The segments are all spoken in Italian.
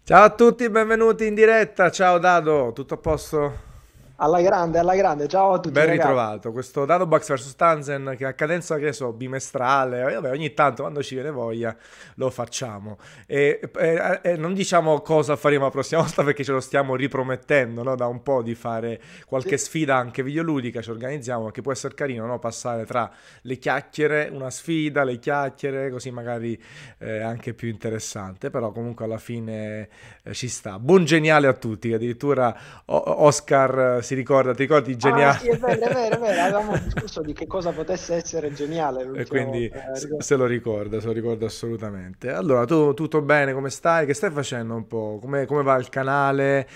Ciao a tutti, benvenuti in diretta. Ciao Dado, tutto a posto? Alla grande, ciao a tutti Ben ragazzi. ritrovato. Questo Dado Bucks vs Tanzen che a cadenza, che so, bimestrale, vabbè, ogni tanto quando ci viene voglia lo facciamo. E non diciamo cosa faremo la prossima volta perché ce lo stiamo ripromettendo, no? Da un po' di fare qualche Sì, sfida anche videoludica, ci organizziamo, che può essere carino, no? Passare tra le chiacchiere, una sfida, le chiacchiere, così magari anche più interessante, però comunque alla fine ci sta. Buon geniale a tutti, che addirittura Oscar si ricorda, ti ricordi ah geniale? sì, è vero, è vero, è vero. Avevamo discusso di che cosa potesse essere geniale E l'ultima quindi volta. Ricordo. se lo ricorda assolutamente. Allora, tu tutto bene? Come stai? Che stai facendo un po'? Come va il canale?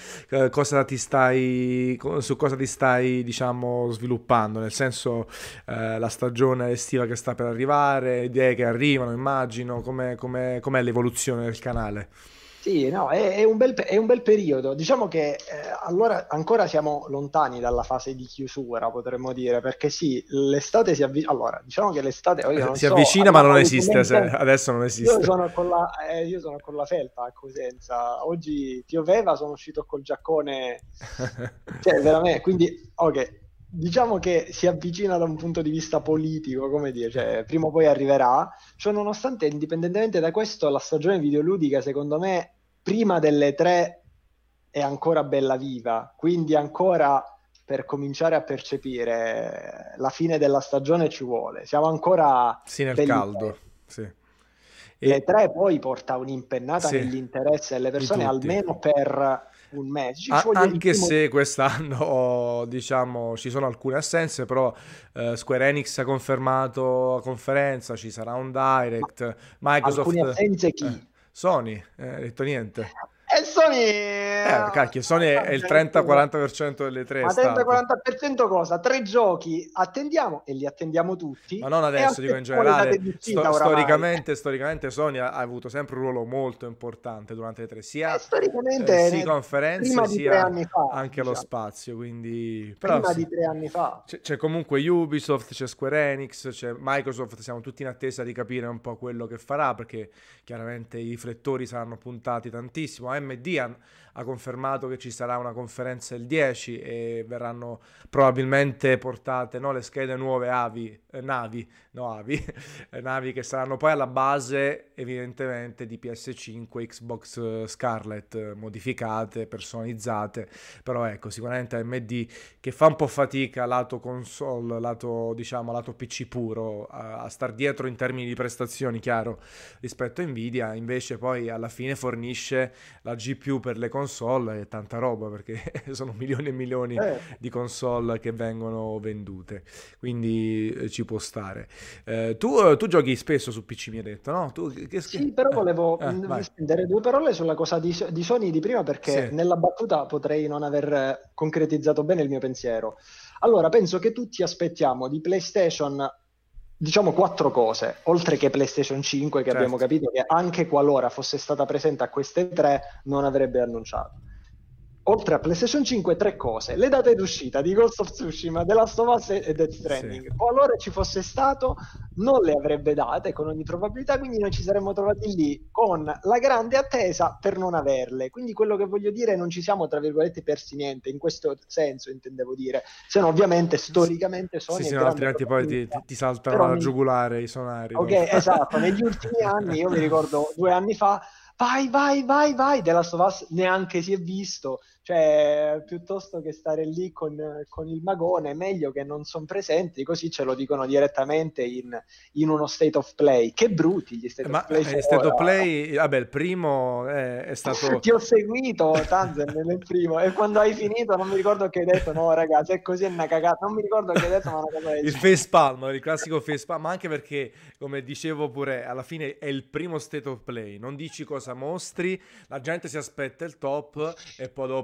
Su cosa ti stai, diciamo, sviluppando? Nel senso, la stagione estiva che sta per arrivare, idee che arrivano, immagino. Com'è l'evoluzione del canale? Sì, no, è un bel periodo. Diciamo che allora ancora siamo lontani dalla fase di chiusura, potremmo dire, perché sì, l'estate si avvicina. Allora, diciamo che l'estate, io non Si so, avvicina, ma abbiamo non avuto esiste. meno tempo. Adesso non esiste. Io sono con la felpa a Cosenza. Oggi pioveva, sono uscito col giaccone. Cioè, veramente, quindi, ok, diciamo che si avvicina da un punto di vista politico, come dire, cioè, prima o poi arriverà. Cioè, nonostante, indipendentemente da questo, la stagione videoludica, secondo me, prima delle tre è ancora bella viva, quindi ancora per cominciare a percepire la fine della stagione ci vuole. Siamo ancora Sì, nel belli caldo. freschi. Sì. Le E tre poi porta un'impennata sì, nell'interesse delle di persone tutti. almeno per un mese. Ci vuole il Anche primo. se quest'anno, diciamo, ci sono alcune assenze, però Square Enix ha confermato a conferenza, ci sarà un Ma Direct, alcune Microsoft, assenze chi? Sony, ha detto niente. E Sony, Cacchio, Sony è il immagina che cosa. 30-40% delle tre è Ma stato. 30-40% cosa? Tre giochi attendiamo e li attendiamo Ma tutti non e adesso, dico in aspettiamo le date generale, di uscita oramai. storicamente Sony ha avuto sempre un ruolo molto importante durante le tre, sia Storicamente, conferenze prima di tre sia anni fa, anche lo diciamo, spazio, quindi. Però prima sì. di 3 anni fa. C'è comunque Ubisoft, c'è Square Enix, c'è Microsoft, siamo tutti in attesa di capire un po' quello che farà, perché chiaramente i riflettori saranno puntati tantissimo. AMD ha confermato che ci sarà una conferenza il 10 e verranno probabilmente portate, no, le schede nuove navi, no avi, navi che saranno poi alla base evidentemente di PS5, Xbox Scarlett, modificate, personalizzate, però ecco, sicuramente AMD che fa un po' fatica lato console, lato diciamo lato PC puro a star dietro in termini di prestazioni, chiaro, rispetto a Nvidia, invece poi alla fine fornisce la GPU per le console e tanta roba perché sono milioni e milioni Certo. di console che vengono vendute, quindi ci può stare. Tu giochi spesso su PC, mi hai detto, no? Sì, però volevo Vai. spendere due parole sulla cosa di Sony di prima perché Sì, nella battuta potrei non aver concretizzato bene il mio pensiero. Allora, penso che tutti aspettiamo di PlayStation, diciamo, quattro cose, oltre che PlayStation 5, che abbiamo certo. capito che anche qualora fosse stata presente a queste tre, non avrebbe annunciato. Oltre a PlayStation 5, tre cose. Le date d'uscita di Ghost of Tsushima, The Last of Us e Death Sì. Stranding. Qualora ci fosse stato, non le avrebbe date con ogni probabilità, quindi noi ci saremmo trovati lì con la grande attesa per non averle. Quindi quello che voglio dire è non ci siamo, tra virgolette, persi niente, in questo senso intendevo dire. Se no, ovviamente, S- storicamente Sì, Sony sì, è no, grande altrimenti poi protagonista, ti saltano però alla giugulare i sonari ok, dopo. esatto, negli ultimi anni, io mi ricordo 2 anni fa, vai, vai, vai, vai, The Last of Us neanche si è visto, cioè piuttosto che stare lì con il magone, meglio che non sono presenti, così ce lo dicono direttamente in uno state of play. Che brutti gli state of Ma play sono State of ora. Play, vabbè, il primo è stato. Ti ho seguito, Tanzen, nel primo, e quando hai finito non mi ricordo che hai detto, no ragazzi, è così, è una cagata, non mi ricordo che hai detto, ma è una cosa del Il genere. facepalm, il classico facepalm, ma anche perché, come dicevo pure, alla fine è il primo state of play, non dici cosa mostri, la gente si aspetta il top e poi dopo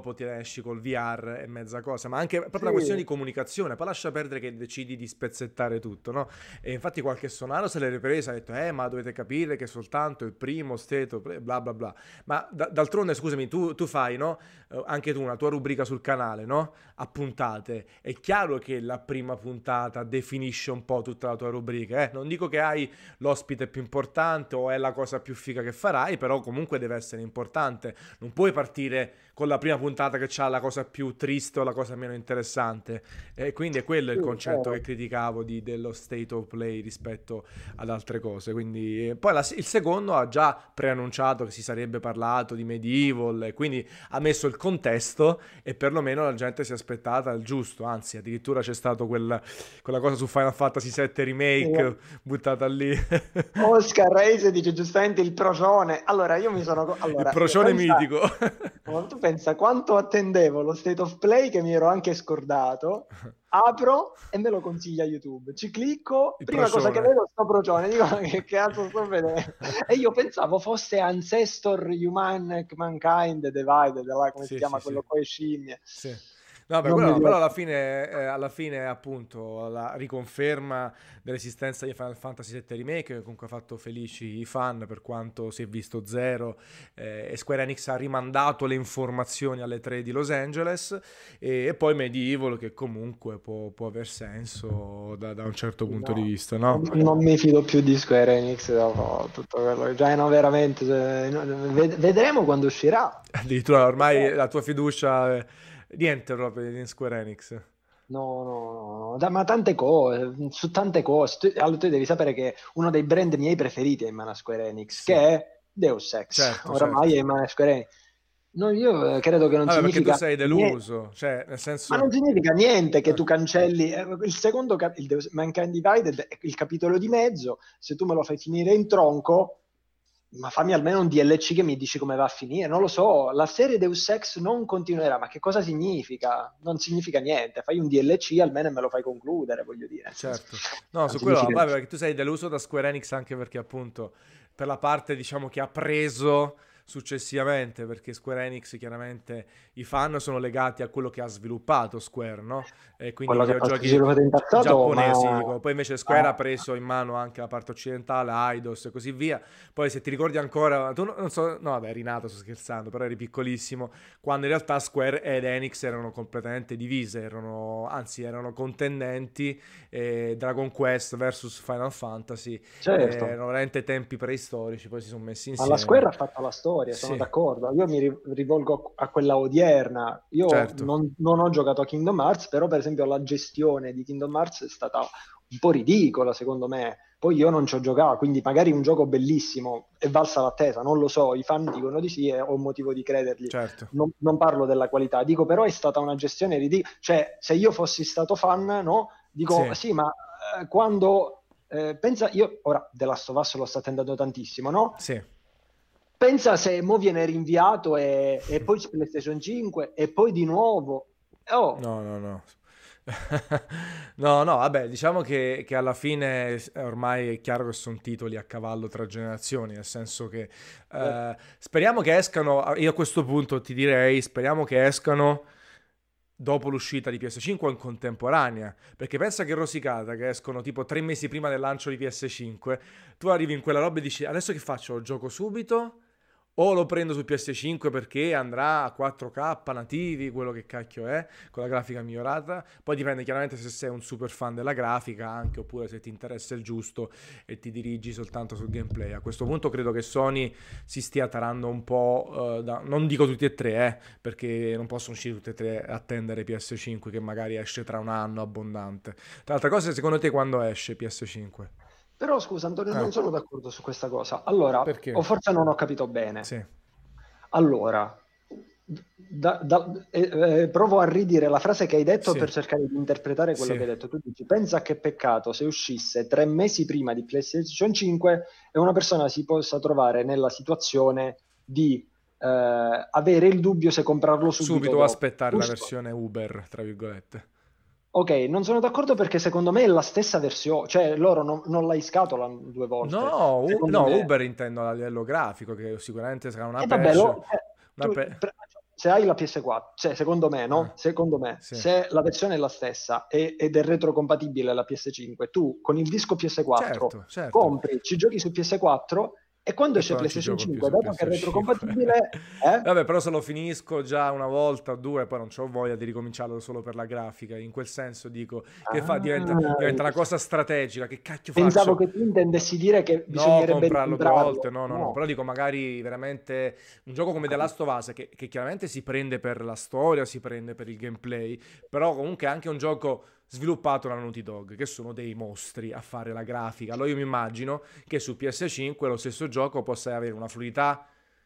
dopo te ne esci col VR e mezza cosa, ma anche proprio una questione Sì, di comunicazione, poi lascia perdere che decidi di spezzettare tutto, no? E infatti qualche sonaro se l'è ripresa, ha detto, ma dovete capire che soltanto il primo steto, bla bla bla. Ma d'altronde, scusami, tu fai, no? Anche tu una tua rubrica sul canale, no? A puntate. È chiaro che la prima puntata definisce un po' tutta la tua rubrica, eh? Non dico che hai l'ospite più importante o è la cosa più figa che farai, però comunque deve essere importante. Non puoi partire con la prima puntata che c'ha la cosa più triste o la cosa meno interessante. E quindi è quello il sì, concetto che vero. criticavo dello state of play rispetto ad altre cose. Quindi, poi il secondo ha già preannunciato che si sarebbe parlato di Medieval, e quindi ha messo il contesto e perlomeno la gente si è aspettata il giusto. Anzi, addirittura c'è stato quella cosa su Final Fantasy VII Sì. Remake buttata lì. Oscar Reise dice giustamente il procione. Allora, io mi sono... Il Allora, procione pensa... mitico. Tu pensa quanto attendevo lo State of Play che mi ero anche scordato. Apro e me lo consiglia YouTube. Ci clicco, Il prima cosa che procione. vedo sto procione. Dico, ma che cazzo sto vedendo? E io pensavo fosse Ancestor Mankind Divided, là, come si Sì, chiama sì, sì. quello con le scimmie. Sì. No, beh, Non mi però ricordo. alla fine appunto la riconferma dell'esistenza di Final Fantasy VII Remake, che comunque ha fatto felici i fan per quanto si è visto zero, e Square Enix ha rimandato le informazioni alle 3 di Los Angeles, e poi Medieval che comunque può aver senso da un certo punto di No, vista, no? non mi fido più di Square Enix dopo tutto quello che... Cioè, no, veramente, cioè, vedremo quando uscirà. Addirittura ormai la tua fiducia, niente proprio in Square Enix. No, no, no, no, ma tante cose, su tante cose. Allora, tu devi sapere che uno dei brand miei preferiti è in mano a Square Enix, che Sì, è Deus Ex. certo, certo. Oramai è in mano a Square Enix. No, io credo che non Vabbè, perché tu significa sei niente. deluso, cioè, nel Ma non senso... significa niente che eh, tu cancelli il secondo il Mankind Divided è il capitolo di mezzo. Se tu me lo fai finire in tronco, ma fammi almeno un DLC che mi dici come va a finire. Non lo so, la serie Deus Ex non continuerà, ma che cosa significa? Non significa niente. Fai un DLC almeno e me lo fai concludere, voglio dire. Nel senso, certo. No, non su quello, significa vabbè, niente. perché tu sei deluso da Square Enix anche perché appunto per la parte, diciamo, che ha preso successivamente, perché Square Enix chiaramente i fan sono legati a quello che ha sviluppato Square, no? E quindi i Quello che ha videogiochi sviluppato in passato, giapponesi, dico. Poi invece Square ha ma preso in mano anche la parte occidentale, Eidos e così via. Poi se ti ricordi ancora, tu non so, no vabbè, eri nato, sto scherzando, però eri piccolissimo, quando in realtà Square ed Enix erano completamente divise, anzi erano contendenti, Dragon Quest versus Final Fantasy, certo. erano veramente tempi preistorici, poi si sono messi Ma la insieme. Square ha fatto la storia, sono Sì, d'accordo. Io mi rivolgo a quella odierna. Io certo, non ho giocato a Kingdom Hearts, però per esempio la gestione di Kingdom Hearts è stata un po' ridicola, secondo me. Poi io non ci ho giocato, quindi magari un gioco bellissimo è valsa l'attesa, non lo so, i fan dicono di sì e ho motivo di credergli. certo, Non parlo della qualità, dico però è stata una gestione ridicola. Cioè, se io fossi stato fan, no? Dico sì, sì, ma quando... pensa, io ora The Last of Us lo sto attendendo tantissimo, no? sì. Pensa se mo viene rinviato e poi su PlayStation 5 e poi di nuovo. Oh, No, no, no. No, no, vabbè, diciamo che alla fine ormai è chiaro che sono titoli a cavallo tra generazioni, nel senso che speriamo che escano, io a questo punto ti direi, speriamo che escano dopo l'uscita di PS5 o in contemporanea, perché pensa che rosicata che escono tipo 3 mesi prima del lancio di PS5, tu arrivi in quella roba e dici adesso che faccio? Lo gioco subito? O lo prendo su PS5 perché andrà a 4K nativi, quello che cacchio è, con la grafica migliorata. Poi dipende chiaramente se sei un super fan della grafica anche, oppure se ti interessa il giusto e ti dirigi soltanto sul gameplay. A questo punto credo che Sony si stia tarando un po', non dico tutti e tre, perché non possono uscire tutti e tre a attendere PS5 che magari esce tra un anno abbondante. Tra l'altra cosa, secondo te quando esce PS5? però scusa Antonio, Eh, non sono d'accordo su questa cosa. Allora, o perché? forse non ho capito bene. Sì, Allora, provo a ridire la frase che hai detto sì, per cercare di interpretare quello sì. che hai detto. Tu dici, pensa che peccato se uscisse 3 mesi prima di PlayStation 5 e una persona si possa trovare nella situazione di avere il dubbio se comprarlo subito Subito dopo. aspettare la Giusto? versione Uber, tra virgolette. Ok, non sono d'accordo perché secondo me è la stessa versione, cioè loro non la scatolano due volte, No, secondo no, me. Uber intendo a livello grafico, che sicuramente sarà una E vabbè, patch. Una tu, pe- se hai la PS4, cioè secondo me, no? Ah, Secondo me, sì. se la versione è la stessa ed è retrocompatibile alla PS5, tu con il disco PS4 Certo, certo. compri, ci giochi su PS4 e quando E esce poi non ci PlayStation gioco più 5, su dato che è PS5. retrocompatibile, Vabbè, però se lo finisco già una volta o due, poi non c'ho voglia di ricominciarlo solo per la grafica. In quel senso dico che fa, diventa una cosa strategica. Che cacchio pensavo faccio? che tu intendessi dire che No, bisognerebbe comprarlo due volte, ricomprarlo. no, no, no, No, però dico magari veramente un gioco ho come The capito. Last of Us che chiaramente si prende per la storia, si prende per il gameplay, però comunque è anche un gioco sviluppato da Naughty Dog, che sono dei mostri a fare la grafica. Allora io mi immagino che su PS5 lo stesso gioco possa avere una fluidità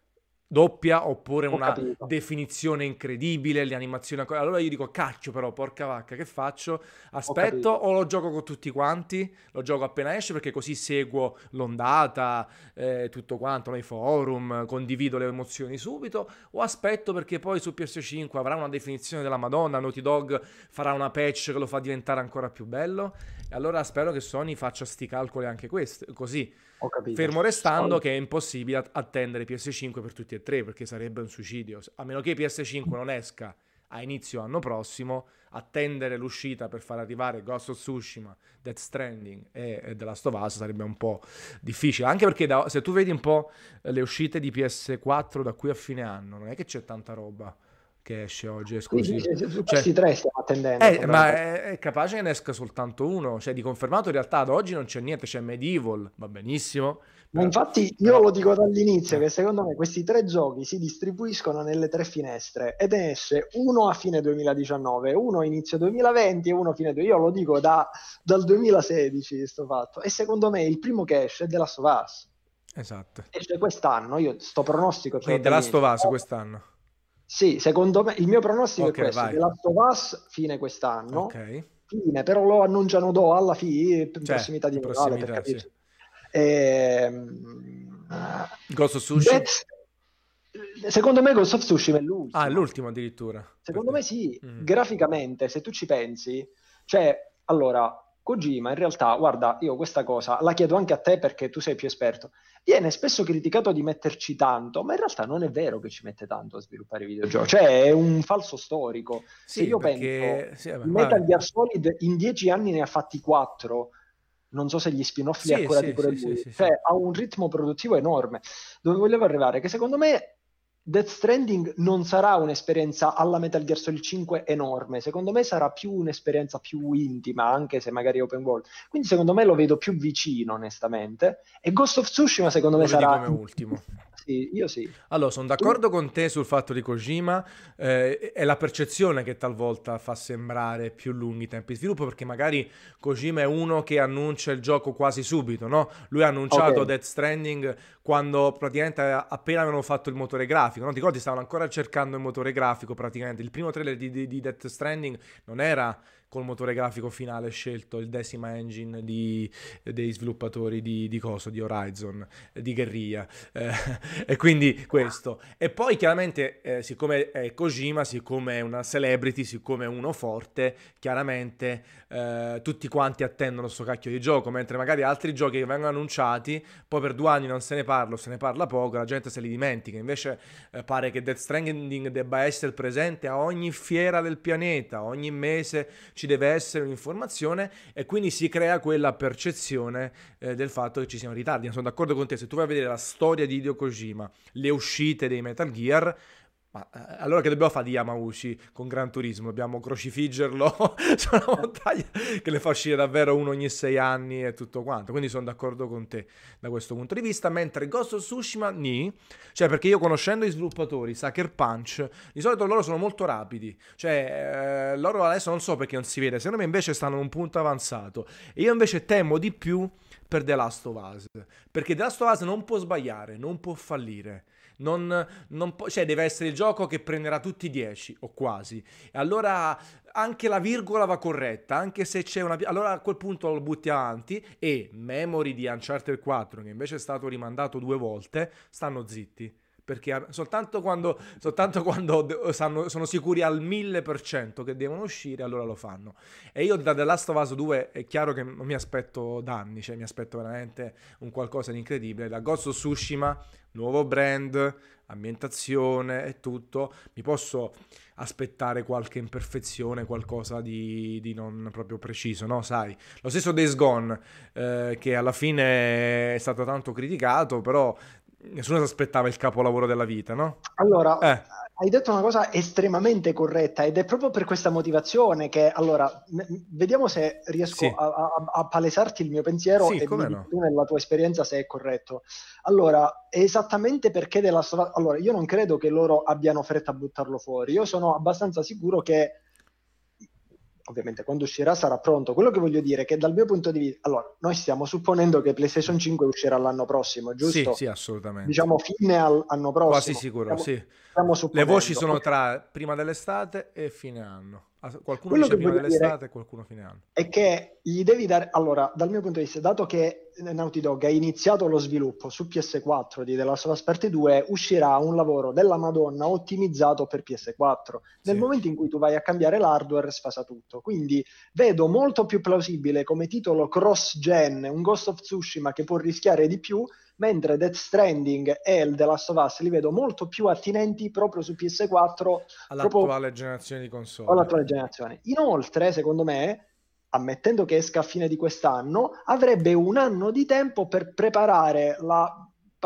doppia oppure Ho una capito, definizione incredibile, le animazioni ancora. Allora io dico, cacchio però, porca vacca, che faccio? ho Aspetto capito. o lo gioco con tutti quanti? Lo gioco appena esce perché così seguo l'ondata, tutto quanto, nei forum, condivido le emozioni subito, o aspetto perché poi su PS5 avrà una definizione della Madonna, Naughty Dog farà una patch che lo fa diventare ancora più bello, e allora spero che Sony faccia sti calcoli anche questo, così. Ho capito. Fermo restando Poi, che è impossibile attendere PS5 per tutti e tre, perché sarebbe un suicidio. A meno che PS5 non esca a inizio anno prossimo, attendere l'uscita per far arrivare Ghost of Tsushima, Death Stranding e The Last of Us sarebbe un po' difficile. Anche perché se tu vedi un po' le uscite di PS4 da qui a fine anno, non è che c'è tanta roba che esce oggi sì, sì, esclusiva. sì, sì, su questi Cioè, tre stiamo attendendo ma fondamentalmente. è capace che ne esca soltanto uno. Cioè, di confermato in realtà ad oggi non c'è niente, c'è Medieval, va benissimo, Ma però... infatti io però lo dico dall'inizio eh. che secondo me questi tre giochi si distribuiscono nelle tre finestre ed ne esce uno a fine 2019, uno a inizio 2020 e uno a fine 2020. Io lo dico dal 2016 sto fatto. E secondo me il primo che esce è The Last of Us. Esatto. Esce quest'anno, io sto pronostico ce l'ho Quindi The Last of dall'inizio. Us quest'anno. Sì, secondo me il mio pronostico è Ok, questo, vai. The Last of Us fine Ok. quest'anno, fine, però lo annunciano alla fine, in Cioè, prossimità di in Natale, per prossimità, sì. capirci. Ghost of Sushi? Death- secondo me Ghost of Tsushima è Ah, è l'ultimo. l'ultimo addirittura. Per Secondo te. me sì, Mm. graficamente, se tu ci pensi, cioè, allora, Kojima in realtà, guarda, io questa cosa la chiedo anche a te perché tu sei più esperto. Viene spesso criticato di metterci tanto, ma in realtà non è vero che ci mette tanto a sviluppare videogiochi, cioè è un falso storico. Se Sì, io penso, perché... Sì, vabbè, Metal vabbè. Gear Solid in 10 anni ne ha fatti 4, non so se gli spin-off li ha Sì, curati sì, pure sì, sì, lui, sì, cioè sì. ha un ritmo produttivo enorme. Dove volevo arrivare? Che secondo me Death Stranding non sarà un'esperienza alla Metal Gear Solid 5 enorme, secondo me sarà più un'esperienza più intima, anche se magari open world. Quindi secondo me lo vedo più vicino, onestamente. E Ghost of Tsushima secondo me Lo vedi sarà... come ultimo. Sì, io sì. Allora, sono Tu? d'accordo con te sul fatto di Kojima, è la percezione che talvolta fa sembrare più lunghi i tempi di sviluppo, perché magari Kojima è uno che annuncia il gioco quasi subito, no? Lui ha Ok, annunciato Death Stranding quando praticamente appena avevano fatto il motore grafico, no? Ti ricordi, stavano ancora cercando il motore grafico praticamente. Il primo trailer di Death Stranding non era col motore grafico finale scelto, il Decima Engine dei sviluppatori di Coso, di Horizon, di Guerrilla. E quindi questo. E poi chiaramente, siccome è Kojima, siccome è una celebrity, siccome è uno forte, chiaramente tutti quanti attendono sto cacchio di gioco, mentre magari altri giochi che vengono annunciati, poi per 2 anni non se ne parla o se ne parla poco, la gente se li dimentica. Invece pare che Death Stranding debba essere presente a ogni fiera del pianeta, ogni mese ci deve essere un'informazione e quindi si crea quella percezione del fatto che ci siano ritardi. Sono d'accordo con te, se tu vai a vedere la storia di Hideo Kojima, le uscite dei Metal Gear, ma allora che dobbiamo fare di Yamauchi con Gran Turismo? Dobbiamo crocifiggerlo su una montagna che le fa uscire davvero uno ogni 6 anni e tutto quanto. Quindi sono d'accordo con te da questo punto di vista. Mentre Ghost of Tsushima, ni. Cioè, perché io conoscendo gli sviluppatori, Sucker Punch, di solito loro sono molto rapidi. Cioè, loro adesso non so perché non si vede, secondo me invece stanno in un punto avanzato. E io invece temo di più per The Last of Us. Perché The Last of Us non può sbagliare, non può fallire. Cioè deve essere il gioco che prenderà tutti i 10 o quasi. E allora anche la virgola va corretta, anche se c'è una... Allora a quel punto lo butti avanti e Memory di Uncharted 4, che invece è stato rimandato 2 volte, stanno zitti. perché soltanto quando sono sicuri al 1000% che devono uscire, allora lo fanno. E io da The Last of Us 2 è chiaro che non mi aspetto danni, cioè mi aspetto veramente un qualcosa di incredibile. Da Ghost of Tsushima, nuovo brand, ambientazione e tutto, mi posso aspettare qualche imperfezione, qualcosa di non proprio preciso, no? Sai, lo stesso Days Gone, che alla fine è stato tanto criticato, però nessuno si aspettava il capolavoro della vita, no? Allora, Eh, hai detto una cosa estremamente corretta ed è proprio per questa motivazione che, allora, vediamo se riesco sì, a palesarti il mio pensiero sì, e mi come dici no? tu nella tua esperienza se è corretto. Allora, è esattamente perché allora, io non credo che loro abbiano fretta a buttarlo fuori, io sono abbastanza sicuro che ovviamente quando uscirà sarà pronto. Quello che voglio dire è che dal mio punto di vista, allora, noi stiamo supponendo che PlayStation 5 uscirà l'anno prossimo, Sì, giusto? sì, assolutamente. Diciamo fine anno Quasi prossimo. sicuro, Stiamo, sì. stiamo Le voci supponendo. sono Ok. tra prima dell'estate e fine anno. Qualcuno Quello dice che prima voglio dire dell'estate e qualcuno fine anno. è che gli devi dare, allora, dal mio punto di vista, dato che Naughty Dog ha iniziato lo sviluppo su PS4 di The Last of Us Part 2, uscirà un lavoro della Madonna ottimizzato per PS4. Nel Sì. momento in cui tu vai a cambiare l'hardware, sfasa tutto. Quindi vedo molto più plausibile come titolo cross-gen un Ghost of Tsushima che può rischiare di più, mentre Death Stranding e il The Last of Us li vedo molto più attinenti proprio su PS4, proprio All'attuale generazione di con console. l'attuale generazione. Inoltre, secondo me, ammettendo che esca a fine di quest'anno, avrebbe un anno di tempo per preparare la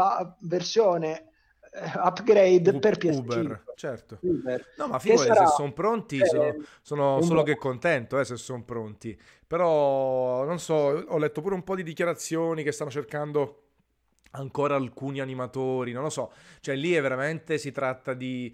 versione upgrade per Uber, PS5. certo. Uber, No, ma che figurati, se sarà sono pronti, cioè, sono un solo mondo. che contento, se sono pronti. Però, non so, ho letto pure un po' di dichiarazioni che stanno cercando ancora alcuni animatori, non lo so. Cioè, lì è veramente si tratta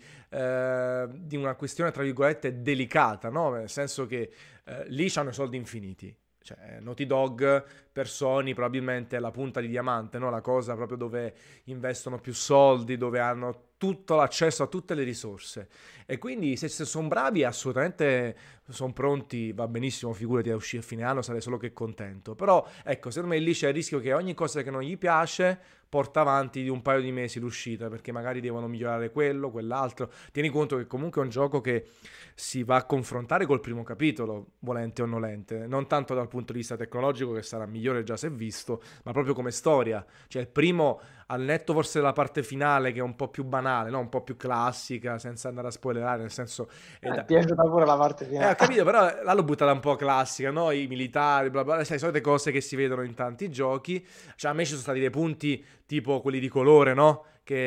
di una questione, tra virgolette, delicata, no? Nel senso che lì c'hanno i soldi infiniti. Cioè, Naughty Dog per Sony probabilmente è la punta di diamante, no? La cosa proprio dove investono più soldi, dove hanno tutto l'accesso a tutte le risorse. E quindi se sono bravi, assolutamente sono pronti, va benissimo, figurati a uscire a fine anno, sarei solo che contento. Però, ecco, secondo me lì c'è il rischio che ogni cosa che non gli piace porta avanti di un paio di mesi l'uscita, perché magari devono migliorare quello, quell'altro. Tieni conto che comunque è un gioco che si va a confrontare col primo capitolo, volente o nolente, non tanto dal punto di vista tecnologico, che sarà migliore già se visto, ma proprio come storia. Cioè il primo, al netto forse della parte finale, che è un po' più banale, no? Un po' più classica, senza andare a spoilerare, nel senso... Mi è piaciuta pure la parte Ho finale. capito, però là l'ho buttata un po' classica, no? I militari, bla bla, sai, solite cose che si vedono in tanti giochi. Cioè, a me ci sono stati dei punti tipo quelli di colore, no?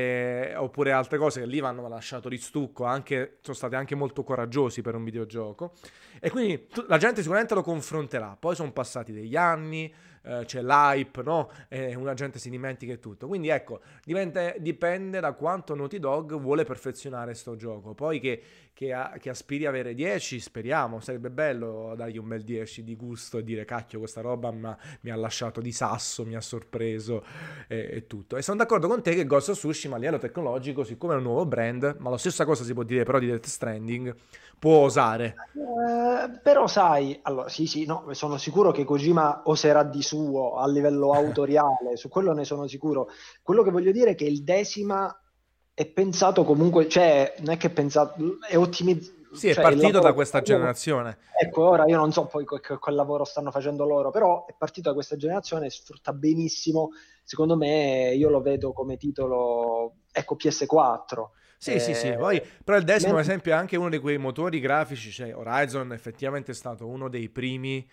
Oppure altre cose che lì vanno lasciato di stucco, sono stati anche molto coraggiosi per un videogioco. E quindi la gente sicuramente lo confronterà. Poi sono passati degli anni, c'è l'hype, no? E una gente si dimentica e tutto. Quindi ecco, dipende da quanto Naughty Dog vuole perfezionare sto gioco. Poi che aspiri a avere 10, speriamo, sarebbe bello dargli un bel 10 di gusto e dire cacchio questa roba mi ha lasciato di sasso, mi ha sorpreso e tutto. E sono d'accordo con te che Ghost of Tsushima a livello tecnologico, siccome è un nuovo brand, ma la stessa cosa si può dire però di Death Stranding, può osare. Però sai, allora sì, sì, no, sono sicuro che Kojima oserà di suo a livello autoriale, su quello ne sono sicuro. Quello che voglio dire è che il Decima è pensato comunque, cioè non è che è pensato, è ottimizzato, Sì, è cioè il partito lavoro da che questa fanno, generazione. ecco, ora io non so poi quel lavoro stanno facendo loro, però è partito da questa generazione, sfrutta benissimo, secondo me io lo vedo come titolo, ecco, PS4. Sì, sì, sì, Eh, poi però il decimo, ad mentre- esempio, è anche uno di quei motori grafici, cioè Horizon effettivamente è stato uno dei primi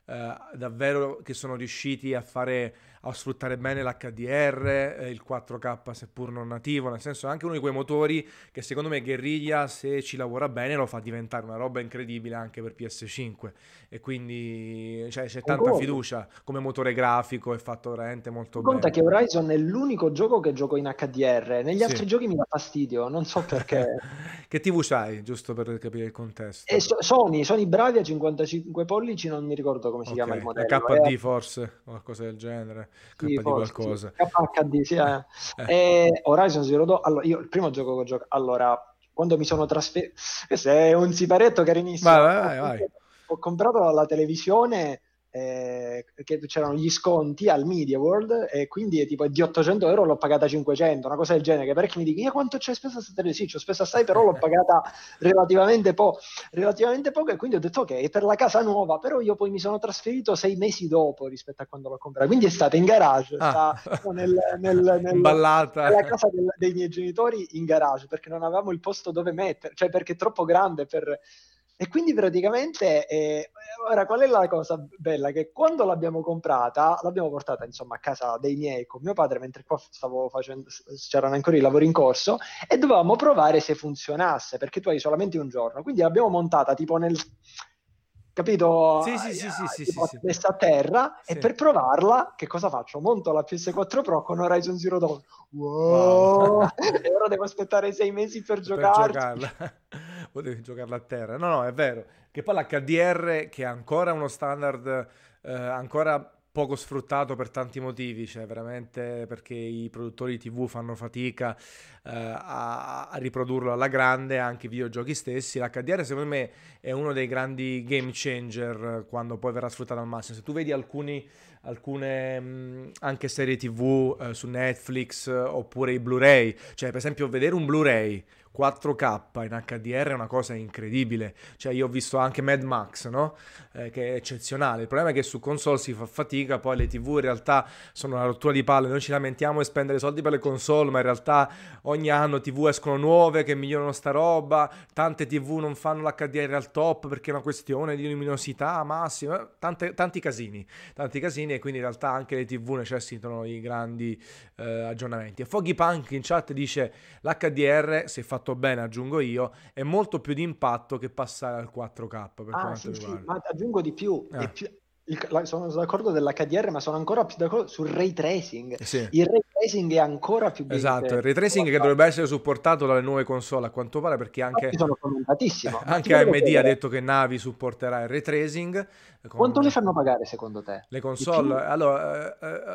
davvero che sono riusciti a sfruttare bene l'HDR, il 4K seppur non nativo, nel senso è anche uno di quei motori che secondo me Guerriglia, se ci lavora bene, lo fa diventare una roba incredibile anche per PS5 e quindi cioè, c'è tanta concordo. fiducia come motore grafico, è fatto veramente molto Conta bene. che Horizon è l'unico gioco che gioco in HDR, negli Sì. altri giochi mi dà fastidio, non so perché. Che TV c'hai, giusto per capire il E contesto? Sony bravi a 55 pollici, non mi ricordo come si chiama il Ok, la modello. KD forse, o qualcosa del genere, Sì, KD forse sì. qualcosa. KHD, sì. Eh, E Horizon Zero Dawn, allora, io il primo gioco che ho giocato, allora, quando mi sono trasferito, questo è un siparetto vai, carinissimo, vai, vai, vai. ho comprato la televisione. che c'erano gli sconti al Media World, e quindi tipo di 800 euro l'ho pagata 500, una cosa del genere, che parecchi mi dicono: io quanto c'è speso questa tele? Sì, ci ho speso assai, però l'ho pagata relativamente poco, e quindi ho detto ok, per la casa nuova, però io poi mi sono trasferito 6 mesi dopo rispetto a quando l'ho comprata, quindi è stata in garage, sta Imballata. nella casa dei miei genitori in garage, perché non avevamo il posto dove mettere, cioè perché è troppo grande per... E quindi praticamente, ora qual è la cosa bella? Che quando l'abbiamo comprata, l'abbiamo portata insomma a casa dei miei con mio padre, mentre qua stavo facendo, c'erano ancora i lavori in corso, e dovevamo provare se funzionasse, perché tu hai solamente un giorno. Quindi l'abbiamo montata tipo nel... Capito? Sì, sì, sì, sì, sì, sì, Tipo sì. messa a terra, e Sì. per provarla, che cosa faccio? Monto la PS4 Pro con Horizon Zero Dawn. Wow. Wow! E ora devo aspettare 6 mesi per Per giocarci. giocarla. Potevi giocarla a terra. No, no, è vero. Che poi l'HDR, che è ancora uno standard ancora poco sfruttato per tanti motivi, cioè veramente perché i produttori di TV fanno fatica a riprodurlo alla grande, anche i videogiochi stessi. L'HDR secondo me è uno dei grandi game changer quando poi verrà sfruttato al massimo. Se tu vedi alcune anche serie TV su Netflix oppure i Blu-ray, cioè per esempio vedere un Blu-ray 4K in HDR è una cosa incredibile. Cioè io ho visto anche Mad Max, no? Che è eccezionale. Il problema è che su console si fa fatica, poi le TV in realtà sono una rottura di palle. Noi ci lamentiamo di spendere soldi per le console, ma in realtà ogni anno TV escono nuove che migliorano sta roba. Tante TV non fanno l'HDR al top perché è una questione di luminosità massima. Tanti casini, e quindi in realtà anche le TV necessitano di grandi aggiornamenti. E Foggy Punk in chat dice: l'HDR, se fatto bene, aggiungo io, è molto più di impatto che passare al 4K per Ah, quanto sì, sì, riguarda. ma aggiungo di più. Ah, Sono d'accordo dell'HDR, ma sono ancora più d'accordo sul ray tracing. sì. Il ray tracing è ancora più Esatto, il gameplay. ray tracing che dovrebbe essere supportato dalle nuove console a quanto pare, perché Infatti sono commentatissimo. Ma ti anche volevo AMD ha chiedere, detto che Navi supporterà il ray tracing quanto le con fanno pagare secondo te? le Di più? console. Allora,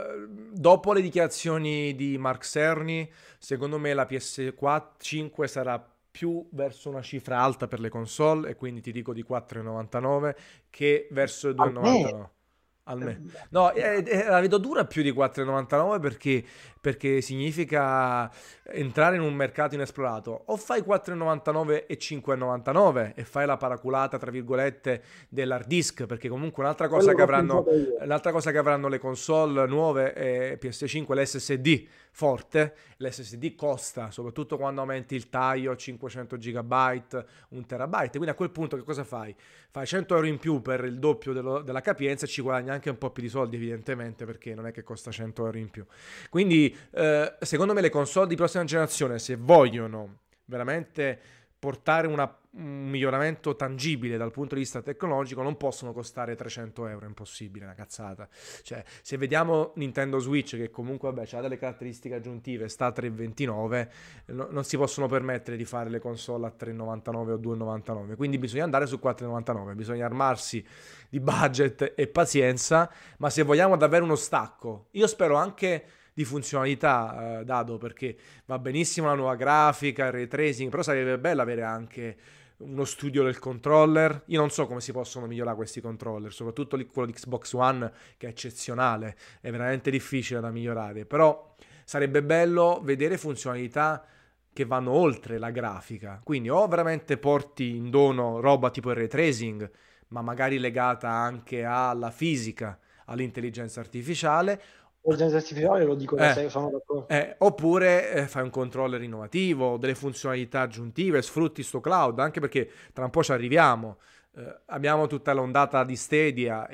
dopo le dichiarazioni di Mark Cerny, secondo me la PS4 5 sarà più verso una cifra alta per le console, e quindi ti dico di 4,99 che verso i A me? 2,99. Almeno. No, la vedo dura più di 4,99 perché significa entrare in un mercato inesplorato. O fai 4,99 e 5,99 e fai la paraculata, tra virgolette, dell'hard disk, perché comunque Quello che ho pensato io. un'altra cosa che avranno le console nuove PS5 è l'SSD forte. L'SSD costa, soprattutto quando aumenti il taglio a 500 GB, 1 TB. Quindi a quel punto che cosa fai? Fai 100 euro in più per il doppio della capienza e ci guadagni anche un po' più di soldi, evidentemente, perché non è che costa 100 euro in più. Quindi secondo me le console di prossima generazione, se vogliono veramente portare un miglioramento tangibile dal punto di vista tecnologico, non possono costare 300 euro, è impossibile, è una cazzata. Cioè, se vediamo Nintendo Switch, che comunque ha delle caratteristiche aggiuntive, sta a 3,29, non si possono permettere di fare le console a 3,99 o 2,99, quindi bisogna andare su 4,99, bisogna armarsi di budget e pazienza, ma se vogliamo davvero uno stacco, io spero anche di funzionalità, Dado, perché va benissimo la nuova grafica, il ray tracing, però sarebbe bello avere anche uno studio del controller. Io non so come si possono migliorare questi controller, soprattutto quello di Xbox One, che è eccezionale, è veramente difficile da migliorare, però sarebbe bello vedere funzionalità che vanno oltre la grafica, quindi o veramente porti in dono roba tipo il ray tracing, ma magari legata anche alla fisica, all'intelligenza artificiale. L'intelligenza artificiale lo dico da Eh, sé, sono d'accordo. oppure fai un controller innovativo, delle funzionalità aggiuntive, sfrutti sto cloud, anche perché tra un po' ci arriviamo. Abbiamo tutta l'ondata di Stadia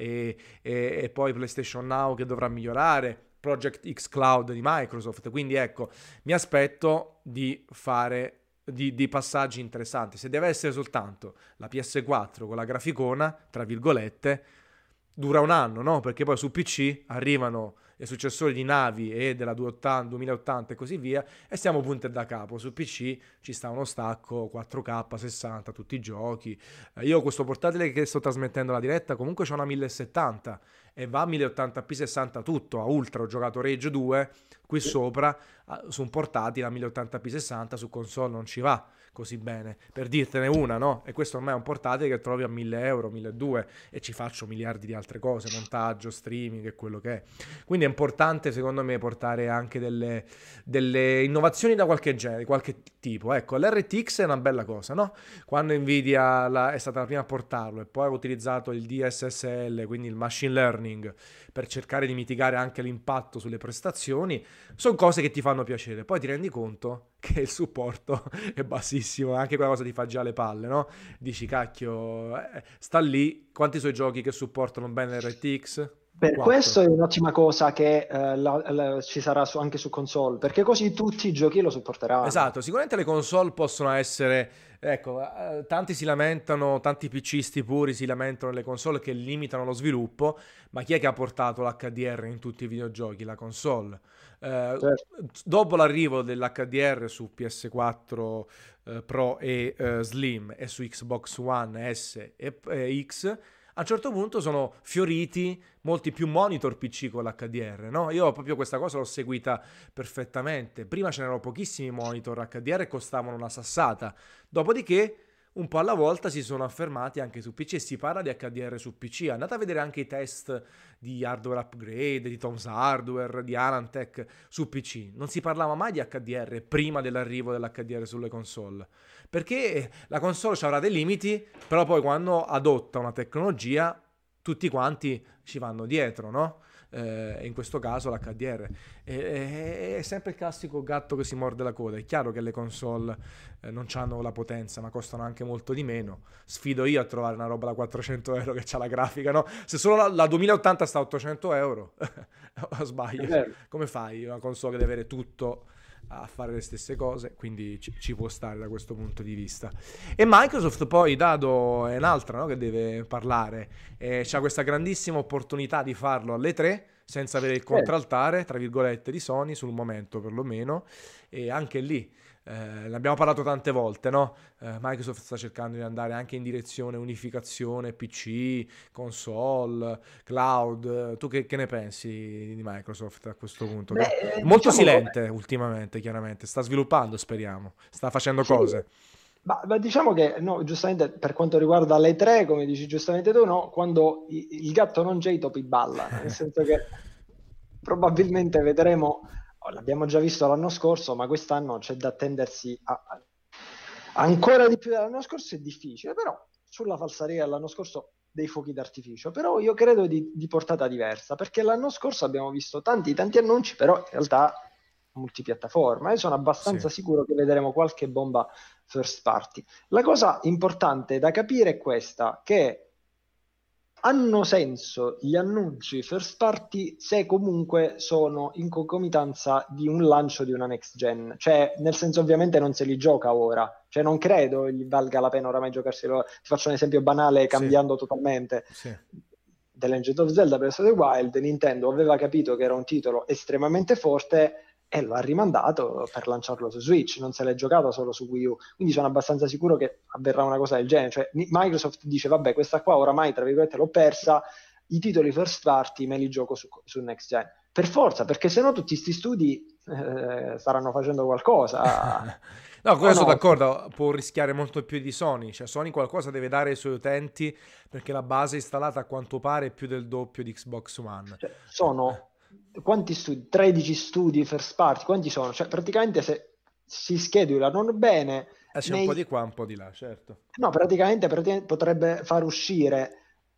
e poi PlayStation Now che dovrà migliorare, Project X Cloud di Microsoft, quindi ecco, mi aspetto di fare di passaggi interessanti. Se deve essere soltanto la PS4 con la graficona, tra virgolette, dura un anno, no? Perché poi su PC arrivano i successori di Navi e della 280, 2080 e così via, e stiamo punti da capo. Su PC ci sta uno stacco 4K 60, tutti i giochi. Io questo portatile che sto trasmettendo la diretta comunque c'ho una 1070 e va a 1080p 60 tutto, a ultra. Ho giocato Rage 2 qui sopra su un portatile a 1080p60 su console non ci va così bene, per dirtene una, no? E questo ormai è un portatile che trovi a 1000 euro, 1200 e ci faccio miliardi di altre cose, montaggio, streaming e quello che è. Quindi è importante secondo me portare anche delle innovazioni da qualche genere, di qualche tipo. Ecco, l'RTX è una bella cosa, no? Quando Nvidia è stata la prima a portarlo e poi ha utilizzato il DSSL, quindi il machine learning, per cercare di mitigare anche l'impatto sulle prestazioni, sono cose che ti fanno piacere. Poi ti rendi conto che il supporto è bassissimo, anche quella cosa ti fa già le palle, no? Dici, cacchio, sta lì, quanti sono i giochi che supportano bene l'RTX? Per 4. questo è un'ottima cosa che ci sarà anche su console, perché così tutti i giochi lo supporteranno. Esatto, sicuramente le console possono essere, ecco, tanti si lamentano, tanti PCisti puri si lamentano delle console che limitano lo sviluppo, ma chi è che ha portato l'HDR in tutti i videogiochi? La console. Eh, Certo. Dopo l'arrivo dell'HDR su PS4 Pro e Slim e su Xbox One S e X, a un certo punto sono fioriti molti più monitor PC con l'HDR, no? Io proprio questa cosa l'ho seguita perfettamente. Prima c'erano pochissimi monitor HDR e costavano una sassata. Dopodiché, un po' alla volta si sono affermati anche su PC e si parla di HDR su PC. Andate a vedere anche i test di hardware upgrade, di Tom's Hardware, di Anantech su PC. Non si parlava mai di HDR prima dell'arrivo dell'HDR sulle console. Perché la console avrà dei limiti, però poi quando adotta una tecnologia tutti quanti ci vanno dietro, no? In questo caso l'HDR è sempre il classico gatto che si morde la coda. È chiaro che le console non hanno la potenza, ma costano anche molto di meno. Sfido io a trovare una roba da 400 euro che ha la grafica, no? Se solo la 2080 sta a 800 euro È sbaglio. vero. Come fai una console che deve avere tutto a fare le stesse cose? Quindi ci può stare da questo punto di vista. E Microsoft poi, Dado, è un'altra, no, che deve parlare. C'ha questa grandissima opportunità di farlo alle 3 senza avere il contraltare, tra virgolette, di Sony, sul momento perlomeno. E anche lì, ne abbiamo parlato tante volte, no? Microsoft sta cercando di andare anche in direzione unificazione, PC, console, cloud. Tu che ne pensi di Microsoft a questo punto? Che è molto Diciamo, silente ultimamente, chiaramente. Sta sviluppando, speriamo. Sta facendo sì, cose. ma diciamo che no, giustamente per quanto riguarda le tre, come dici giustamente tu, no, quando il gatto non c'è, i topi ballano, nel senso che probabilmente vedremo, l'abbiamo già visto l'anno scorso, ma quest'anno c'è da attendersi ancora di più dell'anno scorso, è difficile, però sulla falsariga dell'anno scorso dei fuochi d'artificio, però io credo di portata diversa, perché l'anno scorso abbiamo visto tanti annunci, però in realtà multipiattaforma, e sono abbastanza Sì. sicuro che vedremo qualche bomba first party. La cosa importante da capire è questa, che hanno senso gli annunci first party se comunque sono in concomitanza di un lancio di una next gen, cioè nel senso ovviamente non se li gioca ora, cioè non credo gli valga la pena oramai giocarselo. Ti faccio un esempio banale Sì, cambiando totalmente. sì. The Legend of Zelda Breath of the Wild, Nintendo aveva capito che era un titolo estremamente forte e lo ha rimandato per lanciarlo su Switch, non se l'è giocato solo su Wii U, quindi sono abbastanza sicuro che avverrà una cosa del genere, cioè Microsoft dice vabbè, questa qua oramai tra virgolette l'ho persa, i titoli first party me li gioco su next gen, per forza, perché sennò tutti questi studi staranno facendo qualcosa. No, O quello sono no? d'accordo, può rischiare molto più di Sony, cioè Sony qualcosa deve dare ai suoi utenti perché la base installata a quanto pare è più del doppio di Xbox One. Cioè, sono quanti studi? 13 studi first party, quanti sono? Cioè, praticamente se si schedulano bene, C'è un po' di qua, un po' di là, certo. no, praticamente potrebbe far uscire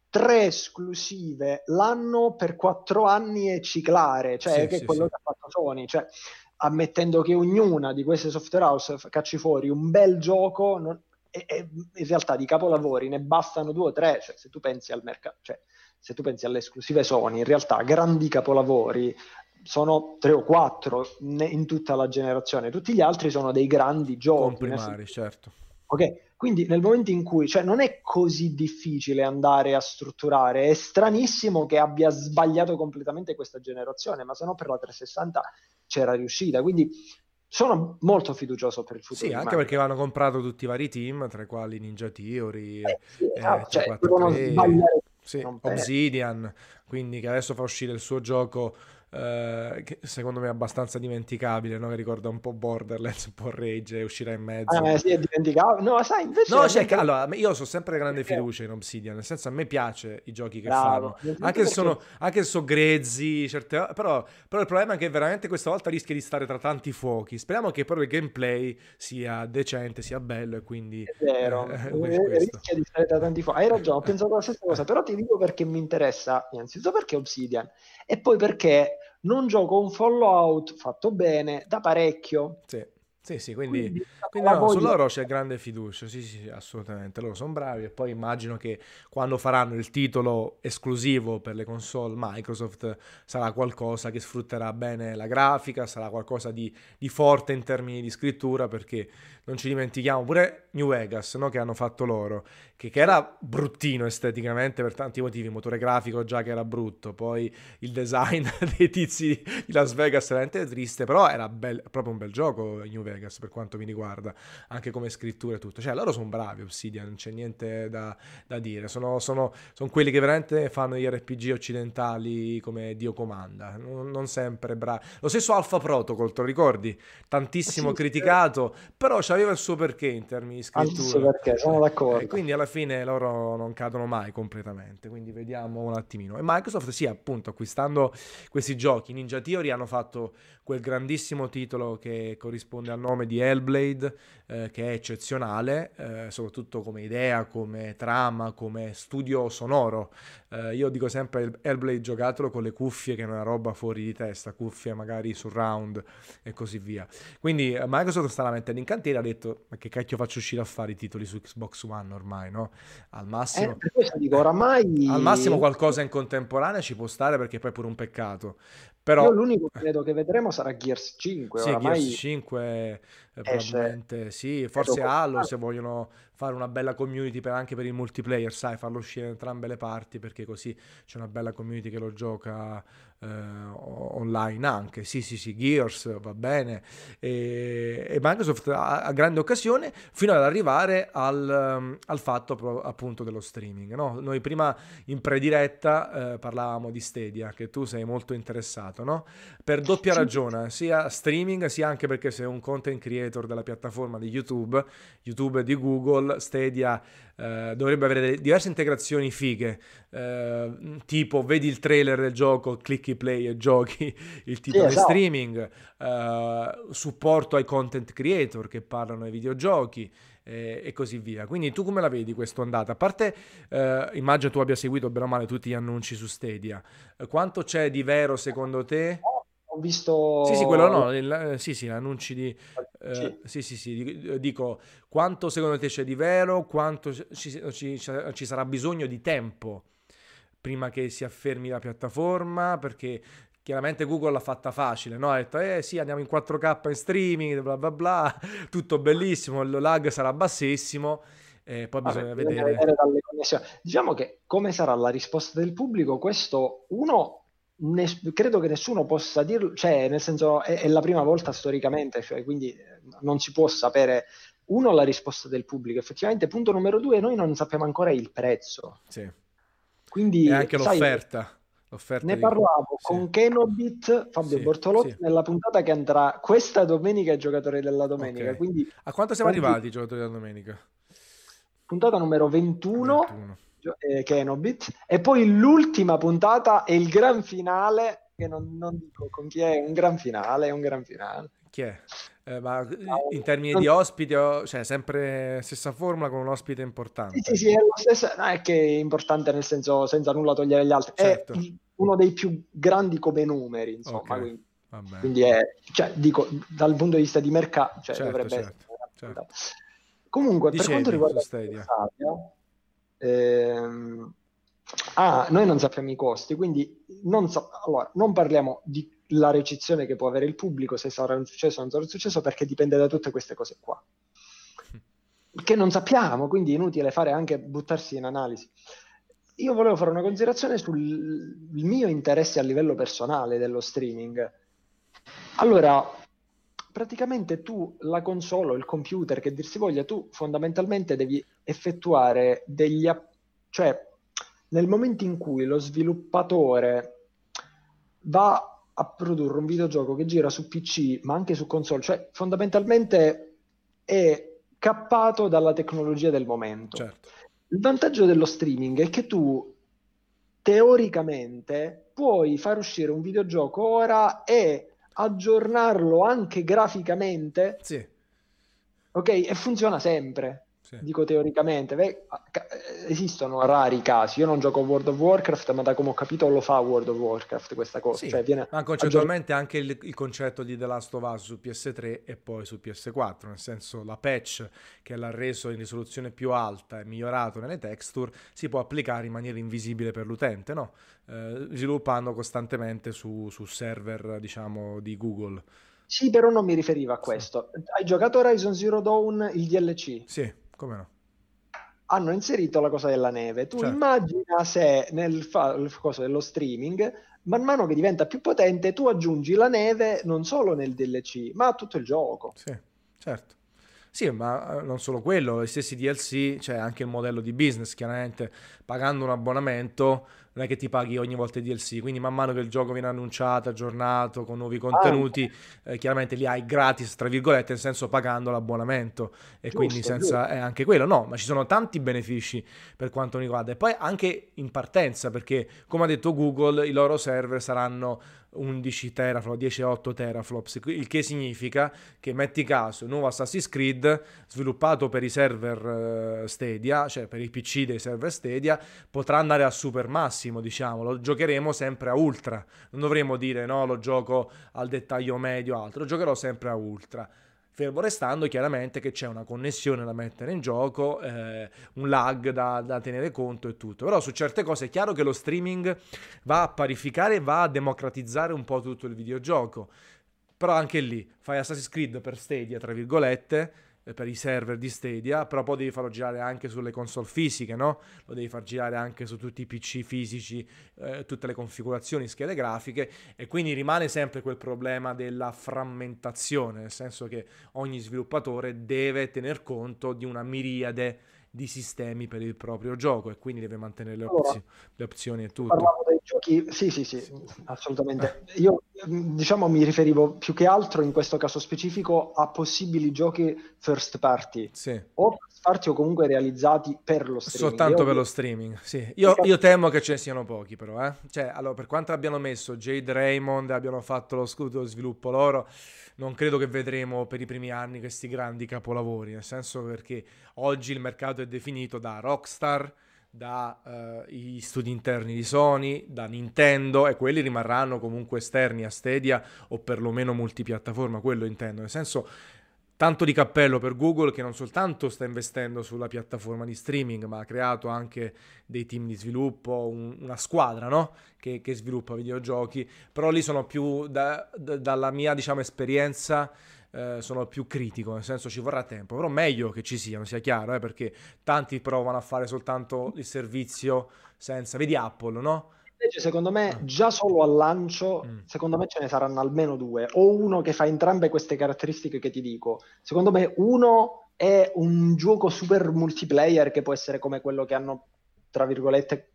3 esclusive l'anno per 4 anni e ciclare, cioè Sì, che è sì, quello sì. che ha fatto Sony, cioè ammettendo che ognuna di queste software house cacci fuori un bel gioco, e in realtà di capolavori ne bastano 2 o 3, cioè se tu pensi al mercato, cioè se tu pensi alle esclusive Sony, in realtà grandi capolavori sono 3 o 4 in tutta la generazione, tutti gli altri sono dei grandi giochi. Comprimari, certo. Ok, quindi nel momento in cui, cioè non è così difficile andare a strutturare, è stranissimo che abbia sbagliato completamente questa generazione, ma se no per la 360 c'era riuscita, quindi sono molto fiducioso per il futuro Sì, di anche perché Microsoft. hanno comprato tutti i vari team, tra i quali Ninja Theory, Sì, esatto, cioè devono 343, sbagliare, sì, non per... Obsidian, quindi che adesso fa uscire il suo gioco che secondo me è abbastanza dimenticabile, no? Che ricorda un po' Borderlands, un po' Rage e uscirà in mezzo. Ah, sì, è dimenticato. No, sai, invece No, a me allora, io so sempre grande perché fiducia in Obsidian, nel senso a me piace i giochi che bravo, fanno, innanzitutto anche se perché sono, anche se sono grezzi, però il problema è che veramente questa volta rischia di stare tra tanti fuochi. Speriamo che però il gameplay sia decente, sia bello e quindi è vero, questo. rischia di stare da tanti fuochi. Hai ragione, ho pensato la stessa cosa, però ti dico perché mi interessa, innanzitutto perché Obsidian, e poi perché non gioco un Fallout fatto bene da parecchio, Sì, sì, sì, quindi quindi la no, su voglia. loro c'è grande fiducia, sì, sì, sì, assolutamente, loro sono bravi e poi immagino che quando faranno il titolo esclusivo per le console Microsoft sarà qualcosa che sfrutterà bene la grafica, sarà qualcosa di forte in termini di scrittura perché non ci dimentichiamo pure New Vegas, no, che hanno fatto loro, che Sì. era bruttino esteticamente per tanti motivi, motore grafico già che era brutto, poi il design dei tizi di Las Vegas è veramente triste, però era proprio un bel gioco New Vegas per quanto mi riguarda, anche come scrittura e tutto. Cioè, loro sono bravi, Obsidian, non c'è niente da dire. Sono quelli che veramente fanno gli RPG occidentali come Dio comanda, non sempre bravi. Lo stesso Alpha Protocol, te lo ricordi? Sì, Tantissimo sì, criticato, però c'aveva il suo perché in termini di anzi scrittura. perché sono d'accordo. Quindi alla fine loro non cadono mai completamente, quindi vediamo un attimino. E Microsoft sì, appunto, acquistando questi giochi. Ninja Theory hanno fatto quel grandissimo titolo che corrisponde al nome di Hellblade, che è eccezionale, soprattutto come idea, come trama, come studio sonoro. Io dico sempre Hellblade giocatelo con le cuffie, che è una roba fuori di testa, cuffie magari surround e così via. Quindi Microsoft sta la mettendo in cantiere, ha detto ma che cacchio faccio uscire a fare i titoli su Xbox One ormai, no? Al massimo, Per questo dico, al massimo oramai qualcosa in contemporanea ci può stare perché poi è pure un peccato. io Però l'unico che credo che vedremo sarà Gears 5, sì, Gears oramai 5 esce, probabilmente sì, credo forse Halo se vogliono fare una bella community anche per il multiplayer, sai, farlo uscire da entrambe le parti perché così c'è una bella community che lo gioca online anche. Sì, sì, sì, Gears va bene e Microsoft ha grande occasione fino ad arrivare al fatto appunto dello streaming, no? Noi prima in prediretta parlavamo di Stadia, che tu sei molto interessato, no? Per doppia sì, ragione, sia streaming sia anche perché sei un content creator della piattaforma di YouTube, YouTube e di Google, Stadia dovrebbe avere diverse integrazioni fighe, tipo vedi il trailer del gioco, clicchi play e giochi il sì, titolo in esatto. streaming, supporto ai content creator che parlano ai videogiochi e così via. Quindi tu come la vedi questa ondata? A parte, immagino tu abbia seguito bene o male tutti gli annunci su Stadia. Quanto c'è di vero secondo te? Ho Sì, sì, quello visto no, sì, sì, annunci di... sì. sì, sì, sì, dico, quanto secondo te c'è di vero, quanto ci sarà bisogno di tempo prima che si affermi la piattaforma, perché chiaramente Google l'ha fatta facile, no? Ha detto, sì, andiamo in 4K in streaming, bla bla bla, tutto bellissimo, il lag sarà bassissimo, poi Vabbè, bisogna bisogna vedere... vedere dalle connessioni. Diciamo che come sarà la risposta del pubblico, questo uno, credo che nessuno possa dirlo, cioè nel senso è la prima volta storicamente, cioè, quindi non si può sapere, uno, la risposta del pubblico, effettivamente, punto numero due, noi non sappiamo ancora il prezzo. Sì. E Quindi, anche sai, l'offerta ne di... parlavo Sì, con Kenobit, Fabio sì, sì. Bortolotti, nella puntata che andrà questa domenica ai giocatori della domenica, Ok. quindi A quanto siamo tanti arrivati, giocatori della domenica? puntata numero 21, 21. Kenobit, e poi l'ultima puntata è il gran finale, che non dico con chi è, un gran finale, è un gran finale. Chi è? Ma in Ah, termini non- di ospiti, cioè sempre stessa formula con un ospite Sì, sì, importante. sì, è lo stesso, no, è che è importante nel senso, senza nulla togliere agli altri, è Certo. uno dei più grandi come numeri, Ok, insomma, quindi, va bene. quindi è, cioè, dico, dal punto di vista di mercato, cioè, Certo, dovrebbe essere certo, una puntata. certo. Comunque, per quanto Dicevi su riguarda Stadia. Stadia, ehm, noi non sappiamo i costi, quindi allora, non parliamo della ricezione che può avere il pubblico, se sarà un successo o non sarà un successo, perché dipende da tutte queste cose qua, che non sappiamo, quindi è inutile fare anche buttarsi in analisi. Io volevo fare una considerazione sul il mio interesse a livello personale dello streaming. Allora, praticamente tu, la console o il computer, che dir si voglia, tu fondamentalmente devi effettuare cioè nel momento in cui lo sviluppatore va, a produrre un videogioco che gira su PC, ma anche su console, cioè fondamentalmente è cappato dalla tecnologia del momento. certo. Il vantaggio dello streaming è che tu teoricamente puoi far uscire un videogioco ora e aggiornarlo anche graficamente, Sì, ok? E funziona sempre. sì. Dico teoricamente, esistono rari casi. Io non gioco a World of Warcraft, ma da come ho capito lo fa World of Warcraft questa cosa, Sì, cioè viene ma aggiornato. concettualmente anche il concetto di The Last of Us su PS3 e poi su PS4, nel senso la patch che l'ha reso in risoluzione più alta e migliorato nelle texture si può applicare in maniera invisibile per l'utente, no? Sviluppando costantemente su server, diciamo, di Google. Sì, però non mi riferivo a Sì, questo. Hai giocato Horizon Zero Dawn, il DLC? sì, come no? Hanno inserito la cosa della neve. Tu Certo, immagina se il coso dello streaming, man mano che diventa più potente, tu aggiungi la neve non solo nel DLC, ma a tutto il gioco. sì, certo. Sì, ma non solo quello, gli stessi DLC, c'è anche il modello di business, chiaramente pagando un abbonamento non è che ti paghi ogni volta i DLC, quindi man mano che il gioco viene annunciato, aggiornato, con nuovi Anche, contenuti, chiaramente li hai gratis, tra virgolette, nel senso pagando l'abbonamento e quindi giusto, giusto. senza anche quello, no, ma ci sono tanti benefici per quanto mi riguarda e poi anche in partenza, perché come ha detto Google, i loro server saranno 11 teraflop, 10,8 teraflops, il che significa che metti caso, il nuovo Assassin's Creed sviluppato per i server Stadia, cioè per i PC dei server Stadia, potrà andare a super massimo, diciamo, lo giocheremo sempre a ultra, non dovremo dire no, lo gioco al dettaglio medio o altro, lo giocherò sempre a ultra. Fermo restando chiaramente che c'è una connessione da mettere in gioco, un lag da tenere conto e tutto. Però su certe cose è chiaro che lo streaming va a parificare, va a democratizzare un po' tutto il videogioco. Però anche lì fai Assassin's Creed per Stadia, tra virgolette, per i server di Stadia, però poi devi farlo girare anche sulle console fisiche, no? Lo devi far girare anche su tutti i PC fisici, tutte le configurazioni, schede grafiche, e quindi rimane sempre quel problema della frammentazione, nel senso che ogni sviluppatore deve tener conto di una miriade di sistemi per il proprio gioco e quindi deve mantenere Allora, le opzioni e tutto. parlavo dei giochi, sì, sì, sì, assolutamente. Io, diciamo, mi riferivo più che altro in questo caso specifico a possibili giochi first party, Sì. o first party o comunque realizzati per lo streaming. Soltanto Io, per lo streaming, sì. Io temo che ce ne siano pochi, però, eh. Cioè, allora, per quanto abbiano messo Jade Raymond e abbiano fatto lo sviluppo loro, non credo che vedremo per i primi anni questi grandi capolavori, nel senso perché oggi il mercato è definito da Rockstar, da i studi interni di Sony, da Nintendo, e quelli rimarranno comunque esterni a Stadia o perlomeno multipiattaforma, quello intendo, nel senso tanto di cappello per Google che non soltanto sta investendo sulla piattaforma di streaming, ma ha creato anche dei team di sviluppo, una squadra, no? Che sviluppa videogiochi, però lì sono più, dalla mia diciamo esperienza, sono più critico, nel senso ci vorrà tempo, però meglio che ci siano, sia chiaro, perché tanti provano a fare soltanto il servizio senza, vedi Apple, no? invece, secondo me, Ah, già solo al lancio, mm, secondo me ce ne saranno almeno due, o uno che fa entrambe queste caratteristiche che ti dico. Secondo me, uno è un gioco super multiplayer che può essere come quello che hanno, tra virgolette,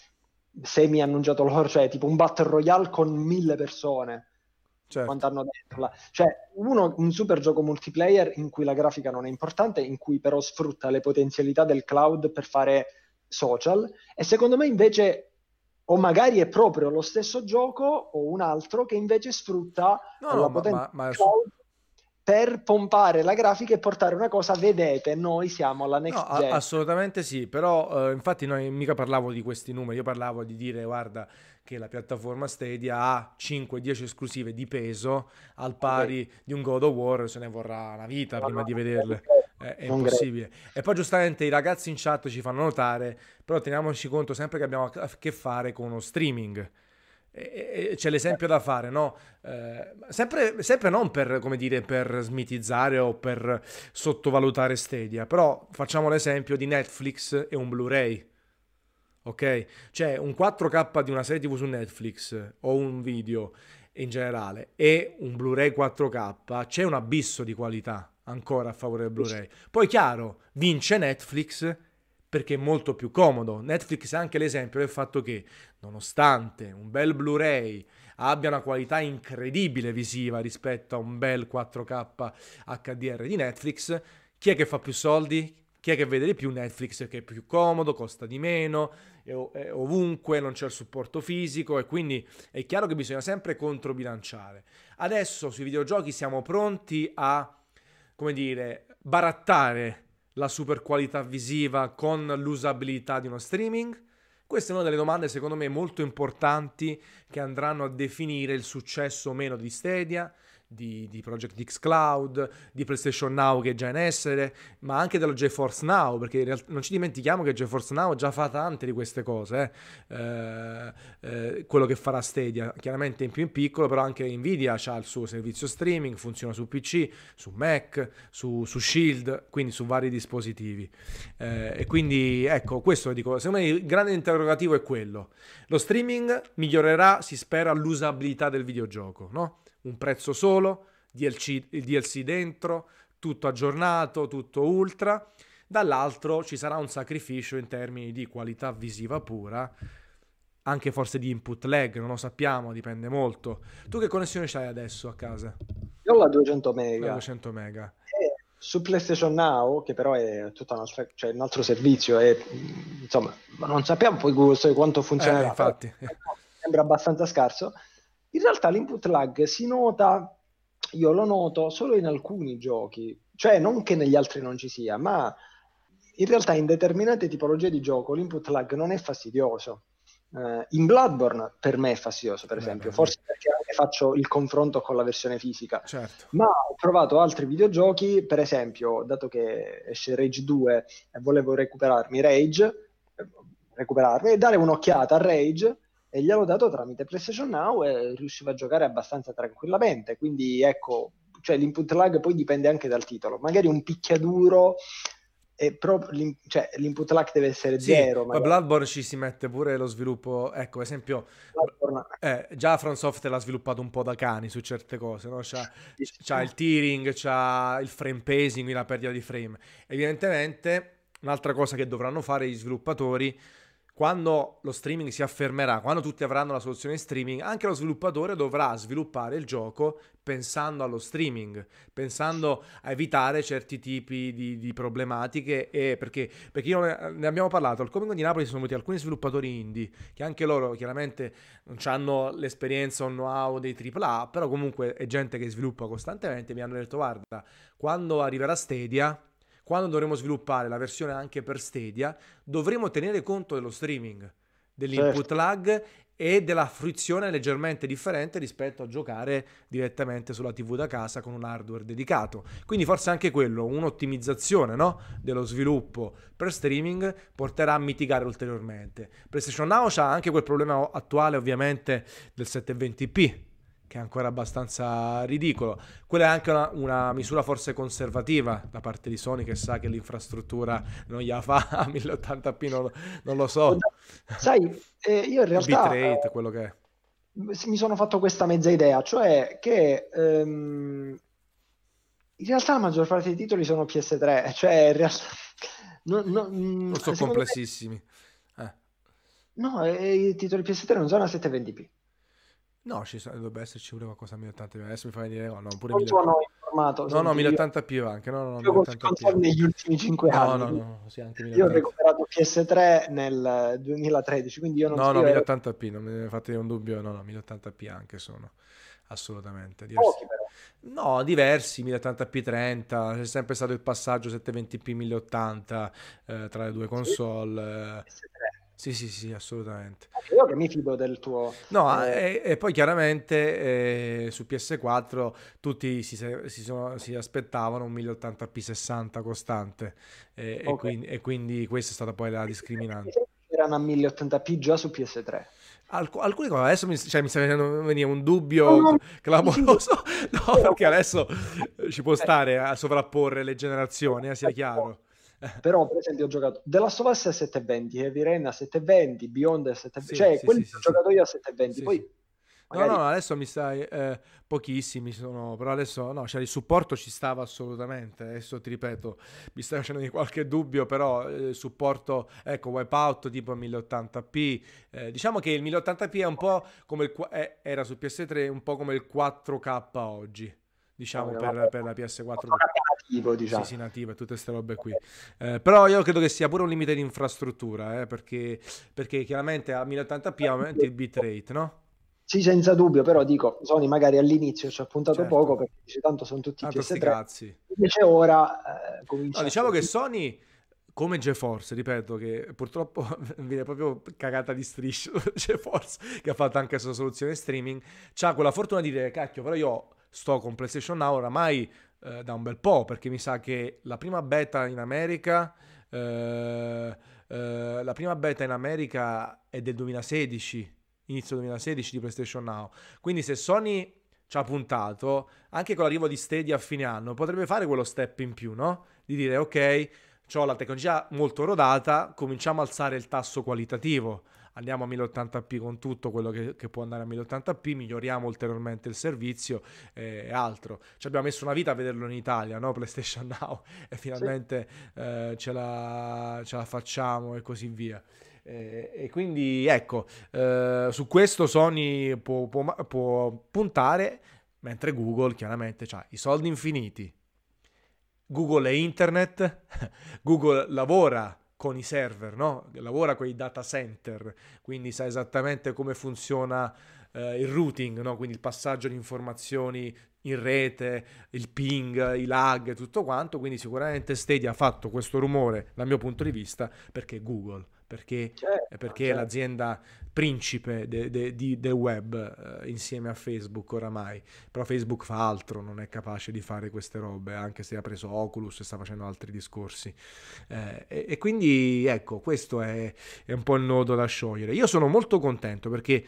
semi annunciato loro, cioè tipo un Battle Royale con 1000 persone. certo. Quanto hanno detto là. Cioè, uno, un super gioco multiplayer in cui la grafica non è importante, in cui però sfrutta le potenzialità del cloud per fare social, e secondo me invece, o magari è proprio lo stesso gioco, o un altro che invece sfrutta No, no, la potenza del ma cloud per pompare la grafica e portare una cosa, vedete, noi siamo alla no, next gen. assolutamente sì, però infatti noi mica parlavo di questi numeri, io parlavo di dire guarda che la piattaforma Stadia ha 5-10 esclusive di peso al Ok, pari di un God of War, se ne vorrà una vita no, prima no, di non vederle, credo, è non credo. impossibile. E poi giustamente i ragazzi in chat ci fanno notare, però teniamoci conto sempre che abbiamo a che fare con uno streaming. E c'è l'esempio da fare, no? Sempre non per, come dire, per smitizzare o per sottovalutare Stadia, però facciamo l'esempio di Netflix e un Blu-ray, ok? Cioè un 4K di una serie TV su Netflix o un video in generale e un Blu-ray 4K, c'è un abisso di qualità ancora a favore del Blu-ray. Poi chiaro, vince Netflix perché è molto più comodo. Netflix è anche l'esempio del fatto che, nonostante un bel Blu-ray abbia una qualità incredibile visiva rispetto a un bel 4K HDR di Netflix, chi è che fa più soldi? Chi è che vede di più? Netflix, che è più comodo, costa di meno, è ovunque, non c'è il supporto fisico, e quindi è chiaro che bisogna sempre controbilanciare. Adesso sui videogiochi siamo pronti a, come dire, barattare la super qualità visiva con l'usabilità di uno streaming? Questa è una delle domande, secondo me, molto importanti che andranno a definire il successo o meno di Stadia, di Project X Cloud, di PlayStation Now che è già in essere, ma anche dello GeForce Now, perché non ci dimentichiamo che GeForce Now già fa tante di queste cose, quello che farà Stadia, chiaramente in più in piccolo, però anche Nvidia ha il suo servizio streaming, funziona su PC, su Mac, su Shield, quindi su vari dispositivi. E quindi ecco, questo dico, secondo me il grande interrogativo è quello. Lo streaming migliorerà, si spera, l'usabilità del videogioco, no? Un prezzo solo, il DLC dentro, tutto aggiornato, tutto ultra. Dall'altro ci sarà un sacrificio in termini di qualità visiva pura, anche forse di input lag, non lo sappiamo, dipende molto. Tu che connessione c'hai adesso a casa? Io ho la 200 La mega. 200 mega. E su PlayStation Now, che però è tutta un'altra, cioè un altro servizio, e insomma, non sappiamo poi quanto funzionerà, Infatti. però sembra abbastanza scarso. In realtà l'input lag si nota, io lo noto solo in alcuni giochi, cioè non che negli altri non ci sia, ma in realtà in determinate tipologie di gioco l'input lag non è fastidioso. In Bloodborne per me è fastidioso, per esempio, forse perché anche faccio il confronto con la versione fisica, certo. ma ho provato altri videogiochi, per esempio, dato che esce Rage 2 e volevo recuperarmi e dare un'occhiata a Rage, e gliel'ho dato tramite PlayStation Now e riuscivo a giocare abbastanza tranquillamente. Quindi ecco, cioè l'input lag poi dipende anche dal titolo, magari un picchiaduro cioè, l'input lag deve essere zero. Ma Bloodborne ci si mette pure lo sviluppo, ecco, esempio, già From Software l'ha sviluppato un po' da cani su certe cose, no? C'ha il tearing, c'ha il frame pacing, quindi la perdita di frame. Evidentemente, un'altra cosa che dovranno fare gli sviluppatori, quando lo streaming si affermerà, quando tutti avranno la soluzione in streaming, anche lo sviluppatore dovrà sviluppare il gioco pensando allo streaming, pensando a evitare certi tipi di problematiche, perché ne abbiamo parlato, al Comic Con di Napoli ci sono venuti alcuni sviluppatori indie, che anche loro chiaramente non hanno l'esperienza o il know-how dei AAA, però comunque è gente che sviluppa costantemente, mi hanno detto guarda, quando arriverà Stadia, quando dovremo sviluppare la versione anche per Stadia, dovremo tenere conto dello streaming, dell'input lag e della fruizione leggermente differente rispetto a giocare direttamente sulla TV da casa con un hardware dedicato. Quindi forse anche quello, un'ottimizzazione, no? dello sviluppo per streaming, porterà a mitigare ulteriormente. PlayStation Now c'ha anche quel problema attuale ovviamente del 720p, che è ancora abbastanza ridicolo. Quella è anche una misura forse conservativa da parte di Sony, che sa che l'infrastruttura non gliela fa a 1080p, non lo so. Sai, io in realtà bitrate, quello che è. Mi sono fatto questa mezza idea, cioè che in realtà la maggior parte dei titoli sono PS3, cioè in realtà non sono complessissimi. No, i titoli PS3 non sono a 720p. No, dovrebbe esserci pure qualcosa a 1080p. Adesso mi fai dire no, pure non sono informato. No, 1080p anche. No, io 1080p negli ultimi 5 anni. No, sì, anche 1080p. Io ho recuperato PS3 nel 2013, quindi io non so. No, 1080p, non me ne fate un dubbio. No, 1080p anche sono. Assolutamente. Pochi però. No, diversi, 1080p 30, c'è sempre stato il passaggio 720p 1080 tra le due console. Sì, assolutamente. Io che mi fido del tuo. No, e poi chiaramente su PS4 tutti si aspettavano un 1080p 60 costante, e quindi questa è stata poi la discriminante. Erano a 1080p già su PS3. Alcune cose adesso mi sta venire un dubbio clamoroso, no, perché adesso ci può stare a sovrapporre le generazioni, sia chiaro. Però per esempio ho giocato The Last of Us a 720, Heavy Rain a 720, Beyond a 720, cioè quelli che ho giocato io a 720, poi No, no, Magari adesso mi stai pochissimi sono, però adesso no, cioè il supporto ci stava assolutamente. Adesso ti ripeto, mi stai facendo di qualche dubbio, però il supporto, ecco, Wipeout tipo 1080p. Diciamo che il 1080p è un po' come era su PS3, un po' come il 4K oggi, diciamo diciamo che è per la PS4. nativo, Sì, diciamo. sì, nativa, tutte queste robe qui. Ok. Però io credo che sia pure un limite di infrastruttura, perché chiaramente a 1080p aumenti il bitrate, no? Sì, senza dubbio, però dico, Sony magari all'inizio ci ha puntato Certo, poco perché dice tanto sono tutti tanto sti PS3, cazzi. invece ora No, comincia a diciamo che sentire. Sony, come GeForce, ripeto, che purtroppo viene proprio cagata di striscio GeForce, che ha fatto anche la sua soluzione streaming, c'ha quella fortuna di dire, cacchio, però io sto con PlayStation Now oramai da un bel po', perché mi sa che la prima beta in America è del 2016, inizio 2016 di PlayStation Now. Quindi se Sony ci ha puntato, anche con l'arrivo di Stadia a fine anno, potrebbe fare quello step in più, no? Di dire, ok, ho la tecnologia molto rodata, cominciamo a alzare il tasso qualitativo. Andiamo a 1080p con tutto quello che può andare a 1080p, miglioriamo ulteriormente il servizio e altro. Ci abbiamo messo una vita a vederlo in Italia, no? PlayStation Now, e Sì, finalmente ce la facciamo e così via. E quindi ecco, su questo Sony può puntare, mentre Google chiaramente ha i soldi infiniti. Google è internet, Google lavora con i server, no? Lavora con i data center, quindi sa esattamente come funziona il routing, no? Quindi il passaggio di informazioni in rete, il ping, i lag, tutto quanto. Quindi sicuramente Stadia ha fatto questo rumore, dal mio punto di vista, perché è Google, certo, perché è certo. l'azienda principe del web insieme a Facebook oramai. Però Facebook fa altro, non è capace di fare queste robe, anche se ha preso Oculus e sta facendo altri discorsi. E quindi ecco, questo è un po' il nodo da sciogliere. Io sono molto contento perché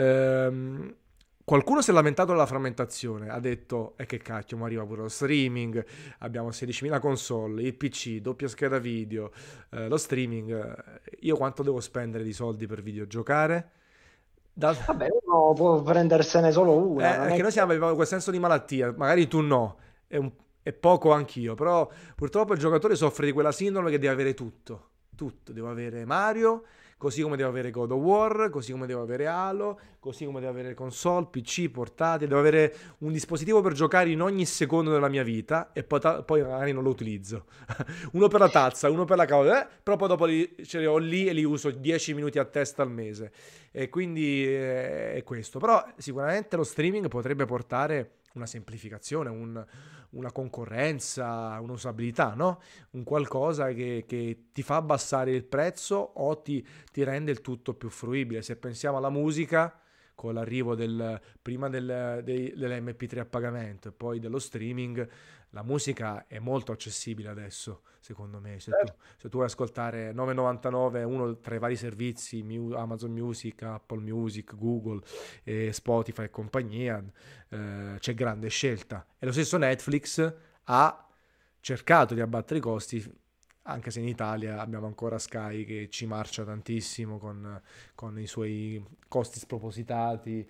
qualcuno si è lamentato della frammentazione, ha detto, e che cacchio, ma arriva pure lo streaming, abbiamo 16.000 console, il PC, doppia scheda video, lo streaming, io quanto devo spendere di soldi per videogiocare? Dal- Vabbè, uno può prendersene solo una, non è è che noi che... abbiamo quel senso di malattia, magari tu no, è poco anch'io, però purtroppo il giocatore soffre di quella sindrome che deve avere tutto, tutto, devo avere Mario, così come devo avere God of War, così come devo avere Halo, così come devo avere console, PC, portatile, devo avere un dispositivo per giocare in ogni secondo della mia vita e poi magari non lo utilizzo. Uno per la tazza, uno per la causa, però poi dopo ce li ho lì e li uso 10 minuti a testa al mese. E quindi è questo. Però sicuramente lo streaming potrebbe portare una semplificazione, una concorrenza, un'usabilità, no? Un qualcosa che ti fa abbassare il prezzo o ti rende il tutto più fruibile. Se pensiamo alla musica, con l'arrivo prima dell'MP3 a pagamento e poi dello streaming, la musica è molto accessibile adesso, secondo me. Se tu vuoi ascoltare 9,99 uno tra i vari servizi, Amazon Music, Apple Music, Google, Spotify e compagnia, c'è grande scelta. E lo stesso Netflix ha cercato di abbattere i costi, anche se in Italia abbiamo ancora Sky che ci marcia tantissimo con i suoi costi spropositati,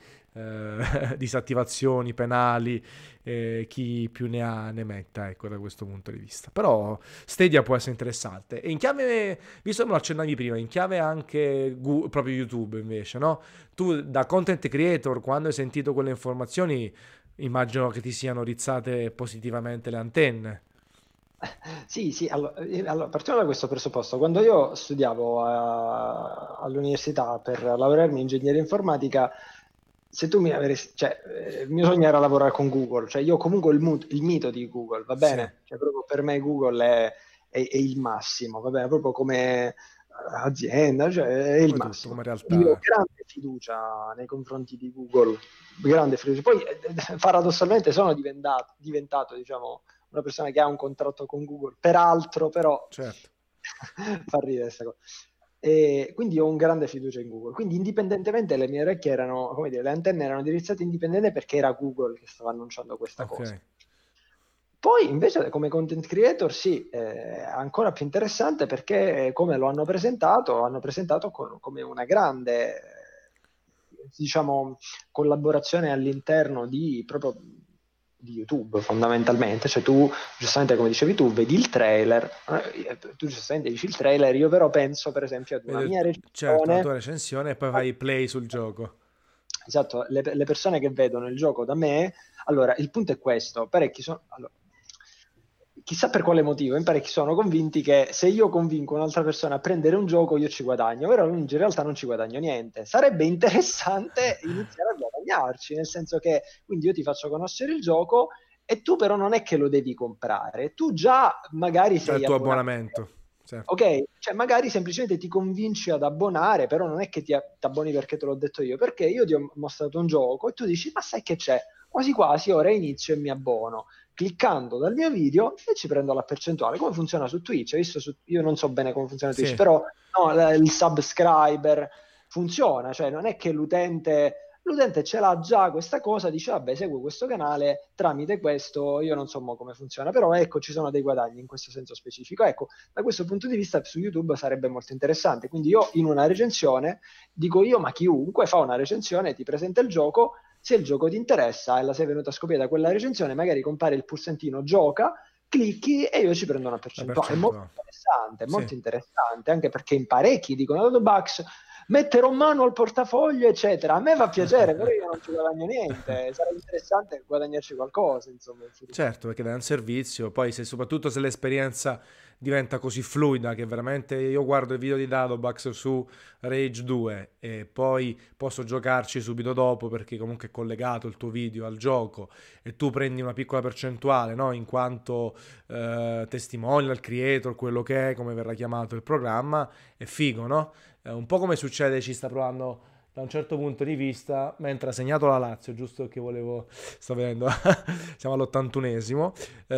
disattivazioni penali, chi più ne ha ne metta, ecco, da questo punto di vista. Però Stadia può essere interessante. E in chiave, visto che me lo accennavi prima, in chiave anche proprio YouTube invece, no? Tu da content creator, quando hai sentito quelle informazioni, immagino che ti siano rizzate positivamente le antenne. Sì, sì, allora, partiamo da questo presupposto. Quando io studiavo all'università per laurearmi in ingegneria informatica, se tu mi avresti, cioè, il mio sogno era lavorare con Google, cioè io comunque il mito di Google, va Sì, bene? Cioè, proprio per me Google è il massimo, va bene? Proprio come azienda, cioè è il come tutto, massimo. come Quindi io ho realtà. grande fiducia nei confronti di Google, grande fiducia. Poi paradossalmente sono diventato, diciamo, una persona che ha un contratto con Google, peraltro, però Certo. fa ridere questa cosa. E quindi ho un grande fiducia in Google. Quindi, indipendentemente, le mie orecchie erano, come dire, le antenne erano indirizzate indipendente perché era Google che stava annunciando questa Ok. cosa. Poi, invece, come content creator, sì, è ancora più interessante perché, come lo hanno presentato come una grande diciamo, collaborazione all'interno di proprio di YouTube fondamentalmente, cioè tu giustamente come dicevi tu vedi il trailer, tu giustamente dici il trailer, io però penso per esempio ad una mia Certo, la recensione. tua recensione e poi fai play sul gioco. Esatto, le persone che vedono il gioco da me, allora il punto è questo, parecchi sono, allora, chissà per quale motivo, in parecchi sono convinti che se io convinco un'altra persona a prendere un gioco io ci guadagno, però in realtà non ci guadagno niente. Sarebbe interessante iniziare a guadagnarci, nel senso che quindi io ti faccio conoscere il gioco e tu però non è che lo devi comprare, tu già magari C'è il sei tuo abbonato. abbonamento, certo. Ok, cioè magari semplicemente ti convinci ad abbonare, però non è che ti abboni perché te l'ho detto io, perché io ti ho mostrato un gioco e tu dici, ma sai che c'è? Quasi quasi ora inizio e mi abbono, cliccando dal mio video e ci prendo la percentuale. Come funziona su Twitch? Hai visto io non so bene come funziona Twitch, Sì, però no, il subscriber funziona, cioè non è che l'utente ce l'ha già questa cosa, dice vabbè seguo questo canale, tramite questo io non so mo come funziona, però ecco ci sono dei guadagni in questo senso specifico. Ecco, da questo punto di vista su YouTube sarebbe molto interessante. Quindi io in una recensione dico io, ma chiunque fa una recensione ti presenta il gioco, se il gioco ti interessa e la sei venuta a scoprire da quella recensione, magari compare il pulsantino gioca, clicchi e io ci prendo una la percentuale. percentuale. È Sì. molto interessante, anche perché in parecchi dicono Autobugs metterò mano al portafoglio, eccetera. A me fa piacere, però io non ci guadagno niente. Sarebbe interessante guadagnarci qualcosa, insomma, in futuro. Certo, perché dà un servizio, poi soprattutto se l'esperienza diventa così fluida che veramente io guardo il video di Dadobax su Rage 2 e poi posso giocarci subito dopo perché comunque è collegato il tuo video al gioco e tu prendi una piccola percentuale, no? In quanto testimonial, creator, quello che è, come verrà chiamato il programma, è figo, no? Un po' come succede, ci sta provando da un certo punto di vista, mentre ha segnato la Lazio, giusto che volevo, sto vedendo, siamo all'81esimo,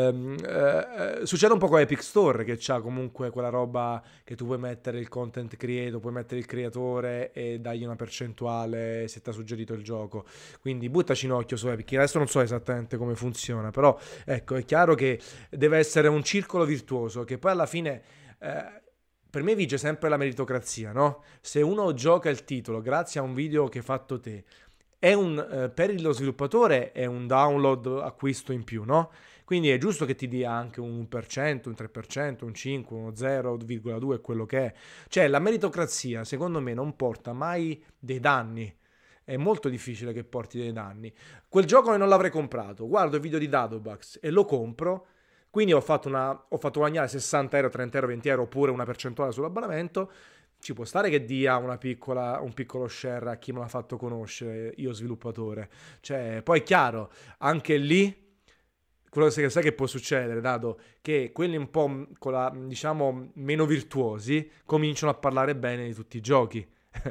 succede un po' con Epic Store che c'ha comunque quella roba che tu puoi mettere il content creator, puoi mettere il creatore e dargli una percentuale se ti ha suggerito il gioco, quindi buttaci un occhio su Epic, adesso non so esattamente come funziona, però ecco, è chiaro che deve essere un circolo virtuoso che poi alla fine... per me vige sempre la meritocrazia, no? Se uno gioca il titolo grazie a un video che hai fatto te, per lo sviluppatore è un download acquisto in più, no? Quindi è giusto che ti dia anche un 1%, un 3%, un 5%, uno 0,2, quello che è. Cioè la meritocrazia, secondo me, non porta mai dei danni. È molto difficile che porti dei danni. Quel gioco non l'avrei comprato. Guardo il video di Dadobax e lo compro. Quindi ho fatto guadagnare 60 euro, 30 euro, 20 euro oppure una percentuale sull'abbonamento. Ci può stare che dia un piccolo share a chi me l'ha fatto conoscere, io sviluppatore. Cioè, poi è chiaro, anche lì, quello che sai che può succedere, dato che quelli un po' diciamo, meno virtuosi cominciano a parlare bene di tutti i giochi.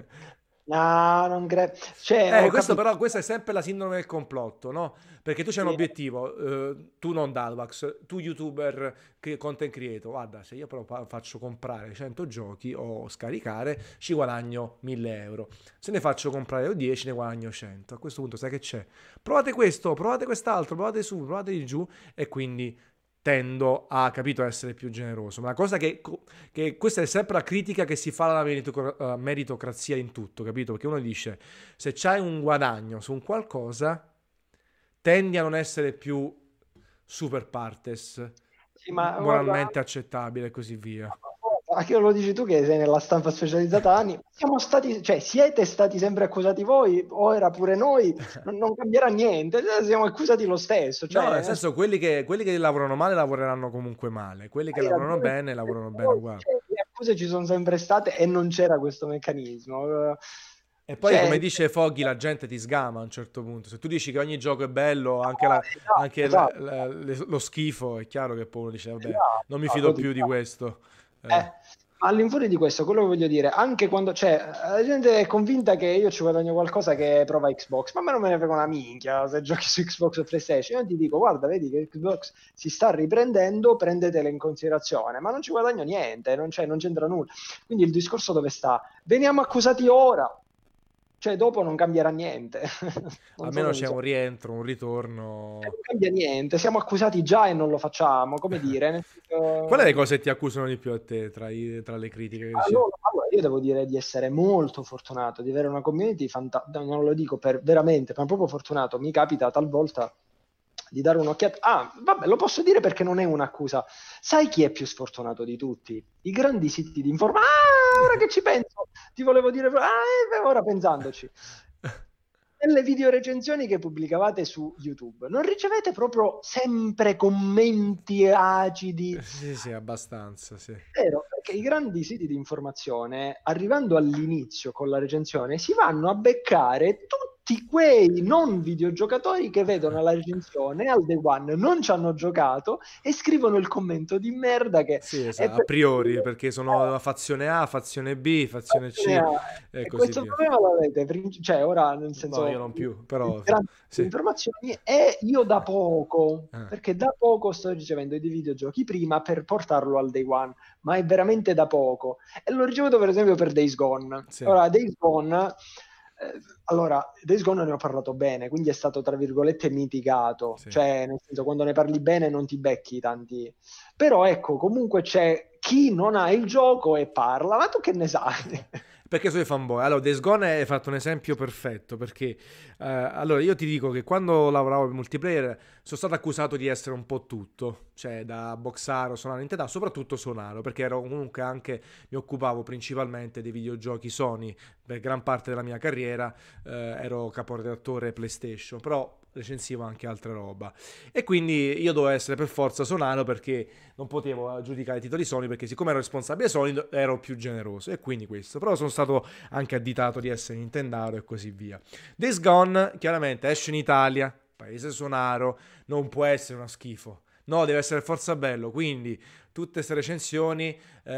No, non credo. Cioè, ho Questo capito. però, questa è sempre la sindrome del complotto, no? Perché tu c'hai un Sì. obiettivo, tu non Dalvax, tu youtuber, content creator, guarda, se io però faccio comprare 100 giochi o scaricare, ci guadagno 1000 euro. Se ne faccio comprare 10, ne guadagno 100. A questo punto sai che c'è? Provate questo, provate quest'altro, provate su, provate di giù e quindi tendo a, capito, essere più generoso. Ma la cosa che questa è sempre la critica che si fa alla meritocrazia in tutto, capito? Perché uno dice, se c'hai un guadagno su un qualcosa, tendi a non essere più super partes, Sì, ma guarda, moralmente accettabile e così via. anche lo dici tu che sei nella stampa specializzata da anni, siamo stati, cioè siete stati sempre accusati voi, ora pure noi, non cambierà niente, siamo accusati lo stesso, No, cioè nel senso, quelli che lavorano male lavoreranno comunque male, quelli che hai lavorano ragione, bene lavorano bene uguale. cioè, le accuse ci sono sempre state e non c'era questo meccanismo. E poi, come Cioè, dice Foggy, la gente ti sgama a un certo punto. Se tu dici che ogni gioco è bello, anche, esatto, esatto, lo schifo, è chiaro che poi uno dice, vabbè, non mi fido esatto. più di questo. Eh. Ma all'infuori di questo, quello che voglio dire, anche quando cioè, la gente è convinta che io ci guadagno qualcosa che prova Xbox, ma a me non me ne frega una minchia se giochi su Xbox o PlayStation. Io ti dico, guarda, vedi che Xbox si sta riprendendo, prendetele in considerazione, ma non ci guadagno niente, non c'entra nulla. Quindi il discorso dove sta? Veniamo accusati ora. Cioè, dopo non cambierà niente. Non so Almeno se mi c'è un so. rientro, un Non ritorno. cambia niente, siamo accusati già e non lo facciamo, come dire, nel Qual è le senso, cose che ti accusano di più a te tra le critiche che ricevi? allora, io devo dire di essere molto fortunato, di avere una community fantastica, non lo dico per veramente, ma proprio fortunato. Mi capita talvolta di dare un'occhiata. Ah, vabbè, lo posso dire perché non è un'accusa. Sai chi è più sfortunato di tutti? I grandi siti di informazione. Ah, ora che ci penso, ti volevo dire, ora pensandoci. Nelle videorecensioni che pubblicavate su YouTube, non ricevete proprio sempre commenti acidi? Sì, sì, abbastanza, sì. Vero, perché i grandi siti di informazione, arrivando all'inizio con la recensione, si vanno a beccare tutti quei non videogiocatori che vedono la recensione al day one, non ci hanno giocato e scrivono il commento di merda che Sì, è esatto, a per... priori, perché sono la fazione A, fazione B, fazione C e E così questo via. problema lo avete, cioè ora nel No, io senso non più, però grandi sì. informazioni e io da poco, Eh, perché da poco sto ricevendo i videogiochi prima per portarlo al day one, ma è veramente da poco. E l'ho ricevuto per esempio per Days Gone. sì, Ora, Days Gone, Days Gone ne ho parlato bene, quindi è stato tra virgolette mitigato, sì. cioè nel senso quando ne parli bene non ti becchi tanti. Però ecco, comunque c'è chi non ha il gioco e parla, ma tu che ne sai? Perché sono i fanboy? Allora, Days Gone hai fatto un esempio perfetto, perché allora io ti dico che quando lavoravo in multiplayer sono stato accusato di essere un po' tutto, cioè da boxaro, suonare in testa, soprattutto suonaro, perché ero comunque anche, mi occupavo principalmente dei videogiochi Sony, per gran parte della mia carriera ero caporedattore PlayStation, però recensivo anche altre roba. E quindi io dovevo essere per forza Sonaro perché non potevo giudicare i titoli Sony perché siccome ero responsabile Sony ero più generoso e quindi questo. Però sono stato anche additato di essere Nintendaro e così via. Days Gone chiaramente esce in Italia, paese Sonaro, non può essere uno schifo. No, deve essere forza bello, quindi tutte queste recensioni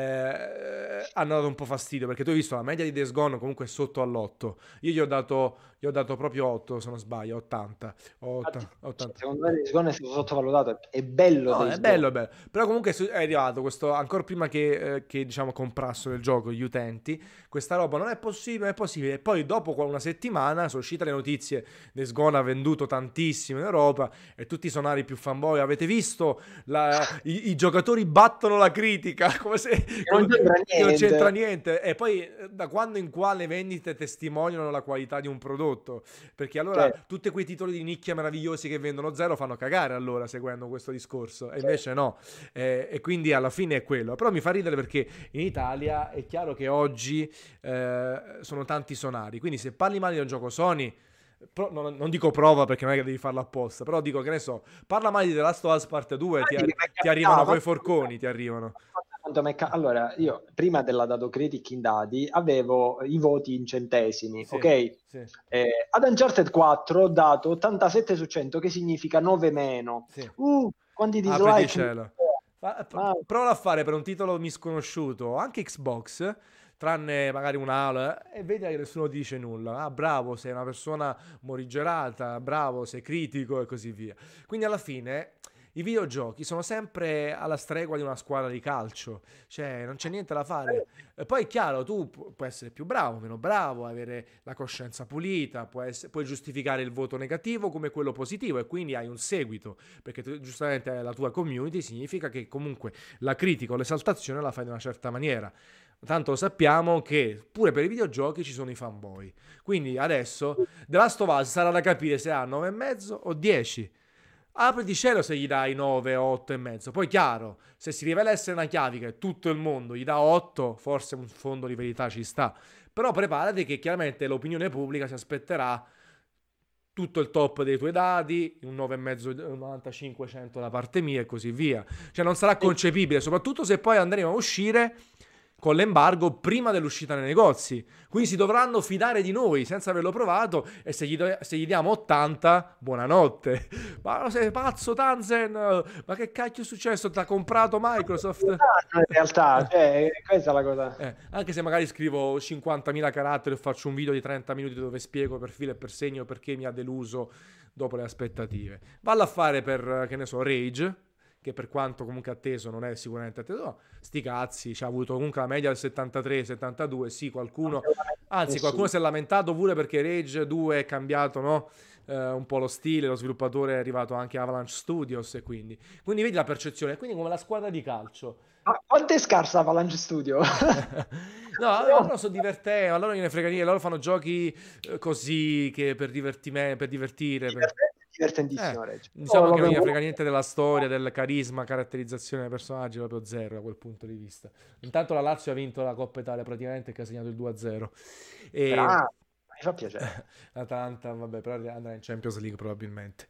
hanno dato un po' fastidio perché tu hai visto la media di Days Gone comunque è sotto all'8. Io gli ho dato proprio 8 se non sbaglio, 80. Infatti, cioè, 80. secondo me Days Gone è stato sottovalutato, è bello No, Days Gone. è bello. Però comunque è arrivato questo, ancora prima che diciamo comprassero il gioco gli utenti, questa roba non è possibile, non è possibile. E poi dopo una settimana sono uscite le notizie, Days Gone ha venduto tantissimo in Europa e tutti i sonari più fanboy, avete visto? I giocatori battono la critica, come se Che non c'entra che non c'entra niente. niente. E poi da quando in qua le vendite testimoniano la qualità di un prodotto. Perché allora Cioè, tutti quei titoli di nicchia meravigliosi che vendono zero fanno cagare allora seguendo questo discorso e invece no. E quindi alla fine è quello. Però mi fa ridere perché in Italia è chiaro che oggi sono tanti sonari, quindi se parli male di un gioco Sony non dico prova perché non è che devi farlo apposta, però dico che ne so, parla male di The Last of Us Part 2, vedi che mi è ti arrivano capitato. coi forconi, ti arrivano. Allora, io prima della Dado Critic in dadi avevo i voti in centesimi, Sì, ok? sì, Ad Uncharted 4 ho dato 87 su 100, che significa 9 meno. sì. Quanti Apriti dislike? cielo. Ma Prova a fare per un titolo misconosciuto, anche Xbox, tranne magari un Halo, e vedi che nessuno ti dice nulla. Ah, bravo, sei una persona morigerata, bravo, sei critico e così via. Quindi alla fine i videogiochi sono sempre alla stregua di una squadra di calcio, cioè non c'è niente da fare. E poi è chiaro, tu puoi essere più bravo, meno bravo, avere la coscienza pulita, puoi giustificare il voto negativo come quello positivo e quindi hai un seguito, perché giustamente hai la tua community, significa che comunque la critica o l'esaltazione la fai in una certa maniera. Tanto lo sappiamo che pure per i videogiochi ci sono i fanboy. Quindi adesso The Last of Us sarà da capire se ha 9,5 o 10. Apriti cielo se gli dai 9 o 8 e mezzo. Poi chiaro, se si rivela essere una chiavica e tutto il mondo gli dà 8, forse un fondo di verità ci sta. Però preparati che chiaramente l'opinione pubblica si aspetterà tutto il top dei tuoi dati, un 9,5, un 95, 100 da parte mia e così via. Cioè non sarà concepibile, soprattutto se poi andremo a uscire con l'embargo prima dell'uscita nei negozi. Quindi si dovranno fidare di noi senza averlo provato e se gli diamo 80, buonanotte. Ma sei pazzo Tanzen? Ma che cacchio è successo? Ti ha comprato Microsoft? in realtà, cioè, questa è la cosa. Anche se magari scrivo 50.000 caratteri e faccio un video di 30 minuti dove spiego per filo e per segno perché mi ha deluso dopo le aspettative. Vallo a fare per, che ne so, Rage, che per quanto comunque atteso non è sicuramente atteso, no, sti cazzi, ci ha avuto comunque la media del 73-72, sì, qualcuno, anzi qualcuno si è lamentato pure perché Rage 2 è cambiato, no? Un po' lo stile, lo sviluppatore è arrivato anche a Avalanche Studios, e quindi vedi la percezione, quindi come la squadra di calcio. Ma quanto è scarsa Avalanche Studio? No, a loro sono divertenti, a loro gliene frega niente, loro fanno giochi così che per divertire. Divertentissimo, Reggie. Diciamo che non gliene frega niente della storia, del carisma, caratterizzazione dei personaggi, proprio zero da quel punto di vista. Intanto la Lazio ha vinto la Coppa Italia praticamente, che ha segnato il 2-0. Mi fa piacere. L'Atalanta, vabbè, però andrà in Champions League probabilmente.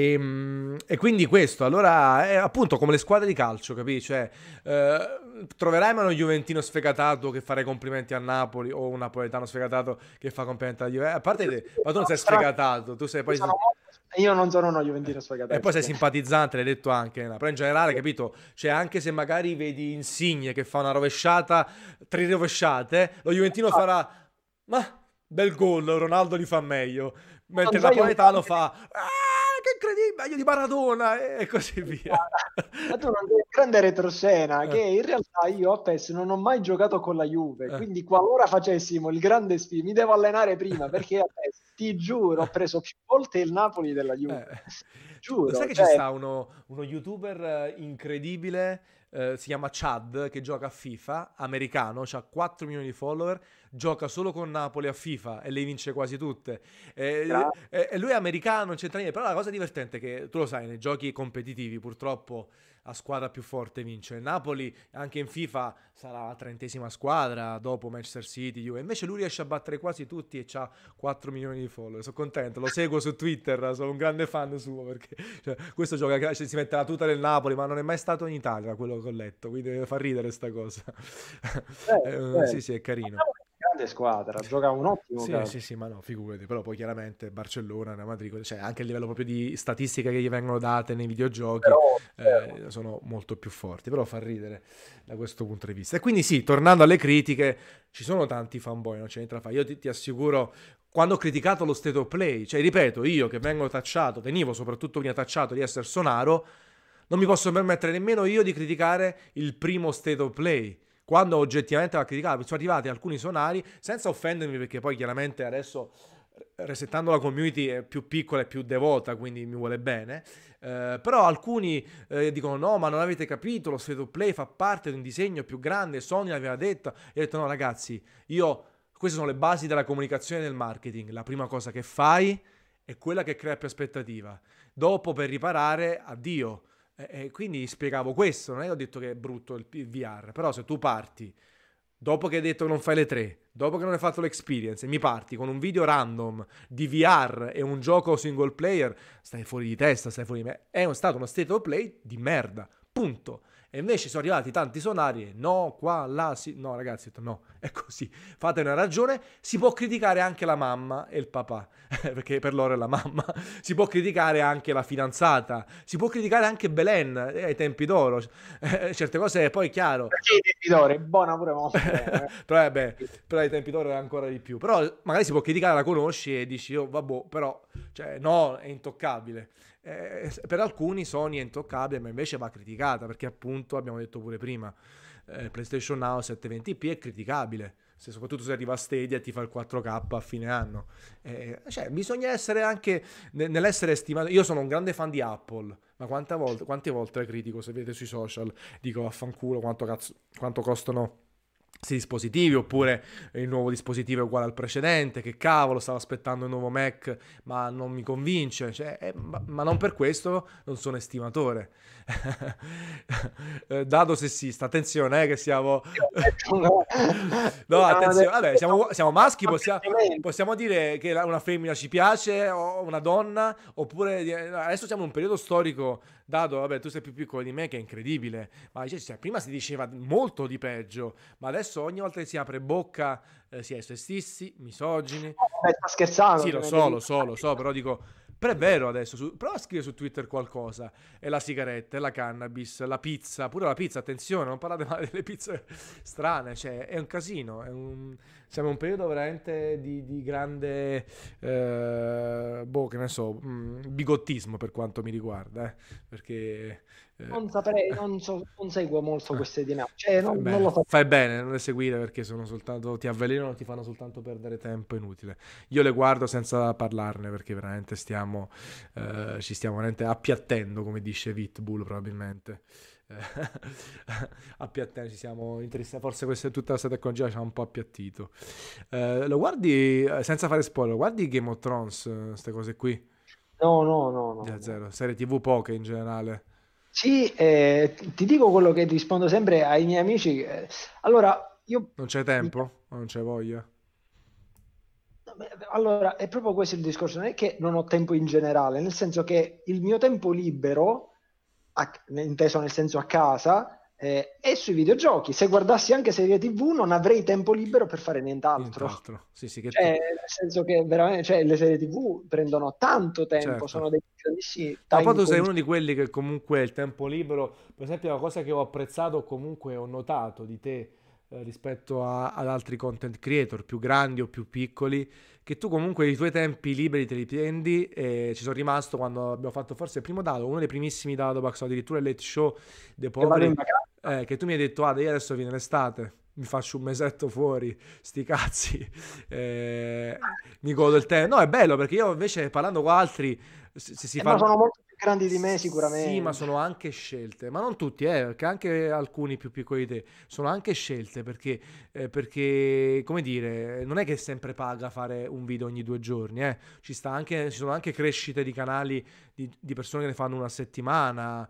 E quindi questo, allora, è appunto come le squadre di calcio, capisci? Cioè, troverai mai uno Juventino sfegatato che farà i complimenti a Napoli, o un napoletano sfegatato che fa complimenti alla Juve? A parte te, ma tu non sei sfegatato, tu sei poi... Io non sono uno Juventino sfegatato. E poi sei simpatizzante, l'hai detto anche, però in generale, capito? Cioè, anche se magari vedi Insigne che fa una rovesciata, 3 rovesciate, lo Juventino farà... Ma... Bel gol, Ronaldo li fa meglio. Mentre il napoletano fa che incredibile, meglio di Maradona, e così via. Ma tu non sei grande retroscena, che in realtà io a PES non ho mai giocato con la Juve, quindi qualora facessimo il grande sfida mi devo allenare prima, perché a PES, ti giuro, ho preso più volte il Napoli della Juve. Giuro. Sai che ci sta uno youtuber incredibile, si chiama Chad, che gioca a FIFA, americano, ha 4 milioni di follower, gioca solo con Napoli a FIFA e le vince quasi tutte. E lui è americano, non c'entra niente, però la cosa divertente è che, tu lo sai, nei giochi competitivi purtroppo la squadra più forte vince. Napoli anche in FIFA sarà la 30ª squadra dopo Manchester City, Juve. Invece lui riesce a battere quasi tutti e ha 4 milioni di follower. Sono contento, lo seguo su Twitter, sono un grande fan suo, perché questo gioca, si mette la tuta del Napoli, ma non è mai stato in Italia, quello che ho letto, quindi fa ridere sta cosa. Sì, è carino. Grande squadra, gioca un ottimo calcio. Sì, ma no, figurati, però poi chiaramente Barcellona, Real Madrid, cioè anche a livello proprio di statistiche che gli vengono date nei videogiochi sono molto più forti, però fa ridere da questo punto di vista. E quindi sì, tornando alle critiche, ci sono tanti fanboy, non c'è niente da fare. Io ti assicuro, quando ho criticato lo state of play, cioè ripeto, io che vengo tacciato, venivo soprattutto veniva tacciato di essere sonaro, non mi posso permettere nemmeno io di criticare il primo state of play, quando oggettivamente va criticato. Sono arrivati alcuni sonari, senza offendermi, perché poi chiaramente adesso, resettando la community, è più piccola e più devota, quindi mi vuole bene, però alcuni dicono no, ma non avete capito, lo state of play fa parte di un disegno più grande, Sony l'aveva detto, e ho detto no ragazzi, queste sono le basi della comunicazione e del marketing, la prima cosa che fai è quella che crea più aspettativa, dopo per riparare, addio. E quindi spiegavo questo, non è che ho detto che è brutto il VR, però se tu parti, dopo che hai detto che non fai le 3, dopo che non hai fatto l'experience, e mi parti con un video random di VR e un gioco single player, stai fuori di testa, stai fuori di me. È stato uno state of play di merda, punto. E invece sono arrivati tanti sonari, no, qua, là, sì. No ragazzi, ho detto no, è così, fate una ragione. Si può criticare anche la mamma e il papà, perché per loro è la mamma, si può criticare anche la fidanzata, si può criticare anche Belen ai tempi d'oro, certe cose poi è chiaro. Perché ai tempi d'oro è buona pure però ai tempi d'oro è ancora di più, però magari si può criticare, la conosci e dici vabbè, però cioè, no, è intoccabile. Per alcuni Sony è intoccabile, ma invece va criticata, perché appunto abbiamo detto pure prima, PlayStation Now 720p è criticabile, soprattutto se arriva a Stadia e ti fa il 4K a fine anno. Cioè, bisogna essere anche nell'essere estimato. Io sono un grande fan di Apple, ma quante volte la critico, se vedete sui social, dico vaffanculo quanto costano questi dispositivi, oppure il nuovo dispositivo è uguale al precedente, che cavolo, stavo aspettando il nuovo Mac ma non mi convince, cioè, ma non per questo non sono estimatore. Dado sessista, attenzione che siamo no, attenzione, vabbè, siamo maschi, possiamo dire che una femmina ci piace, o una donna, oppure adesso siamo in un periodo storico, Dado, vabbè, tu sei più piccolo di me, che è incredibile, ma cioè, prima si diceva molto di peggio, ma adesso ogni volta che si apre bocca si è sessisti, misogini. Sta scherzando. Sì, lo so, però dico, però è vero adesso, prova a scrivere su Twitter qualcosa, è la sigaretta, è la cannabis, la pizza, pure la pizza, attenzione, non parlate male delle pizze strane, cioè è un casino, siamo in un periodo veramente di grande, che ne so, bigottismo per quanto mi riguarda, perché Non saprei, non seguo molto queste dinamiche, cioè non lo Fai faccio. bene, non le seguire perché sono soltanto, ti avvelenano, ti fanno soltanto perdere tempo inutile. Io le guardo senza parlarne perché veramente ci stiamo veramente appiattendo, come dice Pitbull probabilmente. Eh, Appiattendo, ci siamo interessati, forse tutta questa tecnologia ci ha un po' appiattito. Lo guardi, senza fare spoiler, guardi Game of Thrones, queste cose qui? No, no, no, no, no. Zero, serie TV poche in generale. Sì, ti dico quello che rispondo sempre ai miei amici. Allora, io Non c'è mi tempo? O non c'è voglia? Allora, è proprio questo il discorso, non è che non ho tempo in generale, nel senso che il mio tempo libero, inteso nel senso a casa, è sui videogiochi. Se guardassi anche serie TV non avrei tempo libero per fare nient'altro. Nient'altro. Sì, sì, che Cioè, nel senso che veramente, cioè, le serie TV prendono tanto tempo, certo. sono dei grandissimi No, poi time tu sei uno consuming. di quelli che comunque il tempo libero, per esempio, una cosa che ho apprezzato o comunque ho notato di te rispetto ad altri content creator più grandi o più piccoli, che tu comunque i tuoi tempi liberi te li prendi e ci sono rimasto quando abbiamo fatto forse il primo dado, uno dei primissimi dado, addirittura il late show dei Che vado in poveri, vacanza. che tu mi hai detto, ah, io adesso viene l'estate, mi faccio un mesetto fuori, sti cazzi, mi godo il tempo. No, è bello perché io invece parlando con altri si Ma fanno... sono molto più grandi di me Sì, ma sicuramente. sono anche scelte, ma non tutti, perché anche alcuni più piccoli di te sono anche scelte perché, come dire, non è che sempre paga fare un video ogni 2 giorni, eh. Ci sono anche crescite di canali di persone che ne fanno una settimana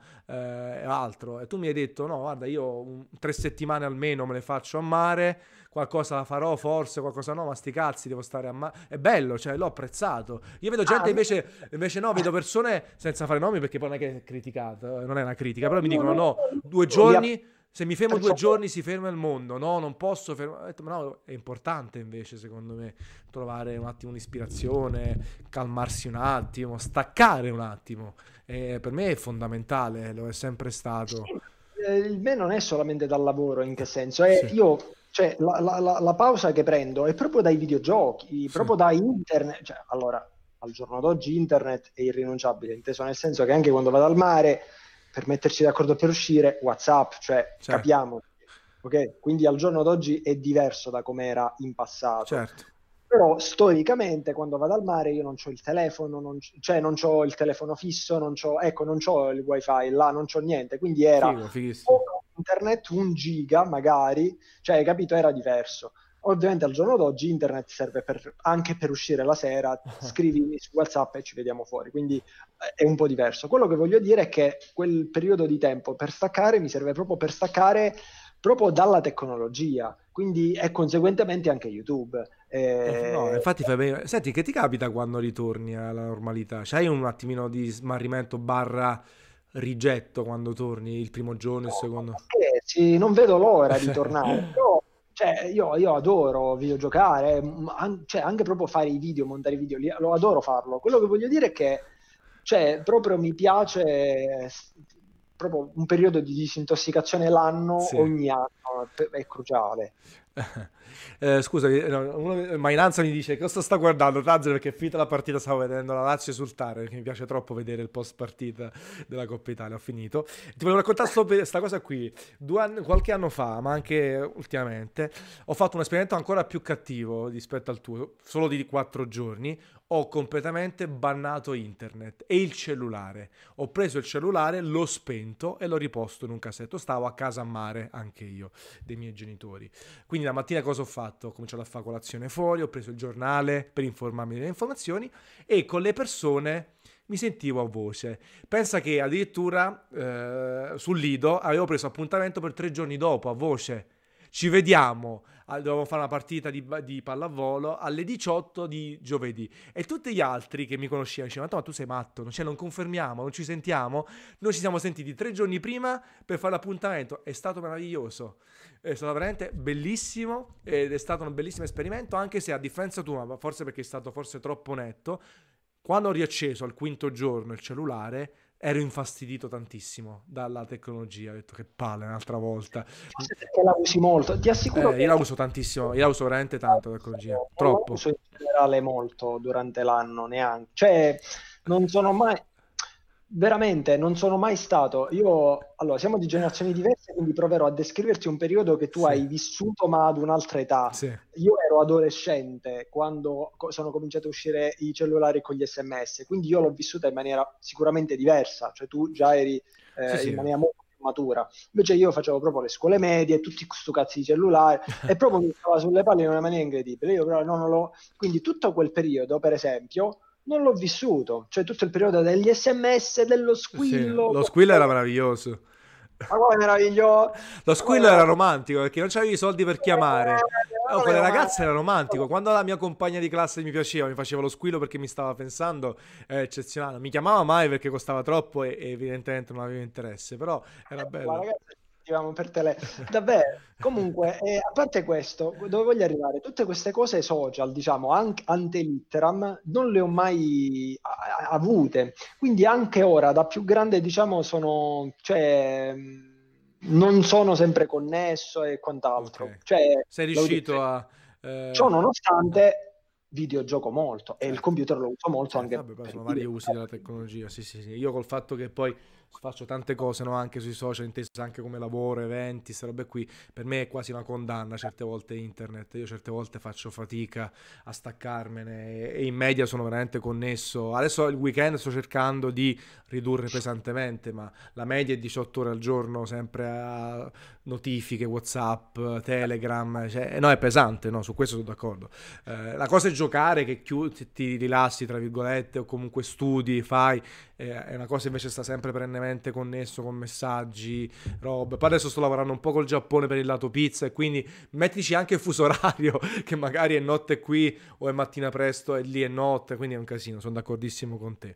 e altro. E tu mi hai detto, no, guarda, io 3 settimane almeno me le faccio a mare, qualcosa la farò forse, qualcosa no, ma sti cazzi, devo stare a mare. È bello, cioè l'ho apprezzato. Io vedo Ah, gente invece no, vedo persone senza fare nomi perché poi non è che è criticato, non è una critica, però mi no, dicono no, no, due io li giorni, se mi fermo due apprezzo. giorni si ferma il mondo, no, non posso fermare. Ho detto, ma no, è importante invece secondo me trovare un attimo un'ispirazione, calmarsi un attimo, staccare un attimo. Per me è fondamentale, lo è sempre Sì, stato. il me non è solamente dal lavoro, in che senso? È Sì, io, cioè, la pausa che prendo è proprio dai videogiochi, sì, proprio da internet. Cioè, allora, al giorno d'oggi internet è irrinunciabile, inteso nel senso che anche quando vado al mare, per metterci d'accordo per uscire, WhatsApp, cioè, certo, capiamo, ok? Quindi al giorno d'oggi è diverso da come era in passato. certo. Però storicamente quando vado al mare io non ho il telefono, cioè non ho il telefono fisso, ecco, non ho il wifi là, non c'ho niente, quindi era Figo, fighissimo. poco internet, 1 giga magari, cioè hai capito, era diverso. Ovviamente al giorno d'oggi internet serve anche per uscire la sera, scrivimi su WhatsApp e ci vediamo fuori, quindi è un po' diverso. Quello che voglio dire è che quel periodo di tempo per staccare mi serve proprio per staccare proprio dalla tecnologia, quindi e conseguentemente anche YouTube. No, infatti fai bene. Senti, che ti capita quando ritorni alla normalità? C'hai un attimino di smarrimento barra rigetto quando torni il primo giorno, il secondo? Perché sì, non vedo l'ora di tornare. Però, cioè, io adoro videogiocare, cioè, anche proprio fare i video, montare i video, lo adoro farlo. Quello che voglio dire è che cioè, proprio mi piace proprio un periodo di disintossicazione l'anno, Sì. ogni anno, è cruciale. Scusami, no, Mainanza mi dice che cosa sta guardando Tanzer perché è finita la partita, stavo vedendo la Lazio esultare perché mi piace troppo vedere il post partita della Coppa Italia, ho finito. Ti volevo raccontare questa cosa qui. Qualche anno fa, ma anche ultimamente, ho fatto un esperimento ancora più cattivo rispetto al tuo, solo di 4 giorni. Ho completamente bannato internet e il cellulare. Ho preso il cellulare, l'ho spento e l'ho riposto in un cassetto. Stavo a casa a mare, anche io, dei miei genitori. Quindi la mattina cosa ho fatto? Ho cominciato a fare colazione fuori, ho preso il giornale per informarmi delle informazioni e con le persone mi sentivo a voce. Pensa che addirittura sul Lido avevo preso appuntamento per 3 giorni dopo, a voce. Ci vediamo, dovevamo fare una partita di pallavolo alle 18 di giovedì. E tutti gli altri che mi conoscevano dicevano, ma tu sei matto, cioè non confermiamo, non ci sentiamo. Noi ci siamo sentiti 3 giorni prima per fare l'appuntamento. È stato meraviglioso. È stato veramente bellissimo ed è stato un bellissimo esperimento, anche se a differenza tua, ma forse perché è stato forse troppo netto, quando ho riacceso al quinto giorno il cellulare ero infastidito tantissimo dalla tecnologia, ho detto che palle un'altra volta. Forse perché la usi molto. Ti assicuro Io che la uso tantissimo, io la uso veramente tanto la tecnologia, non la troppo. uso in generale molto durante l'anno, neanche. Cioè, non sono mai... veramente non sono mai stato. Io, allora, siamo di generazioni diverse, quindi proverò a descriverti un periodo che tu Sì, hai vissuto, ma ad un'altra età. sì, Io ero adolescente quando sono cominciati a uscire i cellulari con gli SMS, quindi io l'ho vissuta in maniera sicuramente diversa, cioè tu già eri sì, in sì. maniera molto più matura. Invece io facevo proprio le scuole medie, tutti questo cazzo di cellulari, e proprio mi stava sulle palle in una maniera incredibile. Io però non lo... Quindi tutto quel periodo, per esempio non l'ho vissuto, cioè tutto il periodo degli SMS, dello Sì, squillo, lo squillo era meraviglioso. ma come meraviglioso, Lo ma come squillo era meraviglioso, romantico perché non c'avevi i soldi per chiamare. Oh, con le ma ragazze era romantico. Quando la mia compagna di classe mi piaceva, mi faceva lo squillo perché mi stava pensando, è eccezionale. Non mi chiamava mai perché costava troppo e evidentemente non aveva interesse, però era la bello. ragazza ci sentivamo per telefono, davvero. Comunque, a parte questo, dove voglio arrivare? Tutte queste cose social, diciamo, anche ante litteram, non le ho mai avute. Quindi anche ora, da più grande, diciamo, sono, cioè, non sono sempre connesso e quant'altro. Ok. Cioè, Sei lo dico. riuscito a... Ciò ah, nonostante, videogioco molto e il certo. computer lo uso molto Certo, anche vabbè, poi per sono vari dire. usi della tecnologia, sì, sì, sì. Io col fatto che poi faccio tante cose, no, anche sui social, intese anche come lavoro, eventi, queste robe qui, per me è quasi una condanna certe volte internet. Io certe volte faccio fatica a staccarmene e in media sono veramente connesso. Adesso il weekend sto cercando di ridurre pesantemente, ma la media è 18 ore al giorno, sempre a notifiche, WhatsApp, Telegram, cioè, no, è pesante, no, su questo sono d'accordo. La cosa è giocare, che ti rilassi, tra virgolette, o comunque studi, fai, è una cosa invece sta sempre perennemente connesso con messaggi, robe. Poi adesso sto lavorando un po' col Giappone per il lato pizza e quindi mettici anche il fuso orario, che magari è notte qui o è mattina presto e lì è notte, quindi è un casino, sono d'accordissimo con te.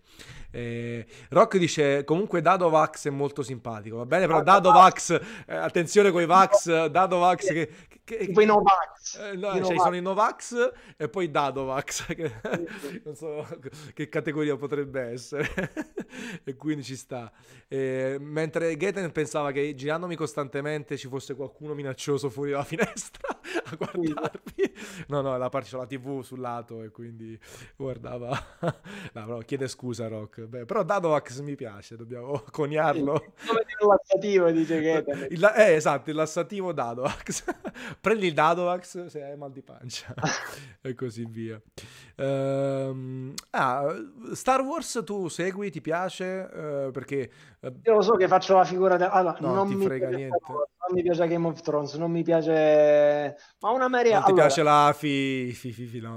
Rock dice, comunque Dadovax è molto simpatico, va bene, però Dadovax, attenzione con i Vax, Dadovax Tipo i Novax, no, i cioè sono Novax. i Novax e poi Dadovax, che Sì, sì. non so che categoria potrebbe essere, e quindi ci sta. Mentre Gaten pensava che girandomi costantemente ci fosse qualcuno minaccioso fuori dalla finestra a Sì, sì. guardarmi. No, no, la parte c'è la TV sul lato e quindi guardava. No, però chiede scusa, Rock. Beh, però Dadovax mi piace, dobbiamo Sì. Il coniarlo. nome di rilassativo dice Gaten. Esatto, il lassativo Dadovax. Prendi il Dadovax se hai mal di pancia e così via. Star Wars tu segui, ti piace? Perché Io lo so che faccio la figura allora, no, non non ti mi frega piace Star niente. Wars, non mi piace Game of Thrones, non mi piace... Ma una Maria... Non ti Allora, piace la no,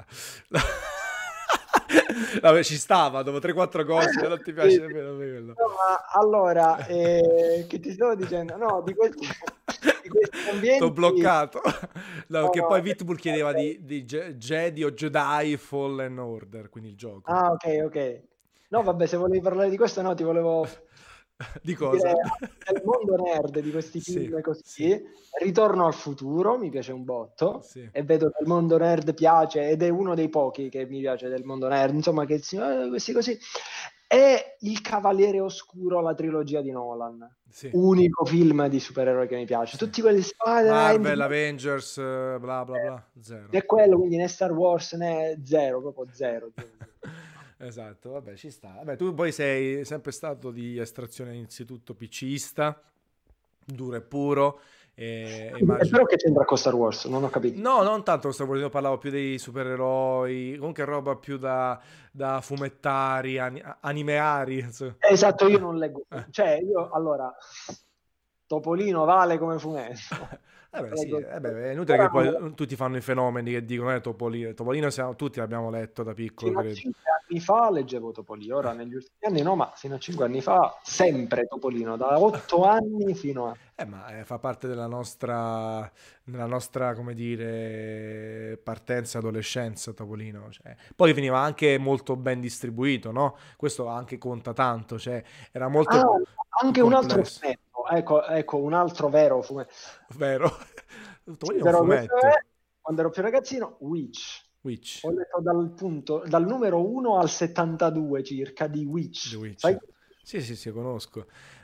Vabbè, ci stava, dopo 3-4 cose, non ti sì, piace sì. nemmeno quello. No, ma allora, che ti stavo dicendo? No, di questi T'ho ambienti... bloccato. No, No, che no, poi Vitbull chiedeva di Jedi o Jedi Fallen Order, quindi il gioco. ah, ok, ok. No, vabbè, se volevi parlare di questo, no, ti volevo Di dire cosa? del mondo nerd di questi Sì, film così. sì, Ritorno al futuro, mi piace un botto, sì. e vedo che il mondo nerd piace, ed è uno dei pochi che mi piace del mondo nerd, insomma, che questi così. E Il Cavaliere Oscuro, la trilogia di Nolan. Sì, Unico film di supereroi che mi piace. sì. Tutti quelli Spider-Man, Marvel, Avengers, bla bla bla, zero. né quello, quindi né Star Wars né zero, proprio zero, zero, zero. Esatto, vabbè, ci sta. Vabbè, tu poi sei sempre stato di estrazione innanzitutto PCista, duro e puro, e E immagino... però che c'entra con Star Wars? Non ho capito. No, non tanto lo stavo io parlavo più dei supereroi, comunque roba più da fumettari, animeari, insomma. Esatto, io non leggo. Eh. Cioè, io allora, Topolino vale come fumetto. Beh, sì, Leggo- beh, è inutile Ora che non lo- poi tutti fanno i fenomeni che dicono Topolino. Topolino siamo, tutti l'abbiamo letto da piccolo, Fino a credo. 5 anni fa leggevo Topolino, ora negli ultimi anni no, ma fino a 5 anni fa sempre Topolino, da 8 anni fino a... Ma fa parte della nostra, come dire, partenza e adolescenza, Topolino. Cioè. Poi veniva anche molto ben distribuito, no? Questo anche conta tanto, cioè era Ah, molto più anche un altro complesso, fumetto, ecco, un altro vero fumetto. vero? Sì, Topolino è un però questo fumetto. è, quando ero più ragazzino, Witch. Witch, Ho letto dal numero 1 al 72 circa di The Witch. Sai? Witch. Sì, sì, sì, conosco.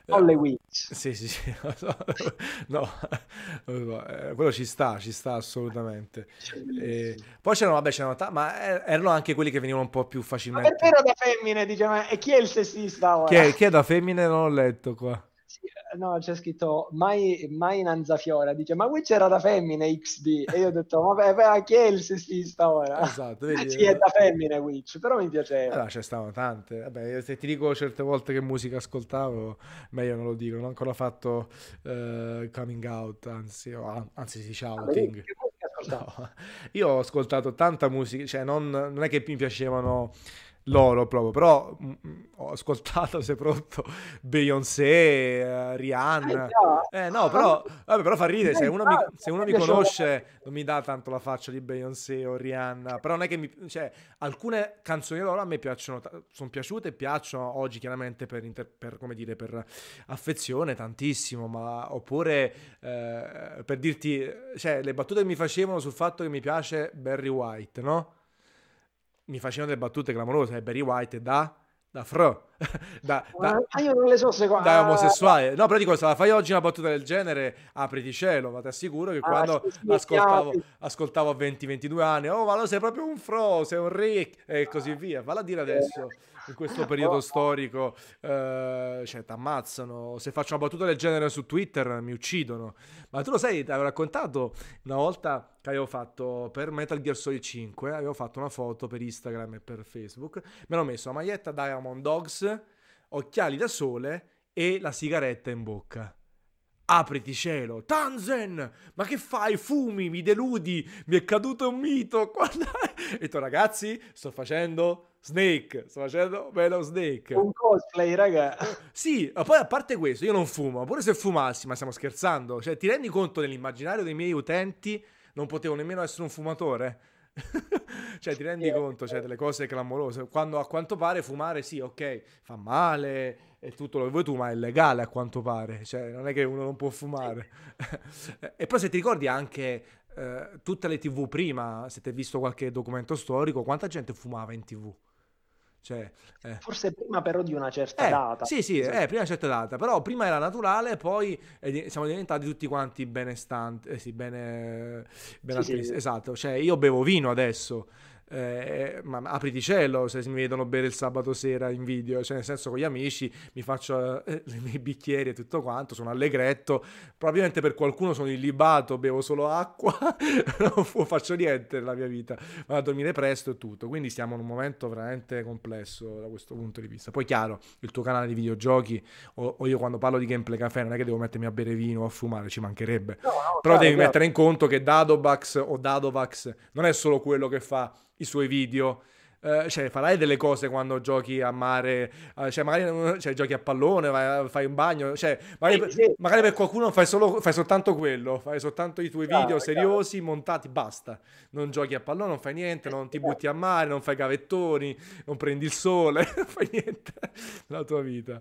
non le Witch. Sì, sì, sì, lo so. No, lo so, quello ci sta assolutamente. Cioè, bellissimo. Poi c'erano, vabbè, ma erano anche quelli che venivano un po' più Ma per facilmente. vero da femmine, dice, ma e chi è il sessista ora? Chi è da femmine? Non ho letto qua. Sì, no, c'è scritto mai Nanzafiora, dice, ma qui c'era da femmine XD, e io ho detto, vabbè, ma chi è il sessista ora? Esatto, vedi? Sì, è da femmine Witch, però mi piaceva. No, ce ne stavano tante. Vabbè, se ti dico certe volte che musica ascoltavo, meglio non lo dico. Non ho ancora fatto coming out, anzi, anzi sì, ciao, Vabbè, Ting. che musica ascoltavi? No, io ho ascoltato tanta musica, cioè non è che mi piacevano loro proprio, però ho ascoltato soprattutto Beyoncé, Rihanna. Già, No, a me, però, vabbè, però fa ridere, a me se a uno me mi piaceva conosce non mi dà tanto la faccia di Beyoncé o Rihanna, però non è che cioè, alcune canzoni loro a me piacciono, sono piaciute e piacciono oggi chiaramente per, come dire, per affezione tantissimo, ma oppure per dirti, cioè le battute che mi facevano sul fatto che mi piace Barry White, no? Mi facevano delle battute clamorose, Barry White da fro, da, da, ma io non le so se da qua. omosessuale. No, però dico, se la fai oggi una battuta del genere, apriti cielo, ma ti assicuro che quando Sì, sì, chiaro. ascoltavo a 20-22 anni, oh, ma lo sei proprio un fro, sei un Rick, e così via. Falla a dire adesso, in questo periodo Oh, storico, cioè, ti ammazzano. Se faccio una battuta del genere su Twitter, mi uccidono. Ma tu lo sai, ti avevo raccontato una volta che avevo fatto per Metal Gear Solid 5, avevo fatto una foto per Instagram e per Facebook, mi hanno messo la maglietta Diamond Dogs, occhiali da sole e la sigaretta in bocca. Apriti cielo, Tanzen! Ma che fai? Fumi, mi deludi, mi è caduto un mito. E detto, ragazzi, sto facendo Snake, sto facendo Venom Snake. un cosplay, raga. Sì, ma poi a parte questo, io non fumo, pure se fumassi, ma stiamo scherzando. Cioè, ti rendi conto nell'immaginario dei miei utenti non potevo nemmeno essere un fumatore? Cioè, ti Sì, rendi conto, cioè, delle cose clamorose. Quando a quanto pare fumare, sì, ok, fa male e tutto lo che vuoi tu, ma è legale a quanto pare. Cioè, non è che uno non può sì. fumare. E poi se ti ricordi anche tutte le TV prima, se ti hai visto qualche documento storico, quanta gente fumava in TV? Cioè, eh. Forse prima però di una certa data. Sì, sì, prima una certa data, però prima era naturale, poi siamo diventati tutti quanti benestanti, sì, Sì, sì, benaltri, esatto, cioè io bevo vino adesso, ma apriti cielo se mi vedono bere il sabato sera in video, cioè nel senso con gli amici mi faccio i miei bicchieri e tutto quanto, sono allegretto, probabilmente per qualcuno sono illibato, bevo solo acqua, non faccio niente nella mia vita, vado a dormire presto e tutto, quindi siamo in un momento veramente complesso da questo punto di vista. Poi chiaro, il tuo canale di videogiochi o io quando parlo di gameplay caffè non è che devo mettermi a bere vino o a fumare, ci mancherebbe, no, no, però chiaro, devi chiaro. mettere in conto che Dadobax o Dadovax non è solo quello che fa i suoi video. Cioè, farai delle cose quando giochi a mare, cioè, magari cioè, giochi a pallone, fai un bagno, cioè, Sì, sì, magari per qualcuno fai soltanto quello, fai soltanto i tuoi video chiaro, chiaro. seriosi, montati, basta. Non giochi a pallone, non fai niente, non ti Chiaro. butti a mare, non fai gavettoni, non prendi il sole, non fai niente nella tua vita.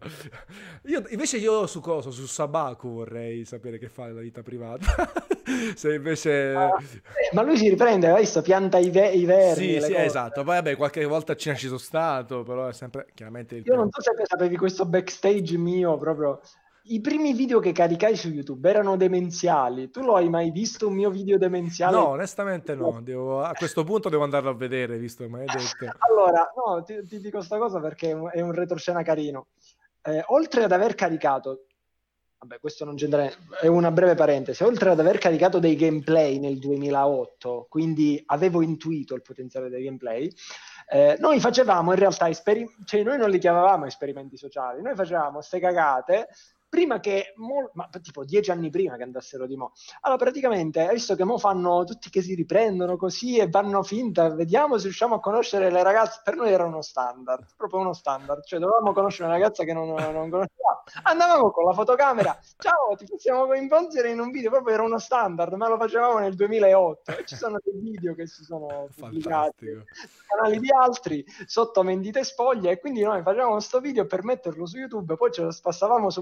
Io su cosa? Su Sabaku vorrei sapere che fa nella vita privata. Se invece... Ma lui si riprende, hai visto? Pianta i vermi, Sì, le sì, cose. esatto. Poi vabbè, qualche volta a Cina ci sono stato, però è sempre chiaramente il Io non primo. so se sapevi questo backstage mio, proprio. I primi video che caricai su YouTube erano demenziali. Tu lo hai mai visto un mio video No, demenziale? onestamente no. A questo punto devo andarlo a vedere, visto che mi hai detto. Allora, no, ti dico sta cosa perché è un retroscena carino. Oltre ad aver caricato, vabbè, questo non c'entra, è una breve parentesi, oltre ad aver caricato dei gameplay nel 2008, quindi avevo intuito il potenziale dei gameplay, noi facevamo in realtà cioè noi non li chiamavamo esperimenti sociali, noi facevamo queste cagate prima che, ma tipo 10 anni prima che andassero di mo'. Allora praticamente, hai visto che mo fanno tutti che si riprendono così e vanno finta, vediamo se riusciamo a conoscere le ragazze, per noi era uno standard, proprio uno standard, cioè dovevamo conoscere una ragazza che non conoscevamo, andavamo con la fotocamera, ciao, ti possiamo coinvolgere in un video, proprio era uno standard, ma lo facevamo nel 2008 e ci sono dei video che si sono pubblicati Fantastico. sui canali di altri sotto Mentite Spoglie e quindi noi facevamo questo video per metterlo su YouTube, poi ce lo spassavamo su MSN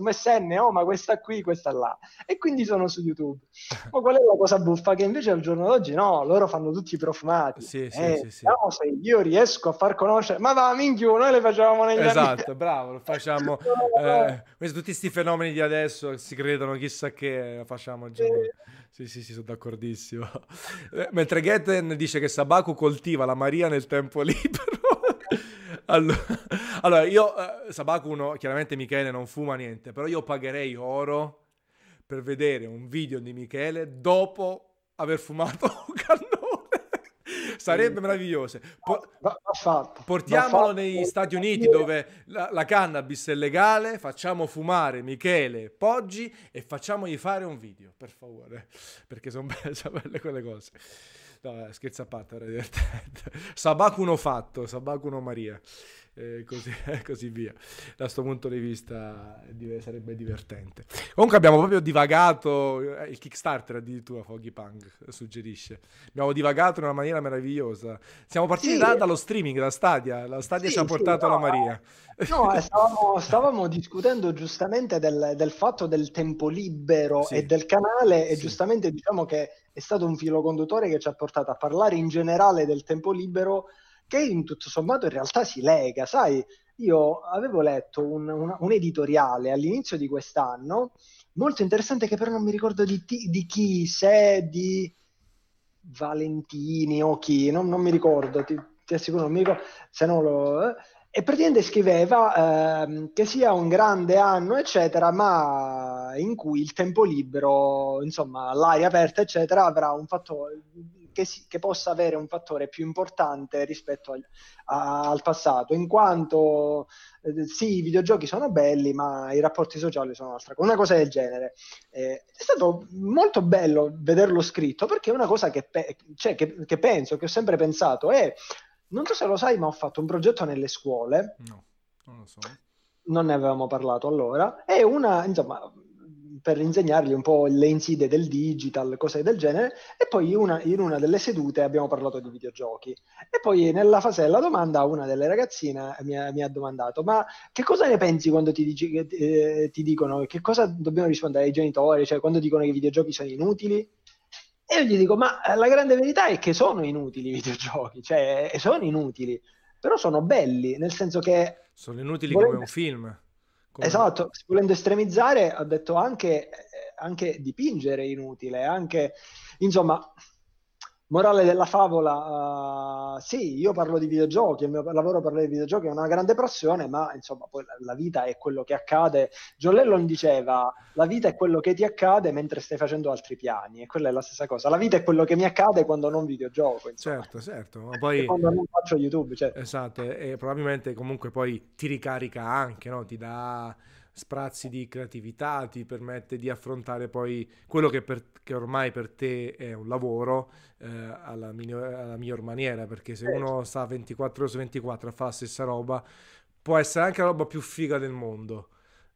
VPN, oh ma questa qui, questa là, e quindi sono su YouTube. Ma qual è la cosa buffa? Che invece al giorno d'oggi no, loro fanno tutti i profumati. Sì, sì, sì, sì. Vediamo se io riesco a far conoscere, ma va, minchio, noi le facevamo negli anni. Esatto, bravo, lo facciamo. Tutti questi fenomeni di adesso che si credono chissà che lo facciamo già noi. Sì, sì, sì, sono d'accordissimo. Mentre Goethe dice che Sabaku coltiva la Maria nel tempo libero. Allora, io, Sabaku, chiaramente Michele non fuma niente, però io pagherei oro per vedere un video di Michele dopo aver fumato un cannone. Sarebbe meraviglioso. Va fatto. Portiamolo negli Stati Uniti dove la cannabis è legale, facciamo fumare Michele Poggi e facciamogli fare un video, per favore, perché sono belle quelle cose. No, scherzo a parte, era divertente. Sabacuno fatto, Sabacuno Maria, così via. Da questo punto di vista sarebbe divertente. Comunque abbiamo proprio divagato, il Kickstarter addirittura Foggy Punk suggerisce. Abbiamo divagato in una maniera meravigliosa. Siamo partiti dallo streaming, da Stadia. La Stadia ci ha portato alla Maria. No, stavamo discutendo giustamente del fatto del tempo libero e del canale, e giustamente diciamo che è stato un filo conduttore che ci ha portato a parlare in generale del tempo libero, che in tutto sommato in realtà si lega. Sai, io avevo letto un editoriale all'inizio di quest'anno, molto interessante, che però non mi ricordo di chi, se di Valentini o chi, non mi ricordo, ti assicuro, non mi ricordo, se no lo... E praticamente scriveva che sia un grande anno, eccetera, ma in cui il tempo libero, insomma, l'aria aperta, eccetera, avrà un fattore che possa avere un fattore più importante rispetto al passato, in quanto sì, i videogiochi sono belli, ma i rapporti sociali sono un'altra cosa, una cosa del genere. È stato molto bello vederlo scritto, perché è una cosa che penso, che ho sempre pensato, non so se lo sai, ma ho fatto un progetto nelle scuole. No, non lo so. Non ne avevamo parlato allora. È insomma, per insegnargli un po' le insidie del digital, cose del genere. E poi in una delle sedute abbiamo parlato di videogiochi. E poi nella fase della domanda una delle ragazzine mi ha domandato: ma che cosa ne pensi quando ti dicono, che cosa dobbiamo rispondere ai genitori, cioè quando dicono che i videogiochi sono inutili? E io gli dico, ma la grande verità è che sono inutili i videogiochi, cioè sono inutili, però sono belli, nel senso che... Sono inutili come un film. Esatto, volendo estremizzare, ho detto anche dipingere è inutile, anche, insomma, morale della favola, sì, io parlo di videogiochi, il mio lavoro parlare di videogiochi è una grande passione, ma insomma poi la vita è quello che accade. John Lennon diceva, la vita è quello che ti accade mentre stai facendo altri piani, e quella è la stessa cosa. La vita è quello che mi accade quando non videogioco, insomma. Certo, ma poi... quando non faccio YouTube, certo. Esatto, e probabilmente comunque poi ti ricarica anche, no? Ti dà sprazzi di creatività, ti permette di affrontare poi quello che ormai per te è un lavoro alla miglior maniera, perché se uno sta 24 ore su 24 a fare la stessa roba, può essere anche la roba più figa del mondo.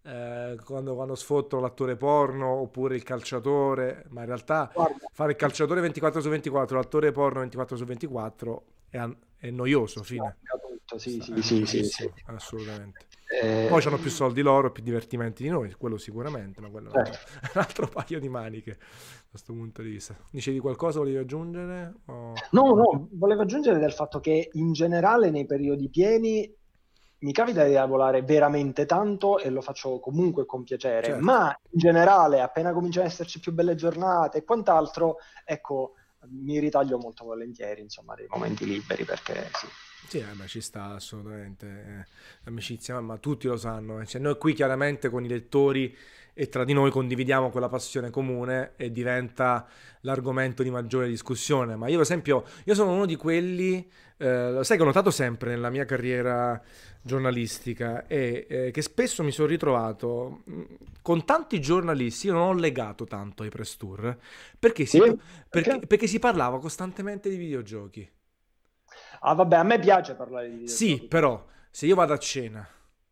Quando sfottano l'attore porno oppure il calciatore, ma in realtà fare il calciatore 24 su 24, l'attore porno 24 su 24 è noioso, fine. Sì, assolutamente. Poi hanno più soldi loro, più divertimenti di noi, quello sicuramente, ma quello è un altro paio di maniche da questo punto di vista. Dicevi qualcosa, volevi aggiungere? No, volevo aggiungere del fatto che in generale nei periodi pieni mi capita di lavorare veramente tanto e lo faccio comunque con piacere, ma in generale appena cominciano ad esserci più belle giornate e quant'altro, ecco, mi ritaglio molto volentieri, insomma, dei momenti liberi, perché sì. Sì, ma ci sta assolutamente l'amicizia, ma tutti lo sanno. Cioè, noi qui chiaramente con i lettori e tra di noi condividiamo quella passione comune e diventa l'argomento di maggiore discussione. Ma io, per esempio, io sono uno di quelli, sai che ho notato sempre nella mia carriera giornalistica e che spesso mi sono ritrovato con tanti giornalisti. Io non ho legato tanto ai press tour perché si parlava costantemente di videogiochi. Ah, vabbè, a me piace parlare di videogiochi. Sì, però se io vado a cena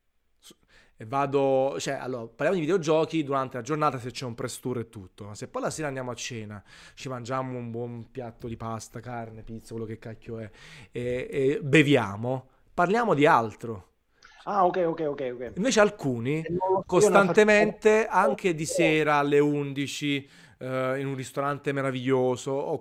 e allora, parliamo di videogiochi durante la giornata se c'è un press tour e tutto, ma se poi la sera andiamo a cena, ci mangiamo un buon piatto di pasta, carne, pizza, quello che cacchio è, e beviamo, parliamo di altro. Ah, ok, ok, ok, ok. Invece alcuni E non lo so, io ne ho costantemente, fatto. anche di sera alle 11, in un ristorante meraviglioso o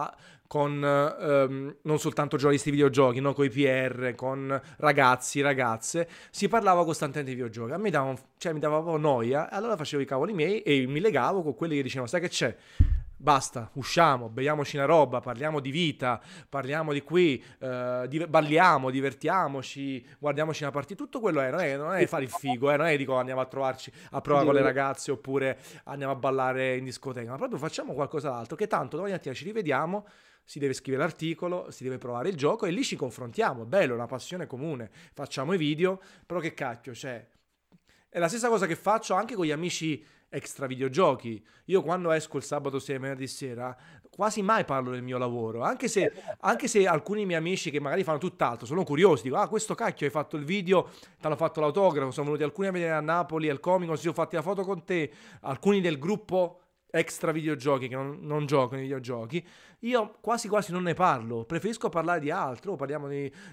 con non soltanto giornalisti di videogiochi, no? Con i PR, con ragazzi, ragazze, si parlava costantemente di videogiochi. A me dava, cioè, mi dava proprio noia, e allora facevo i cavoli miei e mi legavo con quelli che dicevano, sai che c'è? Basta, usciamo, beviamoci una roba, parliamo di vita, parliamo di qui, balliamo, divertiamoci, guardiamoci una partita. Tutto quello è, non è fare il figo, non è dico andiamo a trovarci a Sì, prova sì, con le lo ragazze oppure andiamo a ballare in discoteca, ma proprio facciamo qualcos'altro, che tanto domani mattina ci rivediamo, si deve scrivere l'articolo, si deve provare il gioco e lì ci confrontiamo, è bello, è una passione comune, facciamo i video, però che cacchio, cioè, è la stessa cosa che faccio anche con gli amici extra videogiochi. Io quando esco il sabato sera e venerdì sera quasi mai parlo del mio lavoro, anche se alcuni miei amici che magari fanno tutt'altro sono curiosi, dico, ah questo cacchio hai fatto il video, ti hanno fatto l'autografo, sono venuti alcuni a vedere a Napoli al Comic Con, si sono fatti la foto con te, alcuni del gruppo extra videogiochi che non giocano ai videogiochi, io quasi quasi non ne parlo, preferisco parlare di altro, parliamo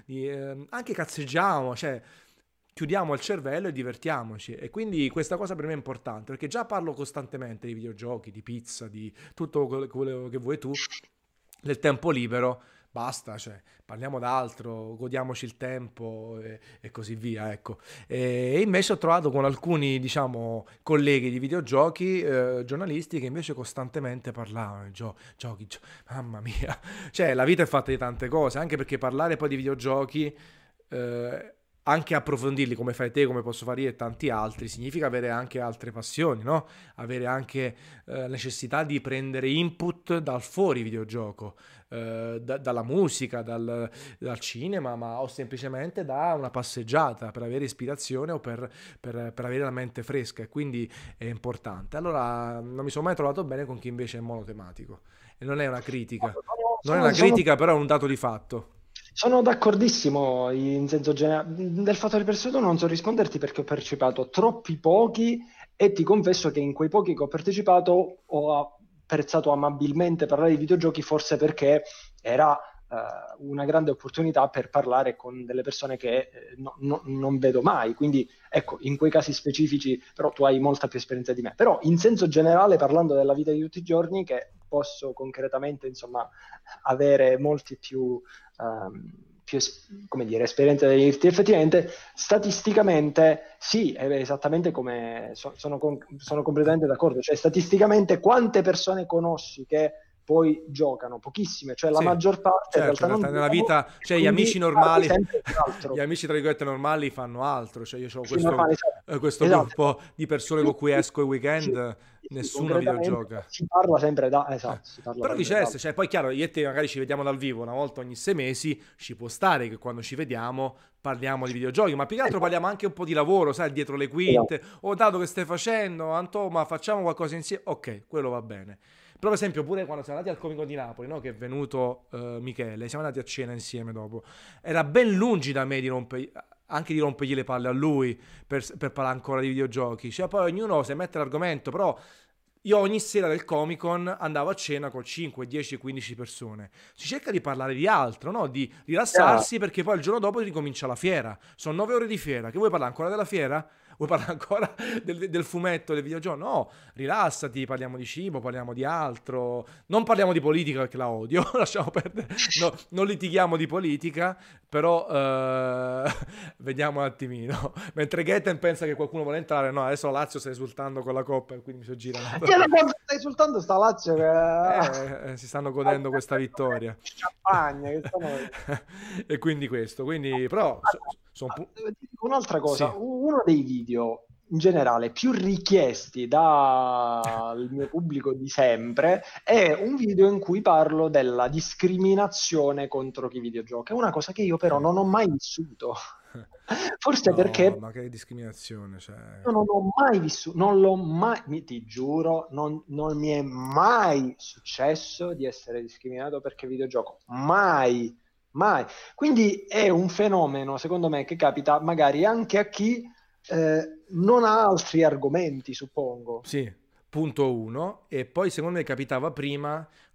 anche cazzeggiamo, cioè chiudiamo il cervello e divertiamoci. E quindi questa cosa per me è importante, perché già parlo costantemente di videogiochi, di pizza, di tutto quello che vuoi tu, nel tempo libero, basta, cioè, parliamo d'altro, godiamoci il tempo e così via, ecco. E invece ho trovato con alcuni, diciamo, colleghi di videogiochi, giornalisti, che invece costantemente parlavano di mamma mia, cioè la vita è fatta di tante cose, anche perché parlare poi di videogiochi, eh, anche approfondirli come fai te, come posso fare io e tanti altri, significa avere anche altre passioni, no? Avere anche necessità di prendere input dal fuori videogioco, dalla musica, dal cinema, ma o semplicemente da una passeggiata per avere ispirazione o per avere la mente fresca, e quindi è importante. Allora non mi sono mai trovato bene con chi invece è monotematico, e non è una critica, non è una sono critica, però è un dato di fatto. Sono d'accordissimo in senso generale. Del fatto del periodo non so risponderti perché ho partecipato troppi pochi e ti confesso che in quei pochi che ho partecipato ho apprezzato amabilmente parlare di videogiochi, forse perché era una grande opportunità per parlare con delle persone che non vedo mai. Quindi ecco, in quei casi specifici, però tu hai molta più esperienza di me. Però in senso generale, parlando della vita di tutti i giorni, che posso concretamente, insomma, avere molti più come dire, esperienza da dirti, effettivamente statisticamente sì, è esattamente come sono completamente d'accordo, cioè statisticamente quante persone conosci che poi giocano? Pochissime, cioè la Sì, maggior parte in certo, realtà in non realtà nella giocano, vita, e cioè gli amici quindi parli normali, sempre di gli altro. amici tra virgolette normali fanno altro, cioè io ho Sì, normale, esatto. questo Esatto. gruppo di persone con cui esco il Sì, weekend, sì, nessuno concretamente videogioca. si parla sempre Eh, esatto, si parla Però sempre viceversa, d'altro. cioè poi chiaro, io e te magari ci vediamo dal vivo una volta ogni 6 mesi, ci può stare che quando ci vediamo parliamo di videogiochi, ma più che altro Esatto, parliamo anche un po' di lavoro, sai, dietro le esatto. quinte, oh dato che stai facendo, Anto, ma facciamo qualcosa insieme, ok, quello va bene. Però per esempio pure quando siamo andati al Comico di Napoli, no, che è venuto Michele, siamo andati a cena insieme dopo, era ben lungi da me anche di rompergli le palle a lui per parlare ancora di videogiochi, cioè poi ognuno si mette l'argomento, però io ogni sera del Comic Con andavo a cena con 5, 10, 15 persone. Si cerca di parlare di altro, no? Di Ah, rilassarsi perché poi il giorno dopo ricomincia la fiera. Sono 9 ore di fiera. Che vuoi parlare ancora della fiera? Vuoi parlare ancora del fumetto, del videogioco? No, rilassati, parliamo di cibo, parliamo di altro. Non parliamo di politica perché la odio, lasciamo perdere. No, non litighiamo di politica, però vediamo un attimino. Mentre Gaten pensa che qualcuno vuole entrare, no, adesso la Lazio sta esultando con la coppa e quindi mi sono girato. che la cosa stai insultando sta Lazio che Si stanno godendo questa vittoria. champagne, che sono... E quindi questo, quindi però Ti dico un'altra cosa, sì, uno dei video in generale più richiesti dal mio pubblico di sempre è un video in cui parlo della discriminazione contro chi videogioca. È una cosa che io però non ho mai vissuto. Forse no, perché ma che discriminazione, cioè. io non ho mai vissuto, non l'ho mai, ti giuro, non mi è mai successo di essere discriminato perché videogioco. Mai, mai. Quindi è un fenomeno, secondo me, che capita magari anche a chi non ha altri argomenti, suppongo. Sì, punto uno. E poi secondo me capitava prima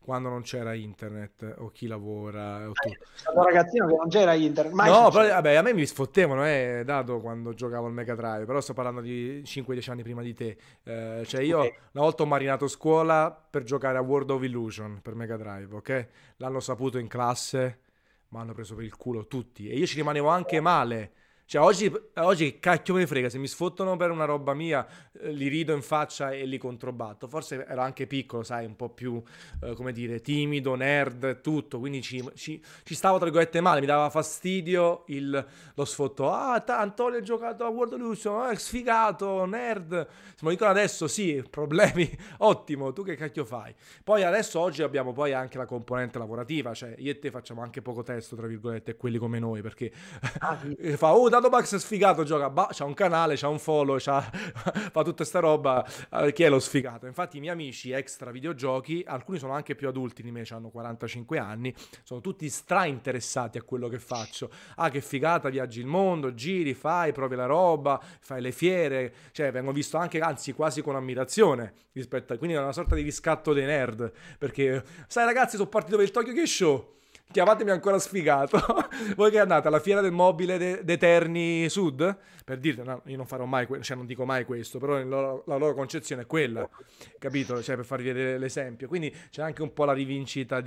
quando non c'era internet o chi lavora o tu. Da ragazzino che non c'era internet, mai No, successo. però vabbè, a me mi sfottevano, dato quando giocavo al Mega Drive, però sto parlando di 5-10 anni prima di te. Cioè io Ok. una volta ho marinato scuola per giocare a World of Illusion per Mega Drive, ok? L'hanno saputo in classe, mi hanno preso per il culo tutti e io ci rimanevo anche male. Cioè oggi che cacchio me ne frega, se mi sfottono per una roba mia, li rido in faccia e li controbatto. Forse ero anche piccolo, sai, un po' più, come dire, timido, nerd, e tutto, quindi ci stavo tra virgolette male, mi dava fastidio lo sfotto. Ah, Antonio ha giocato a World of Illusion, sfigato, nerd. Se me lo dicono adesso, sì, problemi, ottimo, tu che cacchio fai? Poi adesso, oggi abbiamo poi anche la componente lavorativa, cioè io e te facciamo anche poco testo, tra virgolette, quelli come noi, perché Ah, sì. fa, oh, Dato Max è sfigato, gioca, c'ha un canale, c'ha un follow, fa tutta sta roba, chi è lo sfigato? Infatti i miei amici extra videogiochi, alcuni sono anche più adulti di me, hanno 45 anni, sono tutti stra interessati a quello che faccio. Ah, che figata, viaggi il mondo, giri, fai, provi la roba, fai le fiere, cioè vengo visto anche, anzi quasi con ammirazione rispetto a, quindi è una sorta di riscatto dei nerd, perché sai ragazzi, sono partito per il Tokyo Game Show, chiamatemi ancora sfigato. Voi che andate alla fiera del mobile de Terni Sud, per dirti, no, io non farò mai, cioè non dico mai questo, però la loro concezione è quella, capito? Cioè per farvi vedere l'esempio. Quindi c'è anche un po' la rivincita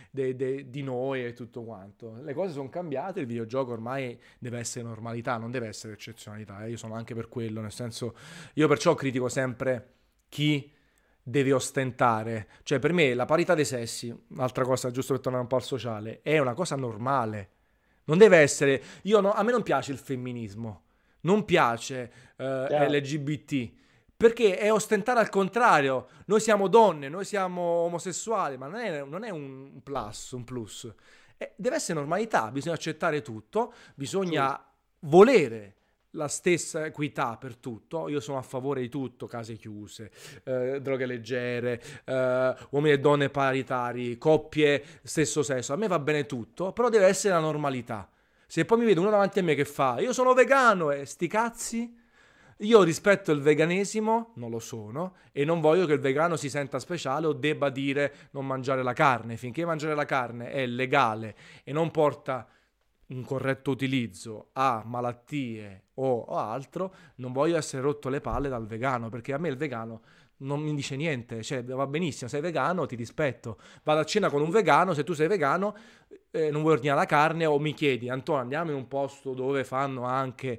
di noi e tutto quanto. Le cose sono cambiate, il videogioco ormai deve essere normalità, non deve essere eccezionalità. Io sono anche per quello, nel senso, io perciò critico sempre chi deve ostentare. Cioè, per me la parità dei sessi, un'altra cosa, giusto per tornare un po' al sociale, è una cosa normale. Non deve essere. A me non piace il femminismo, non piace Chiaro. LGBT. Perché è ostentare al contrario. Noi siamo donne, noi siamo omosessuali, ma non è un plus, un plus. Deve essere normalità, bisogna accettare tutto, bisogna Giusto. volere la stessa equità per tutto. Io sono a favore di tutto, case chiuse, droghe leggere, uomini e donne paritari, coppie stesso sesso. A me va bene tutto, però deve essere la normalità. Se poi mi vedo uno davanti a me che fa io sono vegano e sti cazzi, io rispetto il veganesimo, non lo sono, e non voglio che il vegano si senta speciale o debba dire non mangiare la carne. Finché mangiare la carne è legale e non porta un corretto utilizzo a malattie o altro, non voglio essere rotto le palle dal vegano, perché a me il vegano non mi dice niente, cioè va benissimo, sei vegano, ti rispetto. Vado a cena con un vegano, se tu sei vegano, non vuoi ordinare la carne o mi chiedi, Antonio, andiamo in un posto dove fanno anche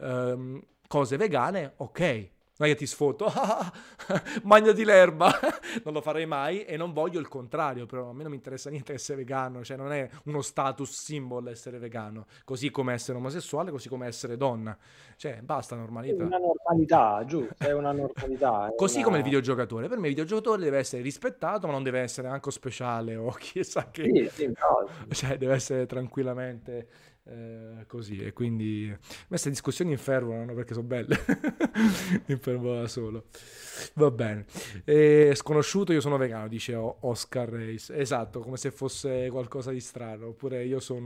cose vegane, ok. Non è che ti sfoto, mangiati l'erba, non lo farei mai e non voglio il contrario, però a me non mi interessa niente essere vegano, cioè non è uno status symbol essere vegano, così come essere omosessuale, così come essere donna, cioè basta, È normalità. una normalità, giusto, è una normalità, è Così come il una... videogiocatore, per me il videogiocatore deve essere rispettato, ma non deve essere anche speciale o chissà che, Sì, sì, no, cioè deve essere tranquillamente così. E quindi queste discussioni infervorano perché sono belle. Mi infermo da solo. Va bene. Sconosciuto, io sono vegano, dice Oscar Reis. Esatto, come se fosse qualcosa di strano. Oppure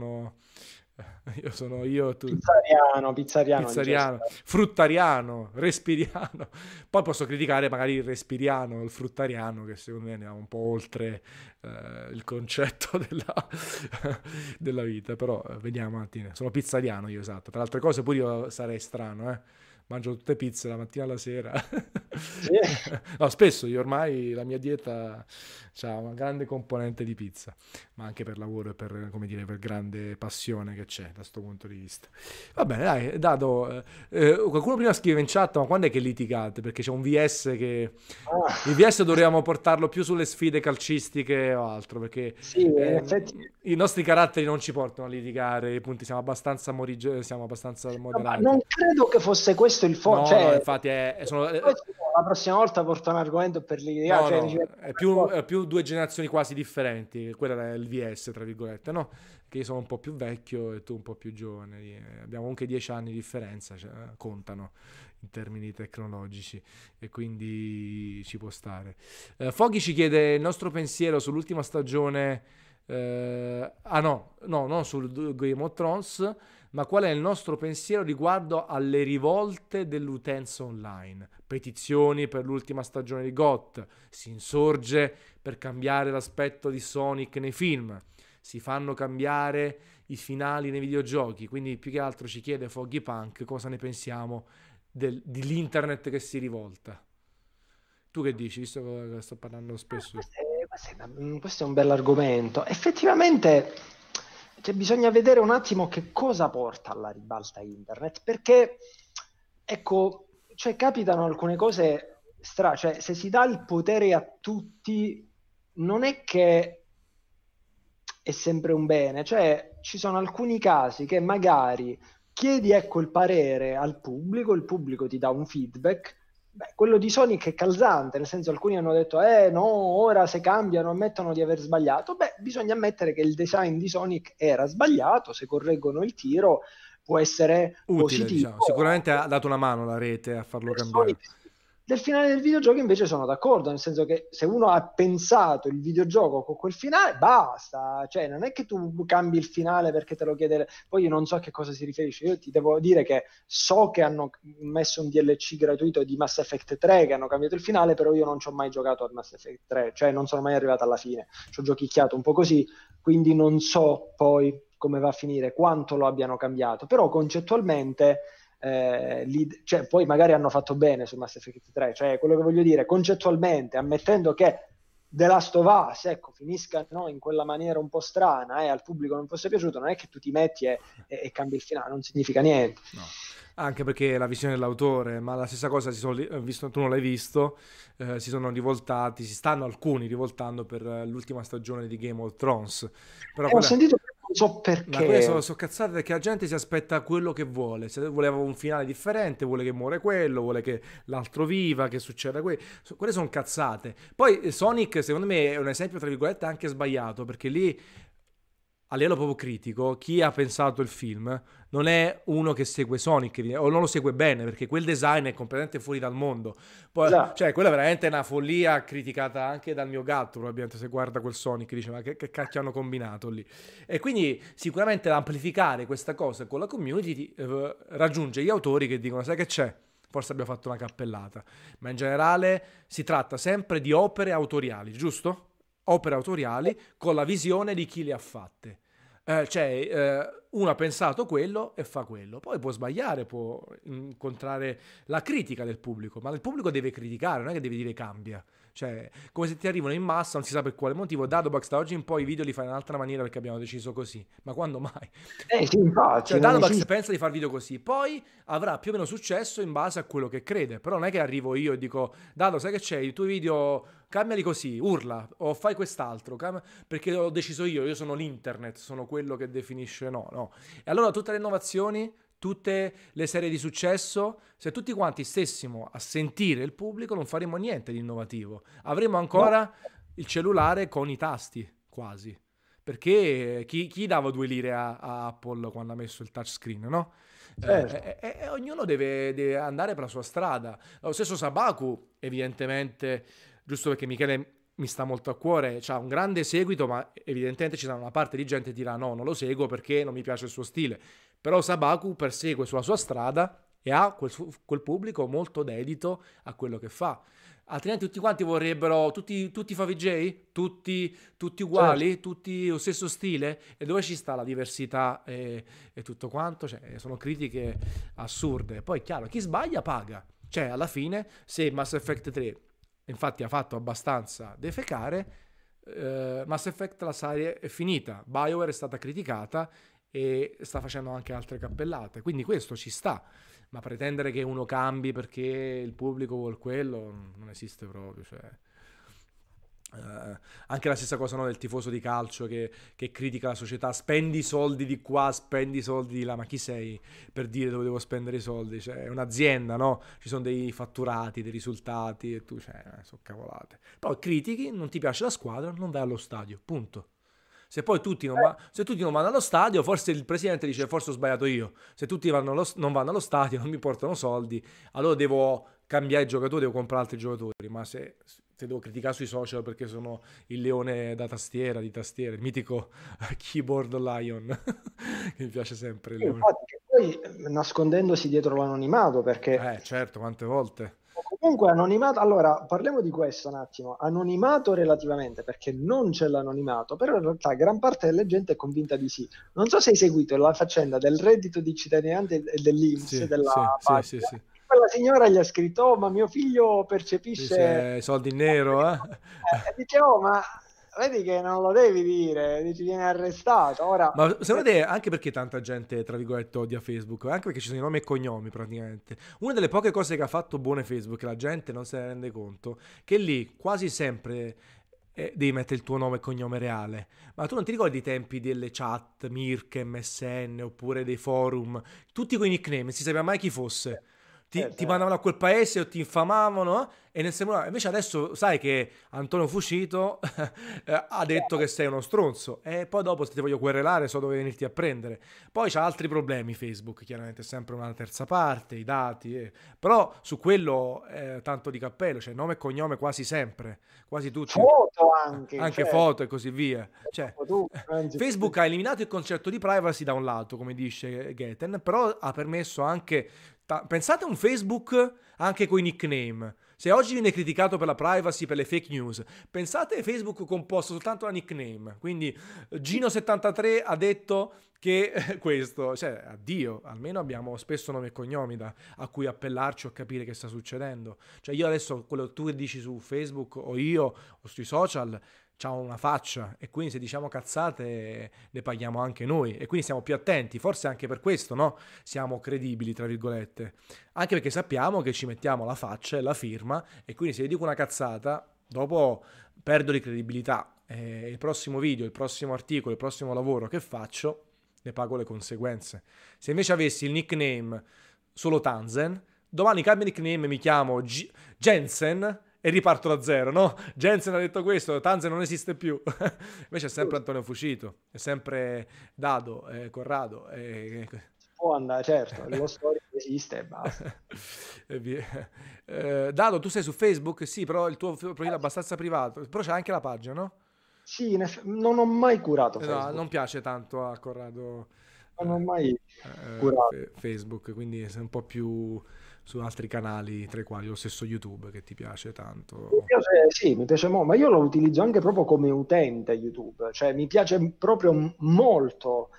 io, tu. pizzariano, dice Pizzariano, Oscar. fruttariano, respiriano. Poi posso criticare magari il respiriano, il fruttariano, che secondo me andiamo un po' oltre il concetto della vita. Però vediamo, Martina. Sono pizzariano io, esatto. Tra le altre cose pure io sarei strano, eh. Mangio tutte pizze la mattina alla sera. Sì. No, spesso io ormai la mia dieta ha una grande componente di pizza, ma anche per lavoro e per, come dire, per grande passione che c'è da questo punto di vista. Va bene, dai, Dado, qualcuno prima scrive in chat, ma quando è che litigate? Perché c'è un VS che... Il Ah, VS dovremmo portarlo più sulle sfide calcistiche o altro, perché sì, in effetti... i nostri caratteri non ci portano a litigare, i punti siamo abbastanza No, ma moderati. non credo che fosse questo il fondo, No, no, cioè, infatti la prossima volta porto un argomento per litigare, no, cioè, no, dice, è più due generazioni quasi differenti, quella è il VS, tra virgolette, no? Che io sono un po' più vecchio e tu un po' più giovane, abbiamo anche 10 anni di differenza, cioè, contano in termini tecnologici e quindi ci può stare. Foggy ci chiede il nostro pensiero sull'ultima stagione, no, non sul Game of Thrones, ma qual è il nostro pensiero riguardo alle rivolte dell'utenza online. Petizioni per l'ultima stagione di GOT, si insorge per cambiare l'aspetto di Sonic nei film, si fanno cambiare i finali nei videogiochi, quindi più che altro ci chiede Foggy Punk cosa ne pensiamo dell'internet che si rivolta. Tu che dici, visto che sto parlando spesso? Questo è un bell'argomento. Effettivamente, cioè, bisogna vedere un attimo che cosa porta alla ribalta internet, perché, ecco, cioè, capitano alcune cose cioè, se si dà il potere a tutti, non è che è sempre un bene, cioè, ci sono alcuni casi che magari chiedi, ecco, il parere al pubblico, il pubblico ti dà un feedback. Beh, quello di Sonic è calzante, nel senso alcuni hanno detto no, ora se cambiano ammettono di aver sbagliato. Beh, bisogna ammettere che il design di Sonic era sbagliato, se correggono il tiro può essere utile, positivo. diciamo. Sicuramente ha dato una mano la rete a farlo cambiare. Sonic, del finale del videogioco invece sono d'accordo, nel senso che se uno ha pensato il videogioco con quel finale, basta, cioè non è che tu cambi il finale perché te lo chiede, poi io non so a che cosa si riferisce, io ti devo dire che so che hanno messo un DLC gratuito di Mass Effect 3, che hanno cambiato il finale, però io non ci ho mai giocato a Mass Effect 3, cioè non sono mai arrivato alla fine, ci ho giochicchiato un po' così, quindi non so poi come va a finire, quanto lo abbiano cambiato, però concettualmente cioè, poi magari hanno fatto bene su Mass Effect 3, cioè quello che voglio dire concettualmente, ammettendo che The Last of Us, ecco, finisca in quella maniera un po' strana e al pubblico non fosse piaciuto, non è che tu ti metti e cambi il finale, non significa niente. No. Anche perché è la visione dell'autore, ma la stessa cosa visto, tu non l'hai visto, si sono rivoltati, si stanno alcuni rivoltando per l'ultima stagione di Game of Thrones. Però ho sentito, non so perché. Ma quelle sono cazzate perché la gente si aspetta quello che vuole. Se voleva un finale differente, vuole che muore quello, vuole che l'altro viva, che succeda quello. Quelle sono cazzate. Poi Sonic, secondo me, è un esempio, tra virgolette, anche sbagliato, perché lì, a livello proprio critico, chi ha pensato il film non è uno che segue Sonic o non lo segue bene, perché quel design è completamente fuori dal mondo. Poi, cioè, quella è veramente una follia criticata anche dal mio gatto, probabilmente, se guarda quel Sonic dice ma che cacchio hanno combinato lì. E quindi sicuramente amplificare questa cosa con la community raggiunge gli autori che dicono sai che c'è? Forse abbiamo fatto una cappellata. Ma in generale si tratta sempre di opere autoriali, giusto? Opere autoriali con la visione di chi le ha fatte. Uno ha pensato quello e fa quello, poi può sbagliare, può incontrare la critica del pubblico, ma il pubblico deve criticare, non è che deve dire cambia. Cioè, come se ti arrivano in massa, non si sa per quale motivo. Dadobax da oggi in poi i video li fa in un'altra maniera perché abbiamo deciso così. Ma quando mai? Sì, infatti, cioè, Dadobax pensa di far video così, poi avrà più o meno successo in base a quello che crede. Però non è che arrivo io e dico Dado, sai che c'è? I tuoi video cambiali così, urla o fai quest'altro, perché ho deciso io sono l'internet, sono quello che definisce no. E allora tutte le innovazioni, tutte le serie di successo, se tutti quanti stessimo a sentire il pubblico non faremo niente di innovativo, avremo ancora il cellulare con i tasti, quasi, perché chi dava 2 lire a Apple quando ha messo il touchscreen, no? Certo. Ognuno deve andare per la sua strada. Lo stesso Sabaku, evidentemente, giusto perché Michele mi sta molto a cuore, c'ha un grande seguito, ma evidentemente ci sarà una parte di gente che dirà no, non lo seguo perché non mi piace il suo stile. Però Sabaku persegue sulla sua strada e ha quel pubblico molto dedito a quello che fa. Altrimenti tutti quanti vorrebbero tutti Favij, tutti uguali, certo, tutti lo stesso stile. E dove ci sta la diversità e tutto quanto? Cioè, sono critiche assurde. Poi, chiaro, chi sbaglia paga. Cioè, alla fine, se Mass Effect 3 infatti ha fatto abbastanza defecare, Mass Effect la serie è finita, BioWare è stata criticata e sta facendo anche altre cappellate, quindi questo ci sta, ma pretendere che uno cambi perché il pubblico vuole quello non esiste proprio, cioè. Anche la stessa cosa, no, del tifoso di calcio che critica la società, spendi soldi di qua, spendi soldi di là, ma chi sei per dire dove devo spendere i soldi? Cioè, è un'azienda, no? Ci sono dei fatturati, dei risultati e tu, sono cavolate. Poi critichi, non ti piace la squadra, non vai allo stadio, punto. Se poi tutti non vanno allo stadio, forse il presidente dice forse ho sbagliato io. Se tutti non vanno allo stadio, non mi portano soldi, allora devo cambiare i giocatori, devo comprare altri giocatori. Ma se se devo criticare sui social perché sono il leone da tastiera, di tastiere, il mitico keyboard lion, che mi piace sempre il leone. Infatti, che poi nascondendosi dietro l'anonimato, perché Certo, quante volte. comunque anonimato, allora parliamo di questo un attimo, anonimato relativamente, perché non c'è l'anonimato, però in realtà gran parte della gente è convinta di sì. Non so se hai seguito la faccenda del reddito di cittadinanza e dell'INPS, Sì, della sì, sì, sì, pagina. sì. Quella signora gli ha scritto: "Oh, ma mio figlio percepisce..." Dice soldi in nero, eh? E dice: "Oh, ma vedi che non lo devi dire, dici viene arrestato." Ora, Ma secondo te, anche perché tanta gente, tra virgolette, odia Facebook, anche perché ci sono i nomi e cognomi praticamente. Una delle poche cose che ha fatto buone Facebook, che la gente non se ne rende conto, che lì quasi sempre devi mettere il tuo nome e cognome reale. Ma tu non ti ricordi i tempi delle chat, Mirk, MSN, oppure dei forum, tutti quei nickname, non si sapeva mai chi fosse. Ti mandavano a quel paese o ti infamavano, e nel sembrare, invece adesso sai che Antonio Fucito ha detto che sei uno stronzo, e poi dopo se ti voglio querelare so dove venirti a prendere. Poi c'ha altri problemi Facebook, chiaramente è sempre una terza parte, i dati, però su quello tanto di cappello, cioè nome e cognome quasi sempre, quasi tutti, foto anche, anche cioè, foto e così via. Cioè, tu, anzi, Facebook ha eliminato il concetto di privacy da un lato, come dice Gaten, però ha permesso anche... Pensate a un Facebook anche con i nickname. Se oggi viene criticato per la privacy, per le fake news, pensate a Facebook composto soltanto da nickname. Quindi Gino73 ha detto che questo, cioè, addio, almeno abbiamo spesso nomi e cognomi a cui appellarci o capire che sta succedendo. Cioè io adesso, quello che tu dici su Facebook o io o sui social, c'ha una faccia, e quindi se diciamo cazzate le paghiamo anche noi, e quindi siamo più attenti, forse anche per questo, no? Siamo credibili, tra virgolette, anche perché sappiamo che ci mettiamo la faccia e la firma, e quindi se io dico una cazzata dopo perdo di credibilità, e il prossimo video, il prossimo articolo, il prossimo lavoro che faccio ne pago le conseguenze. Se invece avessi il nickname solo Tanzen, domani cambio nickname e mi chiamo Jensen e riparto da zero, no? Jensen ha detto questo, Tanzen non esiste più. Invece è sempre Antonio Fucito, è sempre Dado, Corrado. può andare, certo, lo storico esiste e basta. Dado, tu sei su Facebook? Sì, però il tuo profilo è abbastanza privato, però c'è anche la pagina, no? Sì, non ho mai curato No, Facebook, non piace tanto a Corrado non ho mai eh, curato. Facebook, quindi sei un po' più su altri canali, tra i quali lo stesso YouTube, che ti piace Mi tanto. piace, sì, mi piace molto, ma io lo utilizzo anche proprio come utente YouTube, cioè mi piace proprio molto.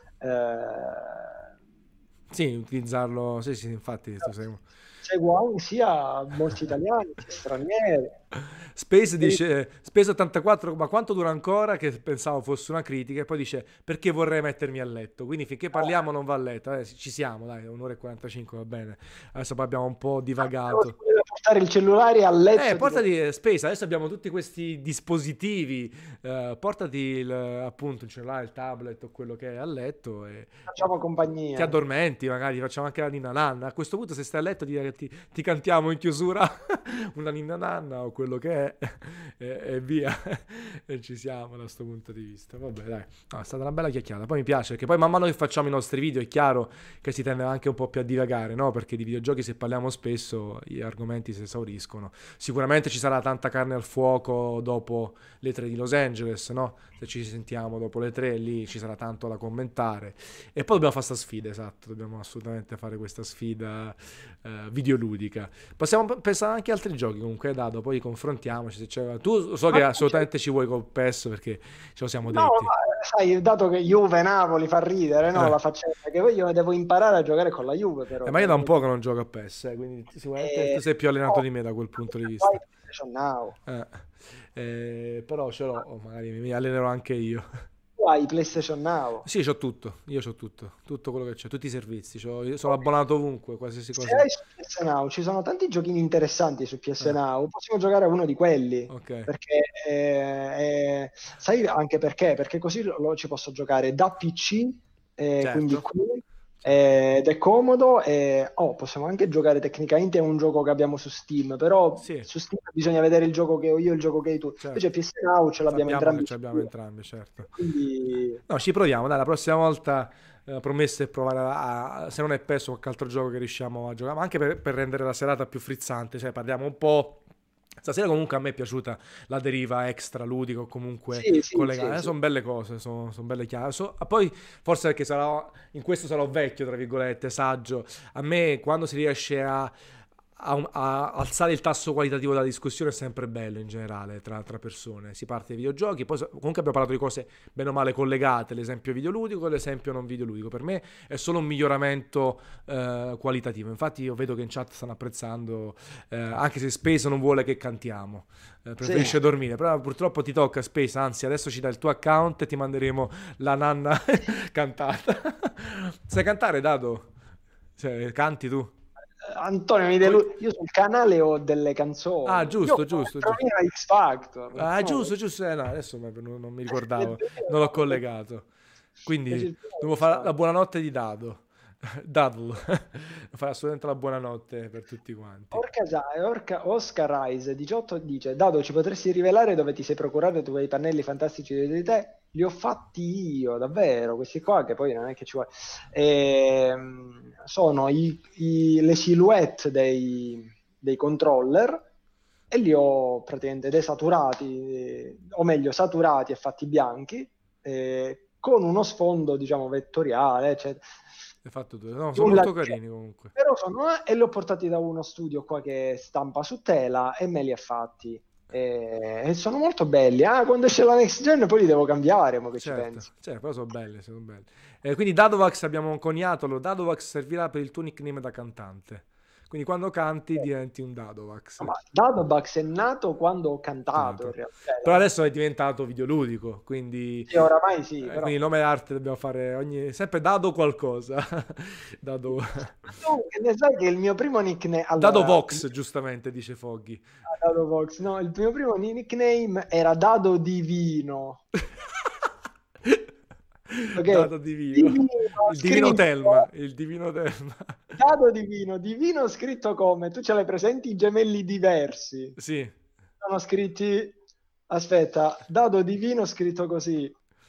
Sì, utilizzarlo, sì, sì, infatti tu sei... Seguo anche sia molti italiani sia stranieri. Space dice, Space 84, ma quanto dura ancora? Che pensavo fosse una critica, e poi dice, perché vorrei mettermi a letto, quindi finché parliamo non va a letto. Ci siamo, dai, un'ora e 45 va bene, adesso poi abbiamo un po' divagato. Devo portare il cellulare a letto. Portati Space, adesso abbiamo tutti questi dispositivi, portati appunto il cellulare, il tablet o quello che è a letto, e Facciamo ti compagnia. addormenti, magari facciamo anche la ninna nanna. A questo punto se stai a letto direi che ti cantiamo in chiusura una ninna nanna o quello che è, e via. E ci siamo da questo punto di vista. Vabbè, dai, no, è stata una bella chiacchierata. Poi mi piace che poi man mano che facciamo i nostri video è chiaro che si tende anche un po' più a divagare, no? Perché di videogiochi, se parliamo spesso, gli argomenti si esauriscono. Sicuramente ci sarà tanta carne al fuoco dopo le 3 di Los Angeles, no? Se ci sentiamo dopo le 3, lì ci sarà tanto da commentare. E poi dobbiamo fare questa sfida, esatto, dobbiamo assolutamente fare questa sfida videoludica. Possiamo pensare anche a altri giochi, comunque, Dado, poi confrontiamoci. Se c'è... Tu so che assolutamente ci vuoi col PES, perché ce lo siamo No, detti. ma sai, dato che Juve-Napoli fa ridere, no? Eh. La faccenda che poi io devo imparare a giocare con la Juve, però. Ma io da un po' che non gioco a PES, quindi sicuramente tu sei più allenato No, di me da quel punto di vai vista. PlayStation Now. Però ce l'ho, magari mi allenerò anche io. Tu hai PlayStation Now. Sì, c'ho tutto, io c'ho tutto quello che c'è, tutti i servizi, io sono abbonato ovunque, qualsiasi Se cosa. hai su PS Now, ci sono tanti giochini interessanti su PS Eh, Now, possiamo giocare a uno di quelli, ok, perché sai anche perché? Perché così ci posso giocare da PC, quindi certo, qui, certo. ed è comodo, e possiamo anche giocare tecnicamente, è un gioco che abbiamo su Steam, però Sì, su Steam bisogna vedere il gioco che ho io e il gioco che hai tu. Invece certo. PS Now ce l'abbiamo Sappiamo che entrambi ci su abbiamo due, entrambi, certo. quindi No, ci proviamo, dai, la prossima volta promesso è provare se non è PES o qualche altro gioco che riusciamo a giocare, ma anche per rendere la serata più frizzante, cioè parliamo un po', Stasera comunque a me è piaciuta la deriva extra ludico, comunque Sì, sì, sì, collegata. sì. Sono belle cose, sono belle chiare. Poi forse perché sarò, in questo sarò vecchio, tra virgolette, saggio. A me quando si riesce a alzare il tasso qualitativo della discussione è sempre bello in generale tra persone. Si parte dai videogiochi, poi comunque abbiamo parlato di cose bene o male collegate, l'esempio videoludico e l'esempio non videoludico. Per me è solo un miglioramento qualitativo. Infatti io vedo che in chat stanno apprezzando, anche se Space non vuole che cantiamo. Sì. Preferisce dormire, però purtroppo ti tocca Space, anzi adesso ci dai il tuo account e ti manderemo la nanna cantata. Sai cantare, Dado? Cioè, canti tu? Antonio, Coi- io sul canale ho delle Ah, canzoni. Io ho giusto, giusto, giusto. 4.000 X Factor. Ah, No, giusto, giusto. No, adesso non mi nel ricordavo, non l'ho 2009, collegato. feci Quindi il primo devo X fare la Factor. buonanotte di Dado. Dadlo. Devo fare assolutamente la buonanotte per tutti quanti. Oscar Rise 18 dice: Dado, ci potresti rivelare dove ti sei procurato i tuoi pannelli fantastici di te? Li ho fatti io, davvero, questi qua, che poi non è che ci vuole. Sono le silhouette dei controller e li ho praticamente desaturati, o meglio, saturati e fatti bianchi, con uno sfondo, diciamo, vettoriale, eccetera. Hai fatto due. No, sono Nulla molto di che. carini comunque. Però sono, e li ho portati da uno studio qua che stampa su tela e me li ha fatti. E sono molto belli. Ah, quando esce la next gen poi li devo cambiare, ma che ci Certo, pensi? certo, però sono belle, sono belle. Quindi Dadovax abbiamo coniato, Dadovax servirà per il tuo nickname da cantante. Quindi quando canti diventi un Dadovax. Ma Dadobax è nato quando ho cantato, in Tanto. realtà. Però adesso è diventato videoludico, quindi, Sì, oramai sì, quindi però. nome d'arte dobbiamo fare sempre Dado qualcosa. Dado, Ma tu che ne sai che il mio primo nickname. Dado Allora, Vox, giustamente dice Foggy. Dadobox, no, il mio primo nickname era Dado Divino. Ok? Dado divino. Divino Il divino Telma, scritto. il divino Telma. Dado Divino, Divino scritto come? Tu ce l'hai presenti i gemelli diversi? Sì. Sono scritti. Aspetta, Dado Divino scritto così.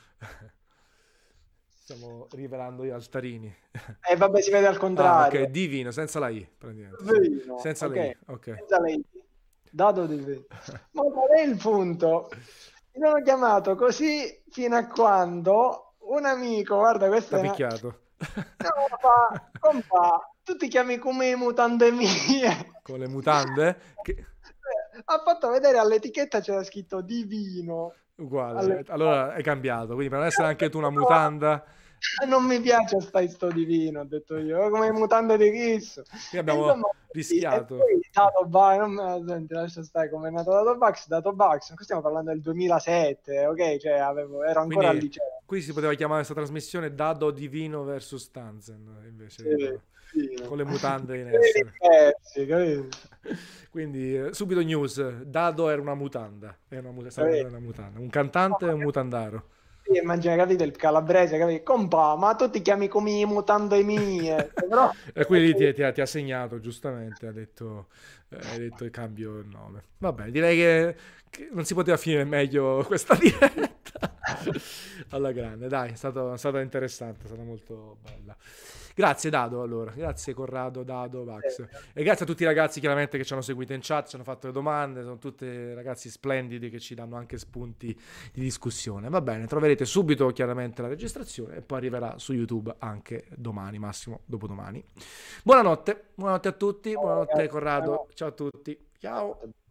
Stiamo rivelando gli altarini. E vabbè, si vede al Ah, ok, contrario. divino, senza la I, praticamente, sì. Divino, Senza la ok. I, ok. Senza lei. Dado Divino. Ma qual è il punto? Mi hanno chiamato così fino a quando un amico, guarda, questa T'ha è una. picchiato. No, compa, tu ti chiami come mutande mie. Con le mutande? Che... Ha fatto vedere all'etichetta c'era scritto divino. Uguale. Alle- Allora hai cambiato, quindi per non essere anche tu una No, mutanda, non mi piace stai sto divino, ho detto io, come mutande di Kiss. qui E abbiamo insomma, e rischiato. poi dato non senti, lascia stare come è nato dato Bugs, qui stiamo parlando del 2007, ok? Cioè ero ancora al Quindi liceo. qui si poteva chiamare questa trasmissione Dado Divino versus Tanzen, invece Sì, con divino. le mutande in Vedi essere. diversi, capito? Quindi subito news, Dado era una mutanda, stava Capito? una mutanda, un cantante e un mutandaro. Sì, immagina, capito, il calabrese, capito? Compa, ma tu ti chiami come i mutande mie, però. E quindi ti ha segnato, giustamente, hai detto cambio il nome. Vabbè, direi che non si poteva finire meglio questa diretta. Alla grande, dai, è stata interessante, è stata molto bella. Grazie Dado, allora, grazie Corrado, Dado, Vax. E grazie a tutti i ragazzi chiaramente che ci hanno seguito in chat, ci hanno fatto le domande, sono tutti ragazzi splendidi che ci danno anche spunti di discussione. Va bene, troverete subito chiaramente la registrazione e poi arriverà su YouTube anche domani, massimo dopodomani. Buonanotte a tutti, buonanotte Corrado, ciao a tutti, ciao.